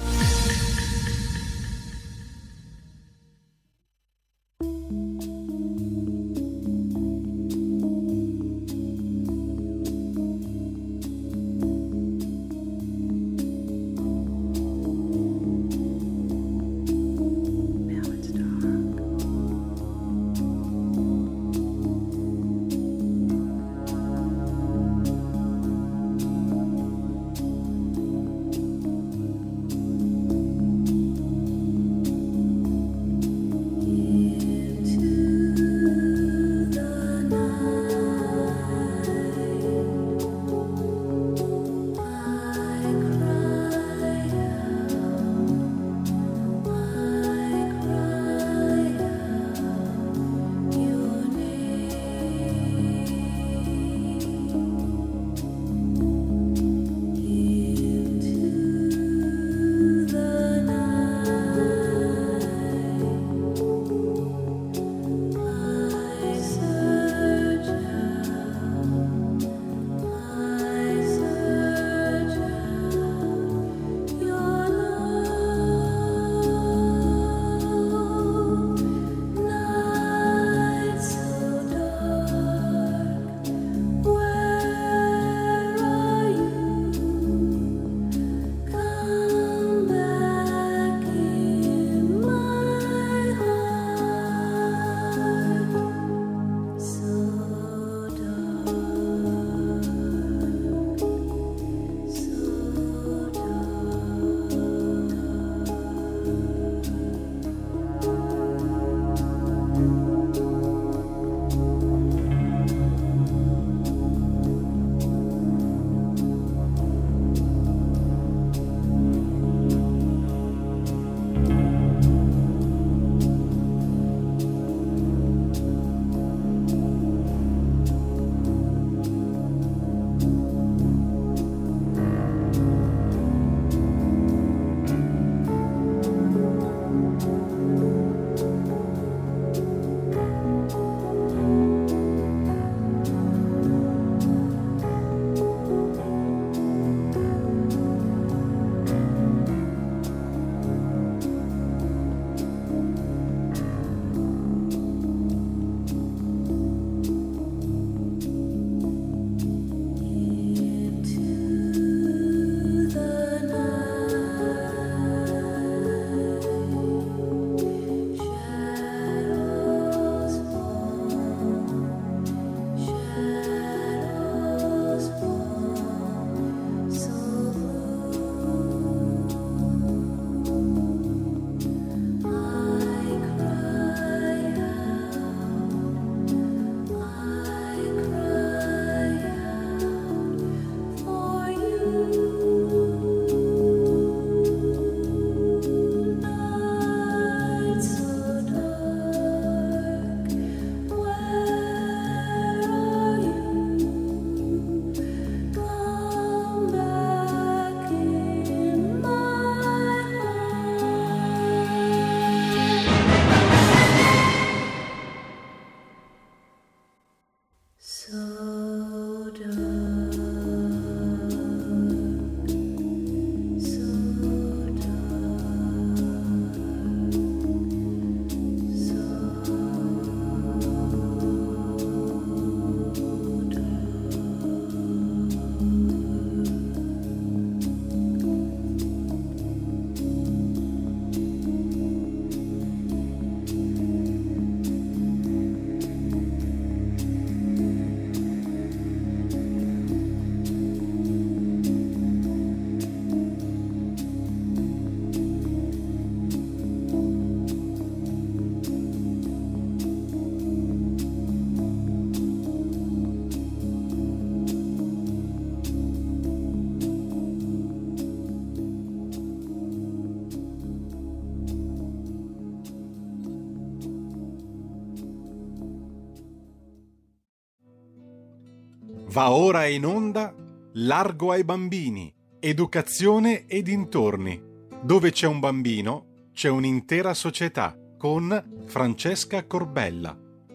Va ora in onda Largo ai bambini, educazione e dintorni. Dove c'è un bambino, c'è un'intera società, con Francesca Corbella.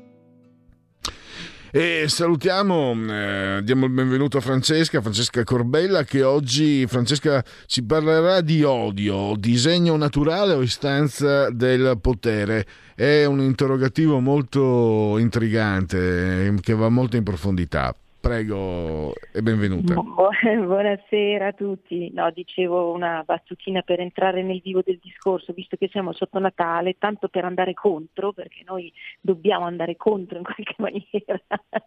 E salutiamo, eh, diamo il benvenuto a Francesca, Francesca Corbella, che oggi, Francesca, ci parlerà di odio, disegno naturale o istanza del potere. È un interrogativo molto intrigante, che va molto in profondità. Prego e benvenuta. Buonasera a tutti. No, dicevo una battutina per entrare nel vivo del discorso, visto che siamo sotto Natale, tanto per andare contro, perché noi dobbiamo andare contro in qualche maniera,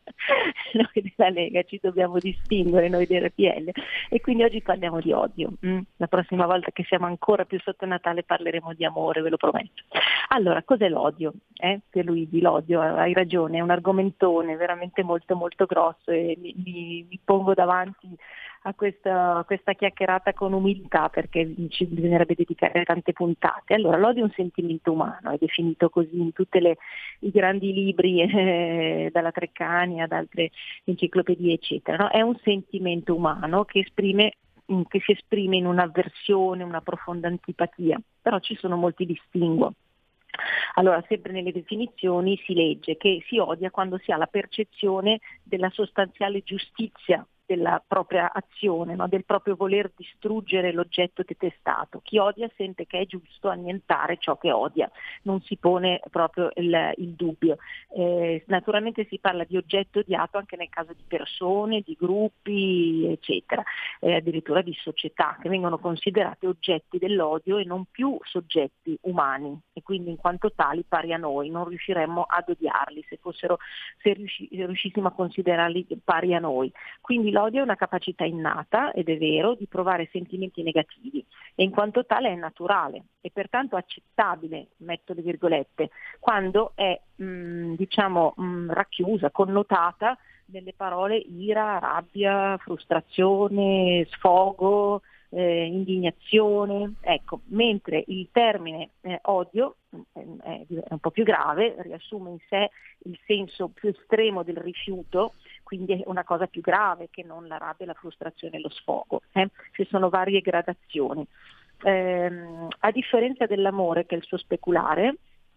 noi della Lega ci dobbiamo distinguere, noi del R P L, e quindi oggi parliamo di odio. Mm? La prossima volta che siamo ancora più sotto Natale parleremo di amore, ve lo prometto. Allora, cos'è l'odio? Eh? Per Luigi, l'odio, hai ragione, è un argomentone veramente molto molto grosso e mi, mi, mi pongo davanti a questa, questa chiacchierata con umiltà, perché ci bisognerebbe dedicare tante puntate. Allora, l'odio è un sentimento umano, è definito così in tutti i grandi libri, eh, dalla Treccani ad altre enciclopedie, eccetera. No? È un sentimento umano che esprime che si esprime in un'avversione, una profonda antipatia, però ci sono molti distinguo. Allora, sempre nelle definizioni si legge che si odia quando si ha la percezione della sostanziale giustizia della propria azione, no? Del proprio voler distruggere l'oggetto detestato. Chi odia sente che è giusto annientare ciò che odia, non si pone proprio il, il dubbio. Eh, naturalmente si parla di oggetto odiato anche nel caso di persone, di gruppi, eccetera, eh, addirittura di società che vengono considerate oggetti dell'odio e non più soggetti umani, e quindi in quanto tali pari a noi, non riusciremmo ad odiarli se fossero, se riusci, se riuscissimo a considerarli pari a noi. Quindi l'odio è una capacità innata, ed è vero, di provare sentimenti negativi, e in quanto tale è naturale e pertanto accettabile, metto le virgolette, quando è mh, diciamo mh, racchiusa, connotata nelle parole ira, rabbia, frustrazione, sfogo, eh, indignazione. Ecco, mentre il termine eh, odio è, è un po' più grave, riassume in sé il senso più estremo del rifiuto, quindi è una cosa più grave che non la rabbia, la frustrazione e lo sfogo. Eh? Ci sono varie gradazioni. Eh, a differenza dell'amore, che è il suo speculare,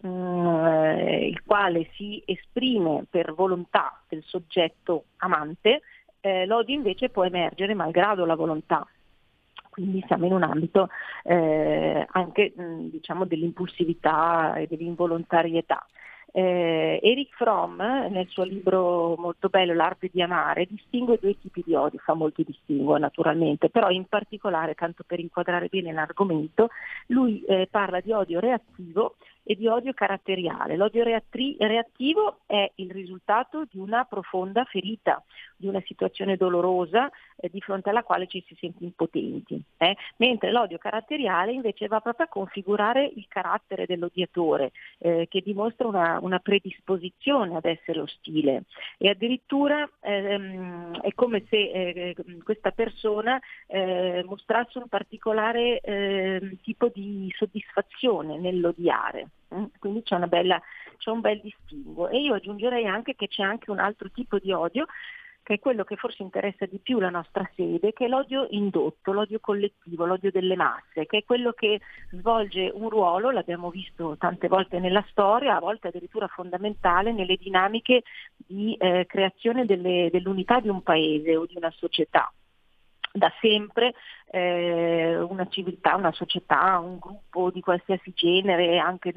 eh, il quale si esprime per volontà del soggetto amante, eh, l'odio invece può emergere malgrado la volontà. Quindi siamo in un ambito eh, anche mh, diciamo dell'impulsività e dell'involontarietà. Eh, Erich Fromm, nel suo libro molto bello L'arte di amare, distingue due tipi di odio, fa molti distinguo naturalmente, però in particolare, tanto per inquadrare bene l'argomento, lui eh, parla di odio reattivo e di odio caratteriale. L'odio reattri- reattivo è il risultato di una profonda ferita, di una situazione dolorosa eh, di fronte alla quale ci si sente impotenti, eh? mentre l'odio caratteriale invece va proprio a configurare il carattere dell'odiatore, eh, che dimostra una, una predisposizione ad essere ostile, e addirittura ehm, è come se eh, questa persona eh, mostrasse un particolare eh, tipo di soddisfazione nell'odiare. Quindi c'è una bella, c'è un bel distinguo, e io aggiungerei anche che c'è anche un altro tipo di odio, che è quello che forse interessa di più la nostra sede, che è l'odio indotto, l'odio collettivo, l'odio delle masse, che è quello che svolge un ruolo, l'abbiamo visto tante volte nella storia, a volte addirittura fondamentale nelle dinamiche di eh, creazione delle, dell'unità di un paese o di una società. Da sempre eh, una civiltà, una società, un gruppo di qualsiasi genere, anche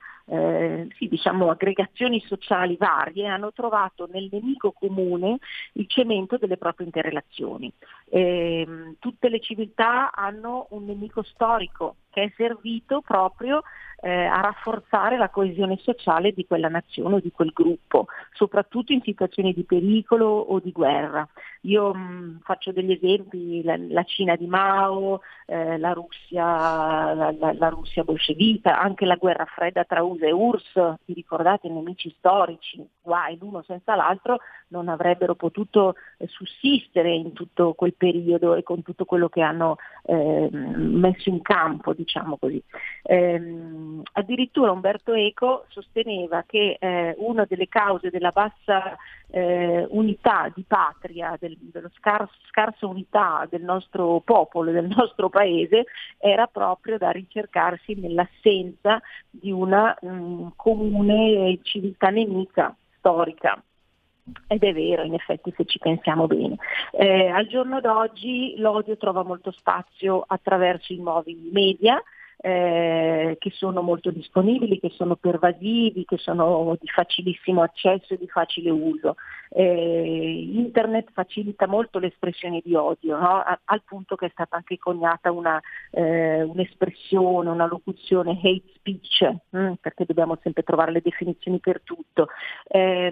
eh, sì, diciamo aggregazioni sociali varie, hanno trovato nel nemico comune il cemento delle proprie interrelazioni. Eh, tutte le civiltà hanno un nemico storico che è servito proprio eh, a rafforzare la coesione sociale di quella nazione o di quel gruppo, soprattutto in situazioni di pericolo o di guerra. Io mh, faccio degli esempi, la, la Cina di Mao, eh, la Russia, la, la, la Russia bolscevica, anche la guerra fredda tra U S A e U R S S, vi ricordate, nemici storici, guai l'uno senza l'altro non avrebbero potuto eh, sussistere in tutto quel periodo e con tutto quello che hanno eh, messo in campo, diciamo così. Ehm, ehm, addirittura Umberto Eco sosteneva che eh, una delle cause della bassa eh, unità di patria, del, dello scar- scarsa unità del nostro popolo, del nostro paese, era proprio da ricercarsi nell'assenza di una mh, comune civiltà nemica storica. Ed è vero, in effetti, se ci pensiamo bene. Eh, al giorno d'oggi l'odio trova molto spazio attraverso i nuovi media, eh, che sono molto disponibili, che sono pervasivi, che sono di facilissimo accesso e di facile uso. Eh, internet facilita molto l'espressione di odio, no? A, al punto che è stata anche coniata una, eh, un'espressione, una locuzione hate speech, mh, perché dobbiamo sempre trovare le definizioni per tutto. Eh,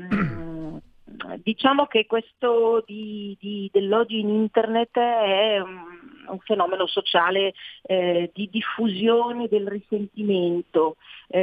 Diciamo che questo di, di, dell'odio in internet è un, un fenomeno sociale eh, di diffusione del risentimento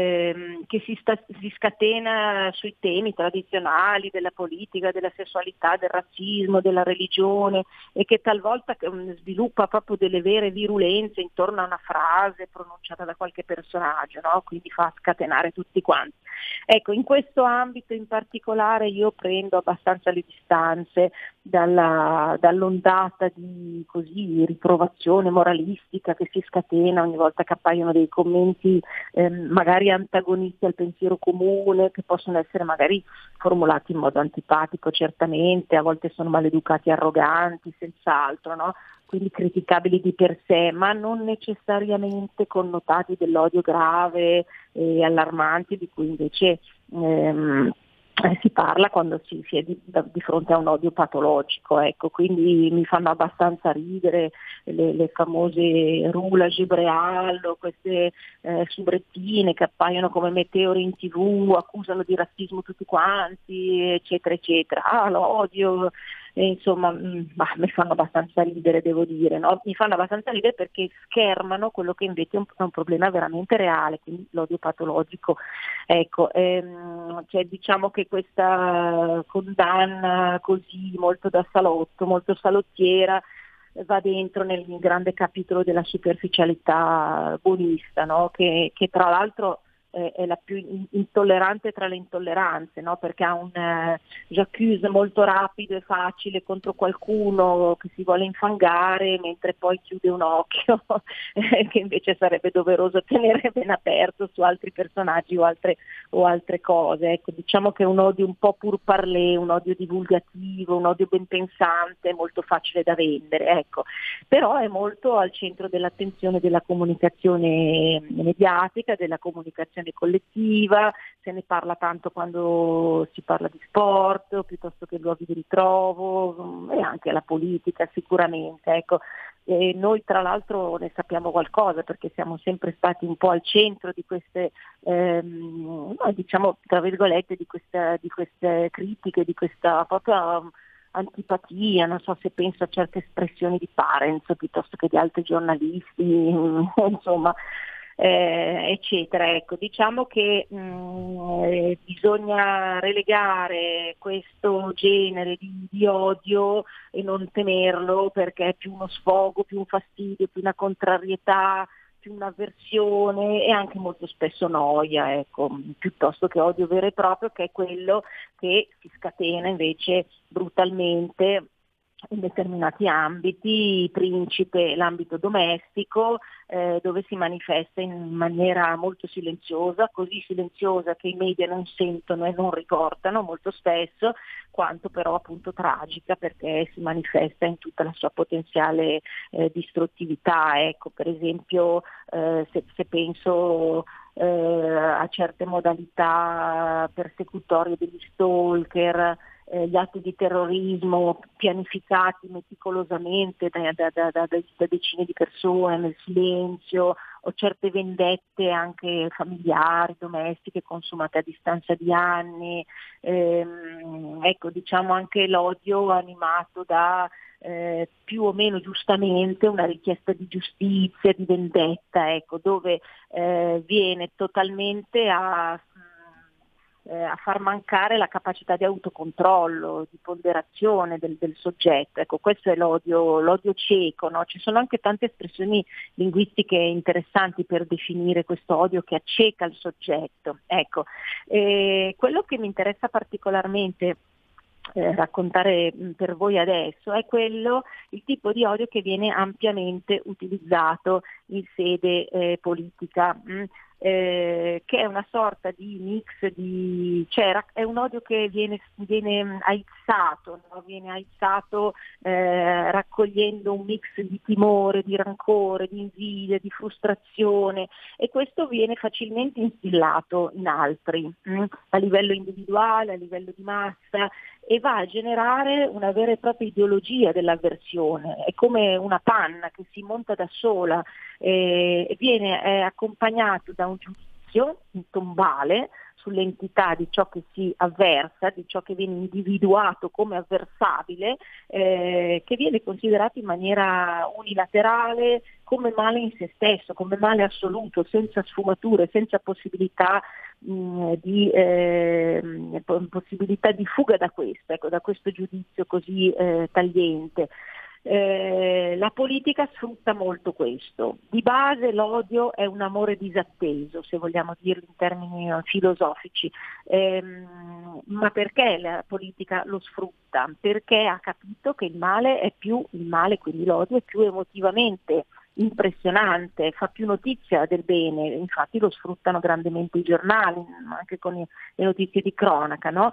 eh, che si, sta, si scatena sui temi tradizionali della politica, della sessualità, del razzismo, della religione, e che talvolta um, sviluppa proprio delle vere virulenze intorno a una frase pronunciata da qualche personaggio, no? Quindi fa scatenare tutti quanti. Ecco, in questo ambito in particolare io prendo abbastanza le distanze dalla, dall'ondata di così riprovazione moralistica che si scatena ogni volta che appaiono dei commenti eh, magari antagonisti al pensiero comune, che possono essere magari formulati in modo antipatico certamente, a volte sono maleducati e arroganti, senz'altro, no? Quindi criticabili di per sé, ma non necessariamente connotati dell'odio grave e allarmanti di cui invece ehm, si parla quando si, si è di, di fronte a un odio patologico. Ecco, quindi mi fanno abbastanza ridere le, le famose Rula Gebreal, queste eh, subrettine che appaiono come meteori in tv, accusano di razzismo tutti quanti, eccetera, eccetera. Ah, l'odio. E insomma, mh, bah, mi fanno abbastanza ridere, devo dire, no? Mi fanno abbastanza ridere perché schermano quello che invece è un, è un problema veramente reale, quindi l'odio patologico. Ecco, ehm, cioè, diciamo che questa condanna così molto da salotto, molto salottiera, va dentro nel grande capitolo della superficialità buonista, no? Che, che tra l'altro è la più intollerante tra le intolleranze, no? Perché ha un eh, j'accuse molto rapido e facile contro qualcuno che si vuole infangare, mentre poi chiude un occhio che invece sarebbe doveroso tenere ben aperto su altri personaggi o altre, o altre cose. Ecco, diciamo che è un odio un po' pur parler, un odio divulgativo, un odio ben pensante, molto facile da vendere, ecco. Però è molto al centro dell'attenzione della comunicazione mediatica, della comunicazione collettiva, se ne parla tanto quando si parla di sport piuttosto che luoghi di ritrovo, e anche la politica sicuramente. Ecco. E noi tra l'altro ne sappiamo qualcosa perché siamo sempre stati un po' al centro di queste ehm, diciamo tra virgolette di, questa, di queste critiche, di questa proprio antipatia, non so, se penso a certe espressioni di Parenzo piuttosto che di altri giornalisti, insomma, Eh, eccetera. Ecco, diciamo che mh, eh, bisogna relegare questo genere di, di odio e non temerlo, perché è più uno sfogo, più un fastidio, più una contrarietà, più un'avversione e anche molto spesso noia, ecco, piuttosto che odio vero e proprio, che è quello che si scatena invece brutalmente in determinati ambiti, principe l'ambito domestico, eh, dove si manifesta in maniera molto silenziosa, così silenziosa che i media non sentono e non riportano molto spesso, quanto però appunto tragica, perché si manifesta in tutta la sua potenziale eh, distruttività. Ecco, per esempio eh, se, se penso eh, a certe modalità persecutorie degli stalker, Eh, gli atti di terrorismo pianificati meticolosamente da, da, da, da, da decine di persone nel silenzio, o certe vendette anche familiari, domestiche, consumate a distanza di anni, ehm, ecco, diciamo anche l'odio animato da eh, più o meno giustamente una richiesta di giustizia, di vendetta, ecco, dove eh, viene totalmente a eh, a far mancare la capacità di autocontrollo, di ponderazione del, del soggetto. Ecco, questo è l'odio, l'odio cieco, no? Ci sono anche tante espressioni linguistiche interessanti per definire questo odio che acceca il soggetto. Ecco, eh, quello che mi interessa particolarmente Eh, raccontare per voi adesso è quello, il tipo di odio che viene ampiamente utilizzato in sede eh, politica, mh, eh, che è una sorta di mix di, cioè è un odio che viene, viene aizzato, no? viene aizzato eh, raccogliendo un mix di timore, di rancore, di invidia, di frustrazione, e questo viene facilmente instillato in altri, mh, a livello individuale, a livello di massa, e va a generare una vera e propria ideologia dell'avversione. È come una panna che si monta da sola e eh, viene eh, accompagnato da un giudizio tombale sull'entità di ciò che si avversa, di ciò che viene individuato come avversabile, eh, che viene considerato in maniera unilaterale come male in se stesso, come male assoluto, senza sfumature, senza possibilità mh, di eh, possibilità di fuga da questo, ecco, da questo giudizio così eh, tagliente. Eh, la politica sfrutta molto questo. Di base l'odio è un amore disatteso, se vogliamo dirlo in termini filosofici, ehm, ma perché la politica lo sfrutta? Perché ha capito che il male è più, il male, quindi l'odio, è più emotivamente impressionante, fa più notizia del bene, infatti lo sfruttano grandemente i giornali, anche con le notizie di cronaca, no?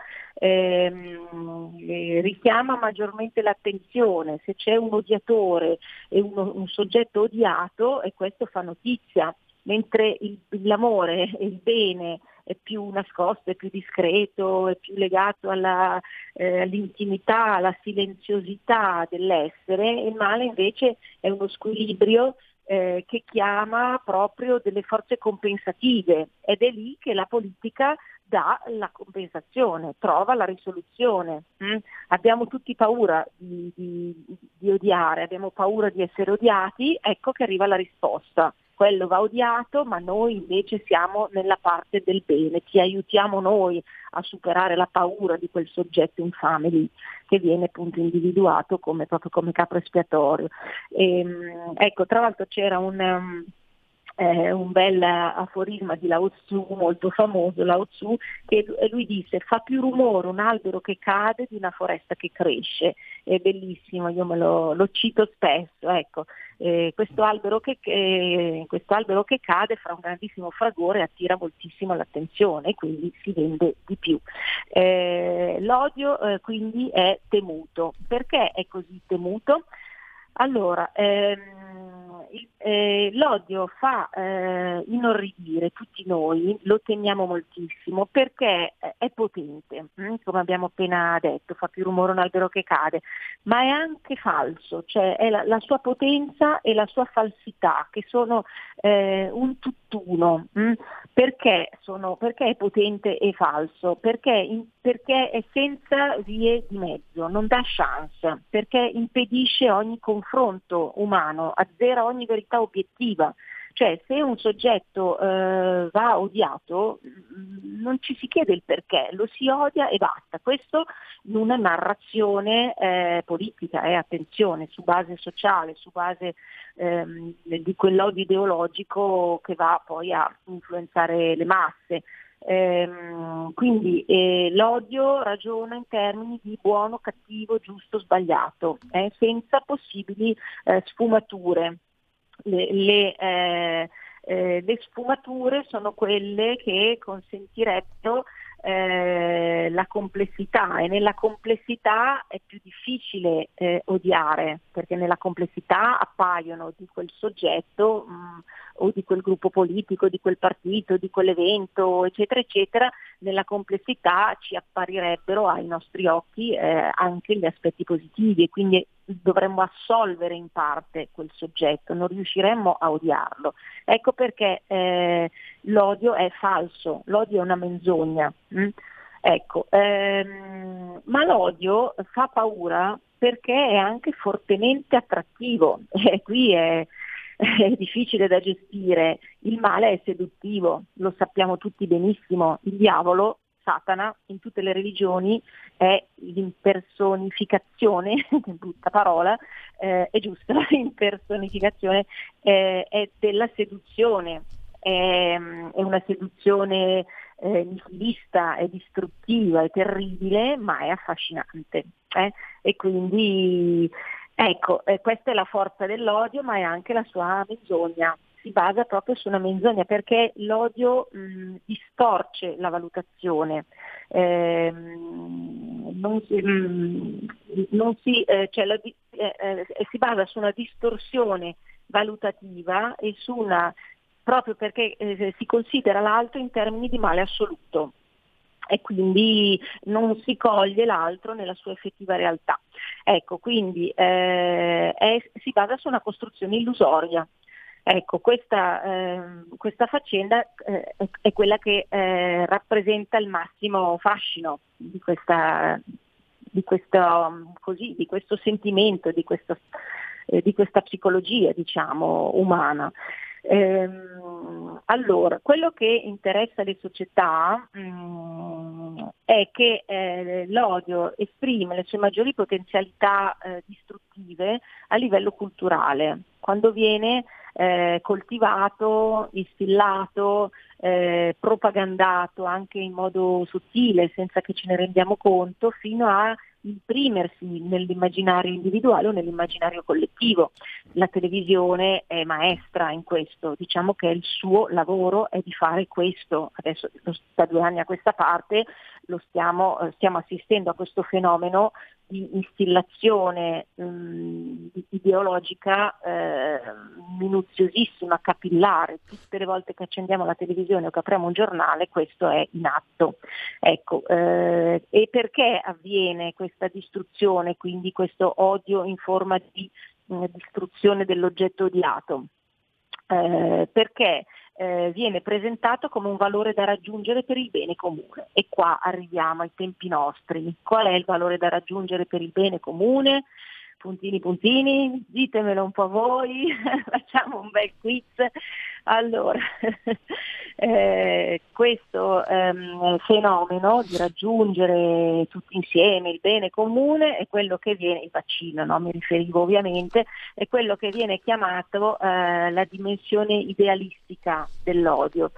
Ehm, eh, richiama maggiormente l'attenzione, se c'è un odiatore e uno, un soggetto odiato, e questo fa notizia, mentre il, l'amore e il bene è più nascosto, è più discreto, è più legato alla, eh, all'intimità, alla silenziosità dell'essere, e il male invece è uno squilibrio eh, che chiama proprio delle forze compensative, ed è lì che la politica dà la compensazione, trova la risoluzione. Mm? Abbiamo tutti paura di, di, di odiare, abbiamo paura di essere odiati, ecco che arriva la risposta. Quello va odiato, ma noi invece siamo nella parte del bene, ti aiutiamo noi a superare la paura di quel soggetto infame lì, che viene appunto individuato come, proprio come capro espiatorio. E, ecco, tra l'altro c'era un... Um, Eh, un bel aforisma di Lao Tzu, molto famoso, Lao Tzu, che lui disse: fa più rumore un albero che cade di una foresta che cresce. È bellissimo, io me lo, lo cito spesso, ecco. Eh, questo, albero che, eh, questo albero che cade fra un grandissimo fragore attira moltissimo l'attenzione e quindi si vende di più. Eh, l'odio eh, quindi è temuto. Perché è così temuto? Allora, ehm, il, eh, l'odio fa eh, inorridire tutti noi, lo temiamo moltissimo perché è potente, hm? come abbiamo appena detto, fa più rumore un albero che cade, ma è anche falso, cioè è la, la sua potenza e la sua falsità che sono eh, un tutt'uno. Hm? Perché, sono, perché è potente e falso? Perché, in, perché è senza vie di mezzo, non dà chance, perché impedisce ogni confronto umano, azzera ogni verità obiettiva. Cioè, se un soggetto eh, va odiato, non ci si chiede il perché, lo si odia e basta. Questo in una narrazione eh, politica, eh, attenzione, su base sociale, su base ehm, di quell'odio ideologico che va poi a influenzare le masse. Ehm, quindi eh, l'odio ragiona in termini di buono, cattivo, giusto, sbagliato, eh, senza possibili eh, sfumature. Le, le, eh, eh, le sfumature sono quelle che consentirebbero eh, la complessità, e nella complessità è più difficile eh, odiare, perché nella complessità appaiono di quel soggetto mh, o di quel gruppo politico, di quel partito, di quell'evento, eccetera, eccetera. Nella complessità ci apparirebbero ai nostri occhi eh, anche gli aspetti positivi, e quindi dovremmo assolvere in parte quel soggetto, non riusciremmo a odiarlo. Ecco perché eh, l'odio è falso, l'odio è una menzogna. Mm? Ecco, ehm, ma l'odio fa paura perché è anche fortemente attrattivo, e qui è, è difficile da gestire. Il male è seduttivo, lo sappiamo tutti benissimo, il diavolo Satana in tutte le religioni è l'impersonificazione, che brutta parola, eh, è giusto, l'impersonificazione eh, è della seduzione, è, è una seduzione eh, nihilista, è distruttiva, è terribile, ma è affascinante. Eh? E quindi ecco, eh, questa è la forza dell'odio, ma è anche la sua menzogna. Si basa proprio su una menzogna, perché l'odio mh, distorce la valutazione, eh, non si, mh, non si, eh, cioè la, eh, eh, si basa su una distorsione valutativa e su una, proprio perché eh, si considera l'altro in termini di male assoluto e quindi non si coglie l'altro nella sua effettiva realtà. Ecco, quindi eh, è, si basa su una costruzione illusoria. Ecco, questa, eh, questa faccenda eh, è, è quella che eh, rappresenta il massimo fascino di questa, di questo, così, di questo sentimento, di, questo, eh, di questa psicologia, diciamo, umana. Ehm, allora, quello che interessa le società mh, è che eh, l'odio esprime le sue maggiori potenzialità eh, distruttive a livello culturale, quando viene eh, coltivato, instillato, eh, propagandato anche in modo sottile, senza che ce ne rendiamo conto, fino a imprimersi nell'immaginario individuale o nell'immaginario collettivo. La televisione è maestra in questo, diciamo che il suo lavoro è di fare questo. Adesso da due anni a questa parte lo stiamo, stiamo assistendo a questo fenomeno di instillazione mh, ideologica eh, minuziosissima, capillare. Tutte le volte che accendiamo la televisione o che apriamo un giornale questo è in atto. Ecco, eh, e perché avviene questa distruzione, quindi questo odio in forma di mh, distruzione dell'oggetto odiato? Eh, perché eh, viene presentato come un valore da raggiungere per il bene comune. E qua arriviamo ai tempi nostri. Qual è il valore da raggiungere per il bene comune? Puntini puntini, ditemelo un po' voi, facciamo un bel quiz. Allora, eh, questo ehm, fenomeno di raggiungere tutti insieme il bene comune è quello che viene, il vaccino, no? Mi riferivo ovviamente, è quello che viene chiamato eh, la dimensione idealistica dell'odio.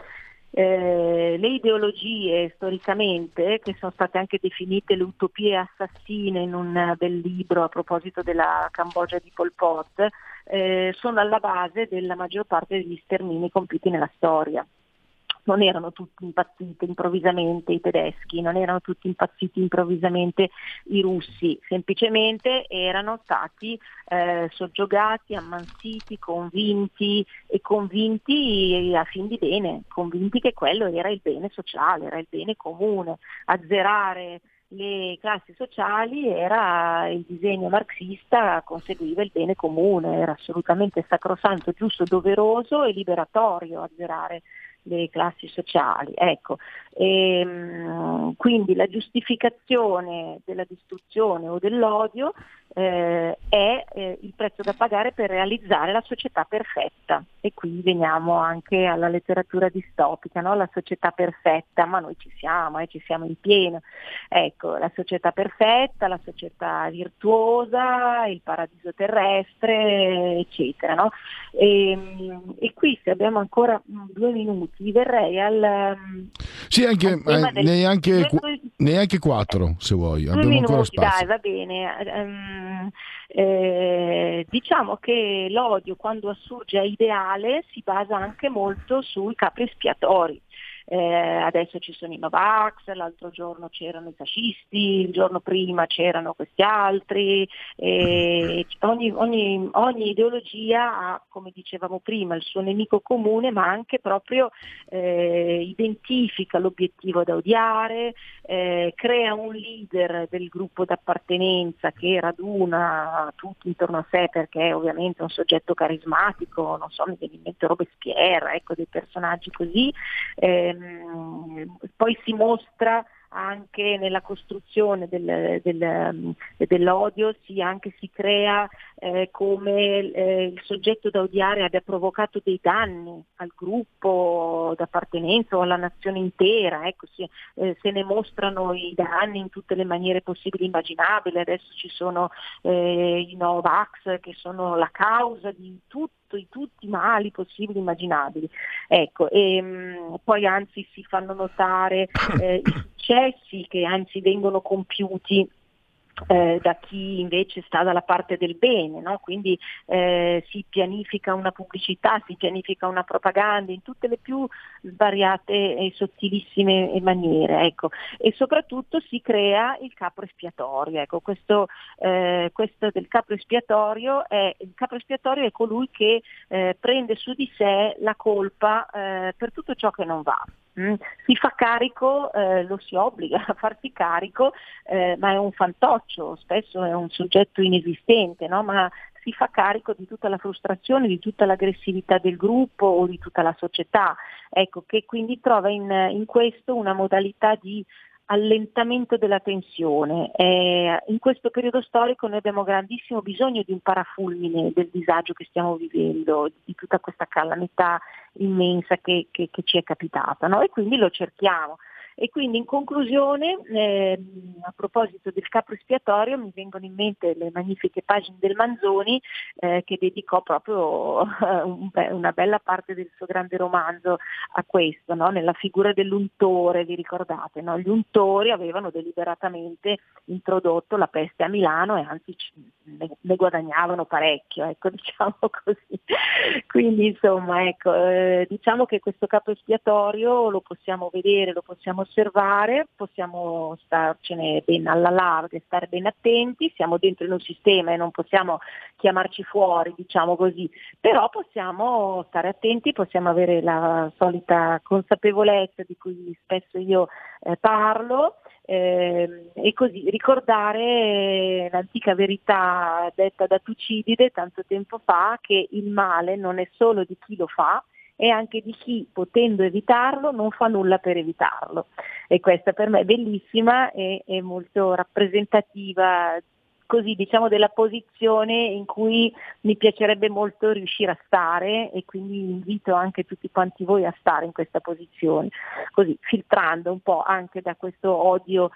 Eh, le ideologie storicamente, che sono state anche definite le utopie assassine in un bel libro a proposito della Cambogia di Pol Pot, eh, sono alla base della maggior parte degli stermini compiuti nella storia. Non erano tutti impazziti improvvisamente i tedeschi, non erano tutti impazziti improvvisamente i russi, semplicemente erano stati eh, soggiogati, ammansiti, convinti e convinti a fin di bene, convinti che quello era il bene sociale, era il bene comune. Azzerare le classi sociali era il disegno marxista, conseguiva il bene comune, era assolutamente sacrosanto, giusto, doveroso e liberatorio azzerare le classi sociali. Ecco, e, quindi la giustificazione della distruzione o dell'odio eh, è eh, il prezzo da pagare per realizzare la società perfetta. E qui veniamo anche alla letteratura distopica, no? La società perfetta, ma noi ci siamo, eh, ci siamo in pieno. Ecco, la società perfetta, la società virtuosa, il paradiso terrestre, eccetera, no? E, e qui, se abbiamo ancora due minuti, verrei al sì, anche, al eh, neanche, due, neanche quattro, se vuoi, due abbiamo minuti, ancora spazio. dai, va bene. Um, eh, diciamo che l'odio, quando assurge a ideale, si basa anche molto sui capri espiatori. Eh, adesso ci sono i Novax, l'altro giorno c'erano i fascisti, il giorno prima c'erano questi altri, eh, ogni, ogni, ogni ideologia ha, come dicevamo prima, il suo nemico comune, ma anche proprio eh, identifica l'obiettivo da odiare, eh, crea un leader del gruppo d'appartenenza che raduna tutti intorno a sé, perché è ovviamente un soggetto carismatico, non so, mi viene in mente Robespierre, ecco, dei personaggi così. Eh, poi si mostra anche nella costruzione del, del, dell'odio si, anche si crea eh, come eh, il soggetto da odiare abbia provocato dei danni al gruppo d'appartenenza o alla nazione intera, ecco, si, eh, se ne mostrano i danni in tutte le maniere possibili e immaginabili. Adesso ci sono eh, i Novax che sono la causa di tutto, di tutti i mali possibili e immaginabili, ecco, e mh, poi anzi si fanno notare eh, i successi che anzi vengono compiuti Eh, da chi invece sta dalla parte del bene, no? Quindi eh, si pianifica una pubblicità, si pianifica una propaganda in tutte le più svariate e sottilissime maniere, ecco. E soprattutto si crea il capro espiatorio, ecco. questo, eh, questo del capro espiatorio è, il capro espiatorio è colui che eh, prende su di sé la colpa eh, per tutto ciò che non va. Mm. Si fa carico, eh, lo si obbliga a farsi carico, eh, ma è un fantoccio, spesso è un soggetto inesistente, no? Ma si fa carico di tutta la frustrazione, di tutta l'aggressività del gruppo o di tutta la società, ecco, che quindi trova in, in questo una modalità di allentamento della tensione. Eh, in questo periodo storico noi abbiamo grandissimo bisogno di un parafulmine del disagio che stiamo vivendo, di tutta questa calamità immensa che, che, che ci è capitata, no? E quindi lo cerchiamo. E quindi in conclusione, eh, a proposito del capro espiatorio, mi vengono in mente le magnifiche pagine del Manzoni eh, che dedicò proprio eh, un be- una bella parte del suo grande romanzo a questo, no? Nella figura dell'untore, vi ricordate, no? Gli untori avevano deliberatamente introdotto la peste a Milano e anzi ne, ne guadagnavano parecchio, ecco, diciamo così. Quindi insomma, ecco, eh, diciamo che questo capro espiatorio lo possiamo vedere, lo possiamo osservare, possiamo starcene ben alla larga, stare ben attenti, siamo dentro in un sistema e non possiamo chiamarci fuori, diciamo così, però possiamo stare attenti, possiamo avere la solita consapevolezza di cui spesso io eh, parlo, eh, e così ricordare l'antica verità detta da Tucidide tanto tempo fa, che il male non è solo di chi lo fa, e anche di chi, potendo evitarlo, non fa nulla per evitarlo. E questa per me è bellissima e è molto rappresentativa, così diciamo, della posizione in cui mi piacerebbe molto riuscire a stare, e quindi invito anche tutti quanti voi a stare in questa posizione, così filtrando un po' anche da questo odio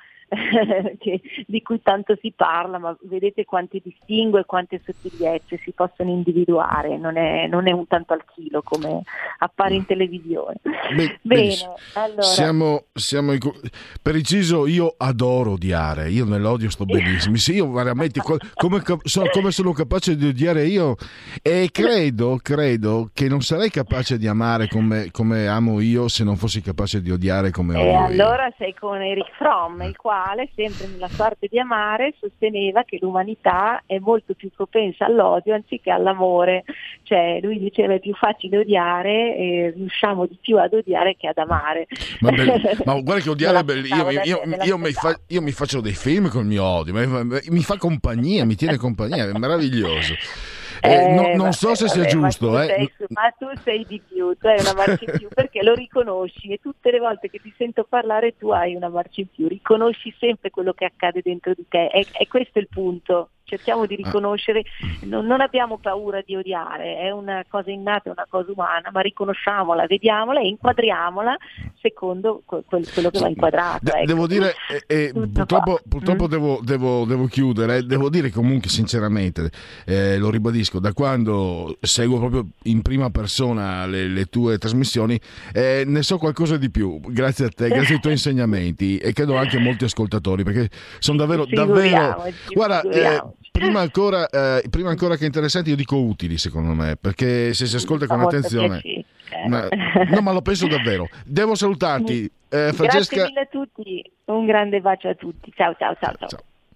che, di cui tanto si parla, ma vedete quanti distinguo e quante sottigliezze si possono individuare, non è, non è un tanto al chilo come appare in televisione. Beh, Bene, allora. Siamo, siamo in... per inciso, io adoro odiare, io nell'odio sto benissimo, sì, io veramente come, sono, come sono capace di odiare io, e credo, credo che non sarei capace di amare come, come amo io se non fossi capace di odiare come odio e io. Allora sei con Eric Fromm, il quale sempre nella sua arte di amare sosteneva che l'umanità è molto più propensa all'odio anziché all'amore, cioè lui diceva è più facile odiare e riusciamo di più ad odiare che ad amare. Ma, ma guarda che odiare è bellissimo, io, io, io, io, mi fa, io mi faccio dei film col mio odio, mi, mi fa compagnia, mi tiene compagnia, è meraviglioso. Eh, Eh, no, non vabbè, so se sia vabbè, giusto, ma tu, eh. sei, ma tu sei di più, tu hai una marcia in più perché lo riconosci, e tutte le volte che ti sento parlare tu hai una marcia in più, riconosci sempre quello che accade dentro di te, e, e questo è il punto. Cerchiamo di riconoscere, non, non abbiamo paura di odiare, è una cosa innata, è una cosa umana, ma riconosciamola, vediamola e inquadriamola secondo quel, quello che va inquadrato. De- ecco. Devo dire, eh, eh, purtroppo, purtroppo mm. devo, devo, devo chiudere, devo dire comunque sinceramente, eh, lo ribadisco, da quando seguo proprio in prima persona le, le tue trasmissioni, eh, ne so qualcosa di più, grazie a te, grazie ai tuoi insegnamenti, e credo anche a molti ascoltatori, perché sono davvero, davvero, guarda, eh, Prima ancora, eh, prima ancora che interessanti, io dico utili secondo me, perché se si ascolta con attenzione, ma, no, ma lo penso davvero. Devo salutarti, eh, Francesca. Grazie mille a tutti, un grande bacio a tutti, ciao ciao ciao ciao. ciao.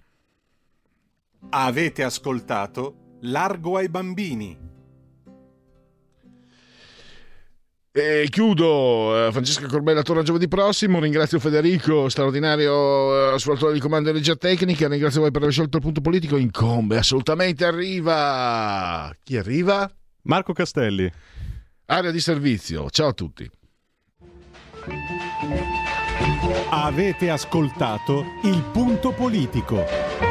Avete ascoltato Largo ai bambini. E chiudo, eh, Francesca Corbella torna giovedì prossimo, ringrazio Federico, straordinario eh, sull'altore di comando di regia tecnica, ringrazio voi per aver scelto il punto politico. Incombe, assolutamente arriva, chi arriva? Marco Castelli. Area di servizio, ciao a tutti. Avete ascoltato Il Punto Politico.